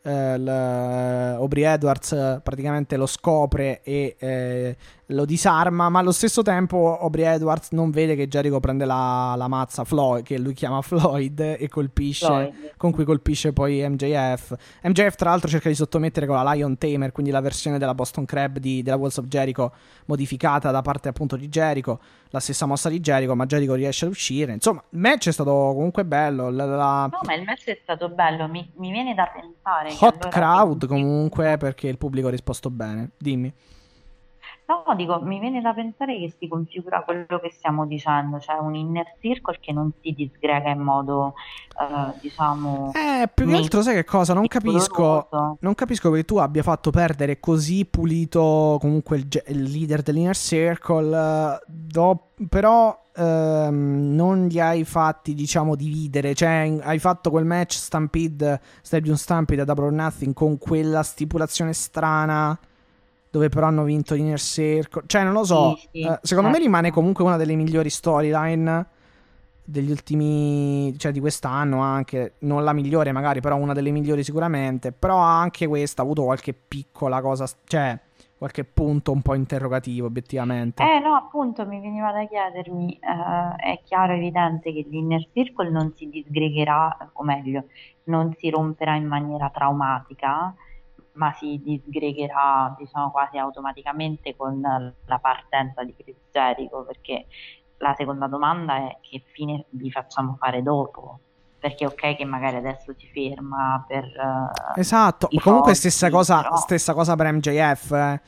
Aubrey Edwards praticamente lo scopre e lo disarma, ma allo stesso tempo Aubrey Edwards non vede che Jericho prende la mazza Floyd, che lui chiama Floyd, e con cui colpisce poi MJF. MJF tra l'altro cerca di sottomettere con la Lion Tamer, quindi la versione della Boston Crab della Walls of Jericho modificata da parte appunto di Jericho, la stessa mossa di Jericho, ma Jericho riesce ad uscire. Insomma, il match è stato comunque bello. No, ma il match è stato bello, mi viene da pensare che Hot allora crowd comunque, perché il pubblico ha risposto bene. Dimmi. No, dico, mi viene da pensare che si configura quello che stiamo dicendo, cioè un inner circle che non si disgrega in modo, diciamo... Più che altro sai che cosa? Non capisco che tu abbia fatto perdere così pulito comunque il leader dell'inner circle, però non li hai fatti, diciamo, dividere. Cioè hai fatto quel match Stadium Stampede a Double or Nothing con quella stipulazione strana, dove però hanno vinto l'Inner Circle. Cioè, non lo so. Sì, secondo me certo. rimane comunque una delle migliori storyline degli ultimi... cioè di quest'anno anche. Non la migliore magari, però una delle migliori sicuramente. Però anche questa ha avuto qualche piccola cosa... cioè, qualche punto un po' interrogativo, obiettivamente. No, appunto, mi veniva da chiedermi, è chiaro e evidente che l'Inner Circle non si disgregherà, o meglio, non si romperà in maniera traumatica, ma si disgregherà, diciamo, quasi automaticamente con la partenza di Chris Jericho, perché la seconda domanda è: che fine vi facciamo fare dopo? Perché ok che magari adesso si ferma per esatto, i comunque soldi, stessa cosa però... per MJF,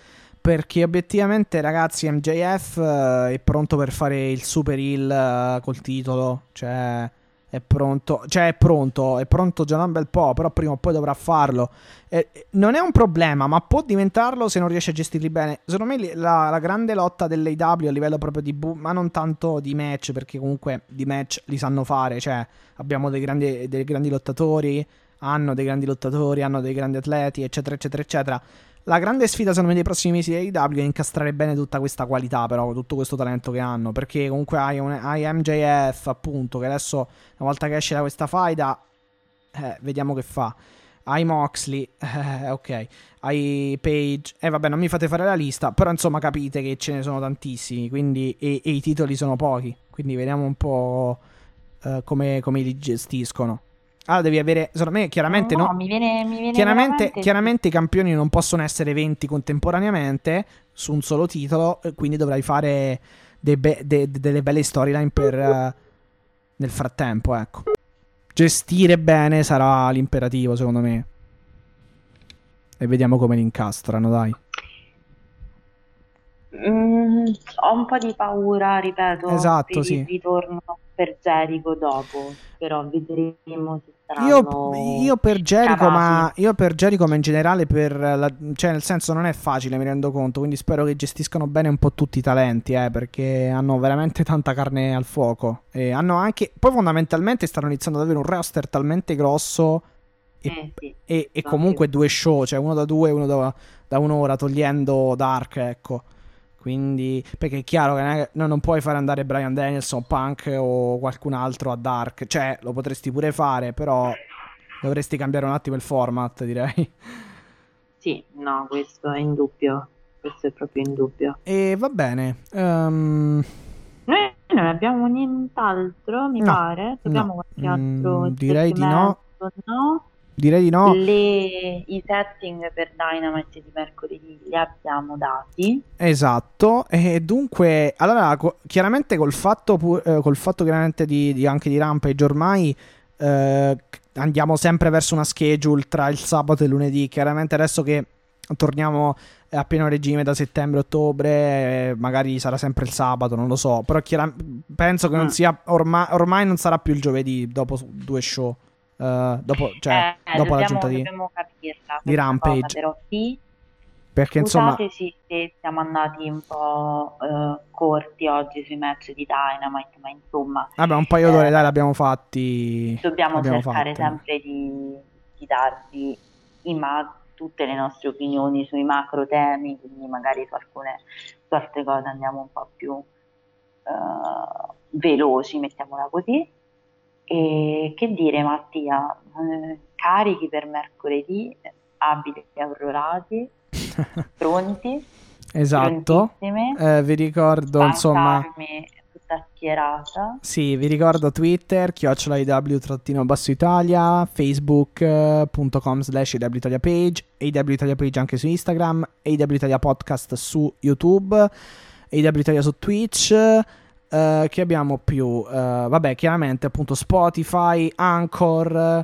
perché obiettivamente, ragazzi, MJF è pronto per fare il super heel col titolo, cioè è pronto già da un bel po', però prima o poi dovrà farlo. Non è un problema, ma può diventarlo se non riesce a gestirli bene. Secondo me la grande lotta dell'AEW a livello proprio di ma non tanto di match, perché comunque di match li sanno fare, cioè abbiamo dei grandi lottatori, hanno dei grandi lottatori, hanno dei grandi atleti, eccetera, eccetera, eccetera. La grande sfida, secondo me, dei prossimi mesi di AEW è incastrare bene tutta questa qualità, però, tutto questo talento che hanno. Perché comunque hai MJF, appunto, che adesso, una volta che esce da questa faida, vediamo che fa. Hai Moxley, ok. Hai Page, vabbè, non mi fate fare la lista, però insomma capite che ce ne sono tantissimi, quindi, e i titoli sono pochi. Quindi vediamo un po' come li gestiscono. Allora devi avere, secondo me, chiaramente No, no. mi viene Chiaramente i campioni non possono essere 20 contemporaneamente su un solo titolo, quindi dovrai fare delle belle storyline nel frattempo, ecco. Gestire bene sarà l'imperativo, secondo me. E vediamo come li incastrano, dai. Ho un po' di paura, ripeto, Esatto, per sì. il ritorno per Jericho dopo, però vedremo se saranno Io per Jericho, capaci. ma in generale cioè nel senso non è facile, mi rendo conto, quindi spero che gestiscano bene un po' tutti i talenti, perché hanno veramente tanta carne al fuoco e hanno anche, poi fondamentalmente stanno iniziando ad avere un roster talmente grosso Sì, e comunque due show, cioè uno da due e uno da un'ora, togliendo Dark, ecco. Quindi, perché è chiaro che non puoi fare andare Bryan Danielson, Punk o qualcun altro a Dark. Cioè, lo potresti pure fare, però dovresti cambiare un attimo il format, direi. Sì, no, questo è indubbio, questo è proprio indubbio. E va bene. Noi non abbiamo nient'altro, mi No, pare. Abbiamo no. qualche altro Direi di no. segmento, no? Direi di no. I setting per Dynamite di mercoledì li abbiamo dati. Esatto. E dunque, allora, chiaramente col fatto chiaramente anche di Rampage ormai andiamo sempre verso una schedule tra il sabato e il lunedì. Chiaramente adesso che torniamo a pieno regime da settembre-ottobre, magari sarà sempre il sabato, non lo so. Però penso che non sia ormai non sarà più il giovedì dopo due show. Dopo l'aggiunta dobbiamo capirla di Rampage, cosa, però sì. perché insomma se siamo andati un po' corti oggi sui match di Dynamite, ma insomma vabbè, un paio d'ore dai l'abbiamo fatti. Dobbiamo cercare sempre di darvi tutte le nostre opinioni sui macro temi, quindi magari su altre cose andiamo un po' più veloci, mettiamola così. E che dire, Mattia, carichi per mercoledì, abili e aurorati, pronti? Esatto. Vi ricordo insomma tutta schierata. Sì, vi ricordo Twitter @iw_Italia, facebook.com/AW Italia page, AW Italia page anche su Instagram, AW Italia podcast su YouTube, AW Italia su Twitch. Che abbiamo più? Vabbè, chiaramente appunto Spotify, Anchor,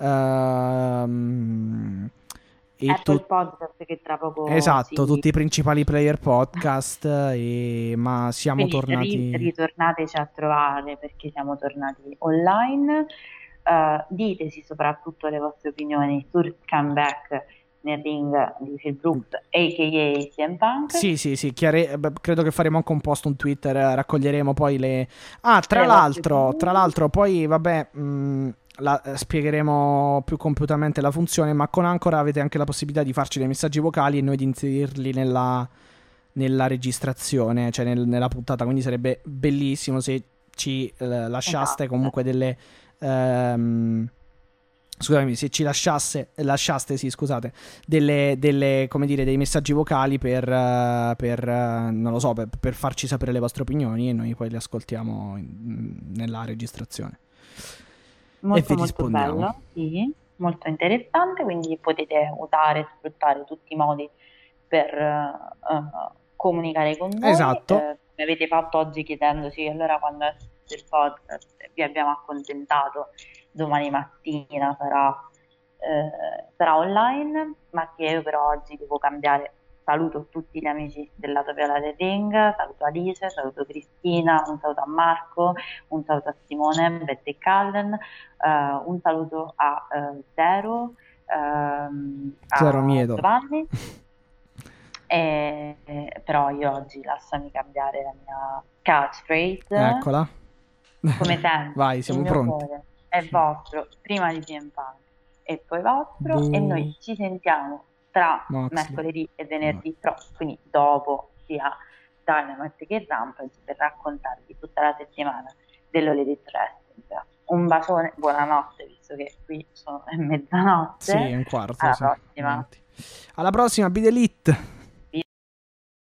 e Apple Podcast che tra poco esatto, tutti i principali player podcast, ma siamo quindi tornati. Ritornateci a trovare perché siamo tornati online. Diteci soprattutto le vostre opinioni sul comeback nel ring di Phil Brooks a.k.a. CM Punk. Sì, credo che faremo anche un post, un Twitter, raccoglieremo poi le... tra l'altro poi vabbè, spiegheremo più compiutamente la funzione, ma con Anchor avete anche la possibilità di farci dei messaggi vocali e noi di inserirli nella registrazione, cioè nella puntata, quindi sarebbe bellissimo se ci lasciaste comunque delle... scusami, se ci lasciaste, sì, scusate, delle come dire, dei messaggi vocali per non lo so, per farci sapere le vostre opinioni e noi poi le ascoltiamo nella registrazione. Molto bello, sì, molto interessante, quindi potete usare e sfruttare tutti i modi per comunicare con noi. Esatto. Come avete fatto oggi chiedendoci allora quando è il podcast, vi abbiamo accontentato. Domani mattina sarà online. Mattia, io però oggi devo cambiare saluto tutti gli amici del lato viola del ring, saluto Alice, saluto Cristina, un saluto a Marco, un saluto a Simone, Betty e Callen, un saluto a Zero, Zero a Miedo. Giovanni. Però io oggi lasciami cambiare la mia catchphrase. Eccola. Come sempre, vai, siamo il mio pronti. cuore è vostro prima di CM Punk e poi vostro, e noi ci sentiamo tra mercoledì e venerdì, però quindi dopo sia Dynamite che Rampage, per raccontarvi tutta la settimana dell'All Elite Wrestling. Un bacione, buonanotte, visto che qui è mezzanotte. Sì, è un quarto. Alla prossima. Alla prossima, Be The Elite.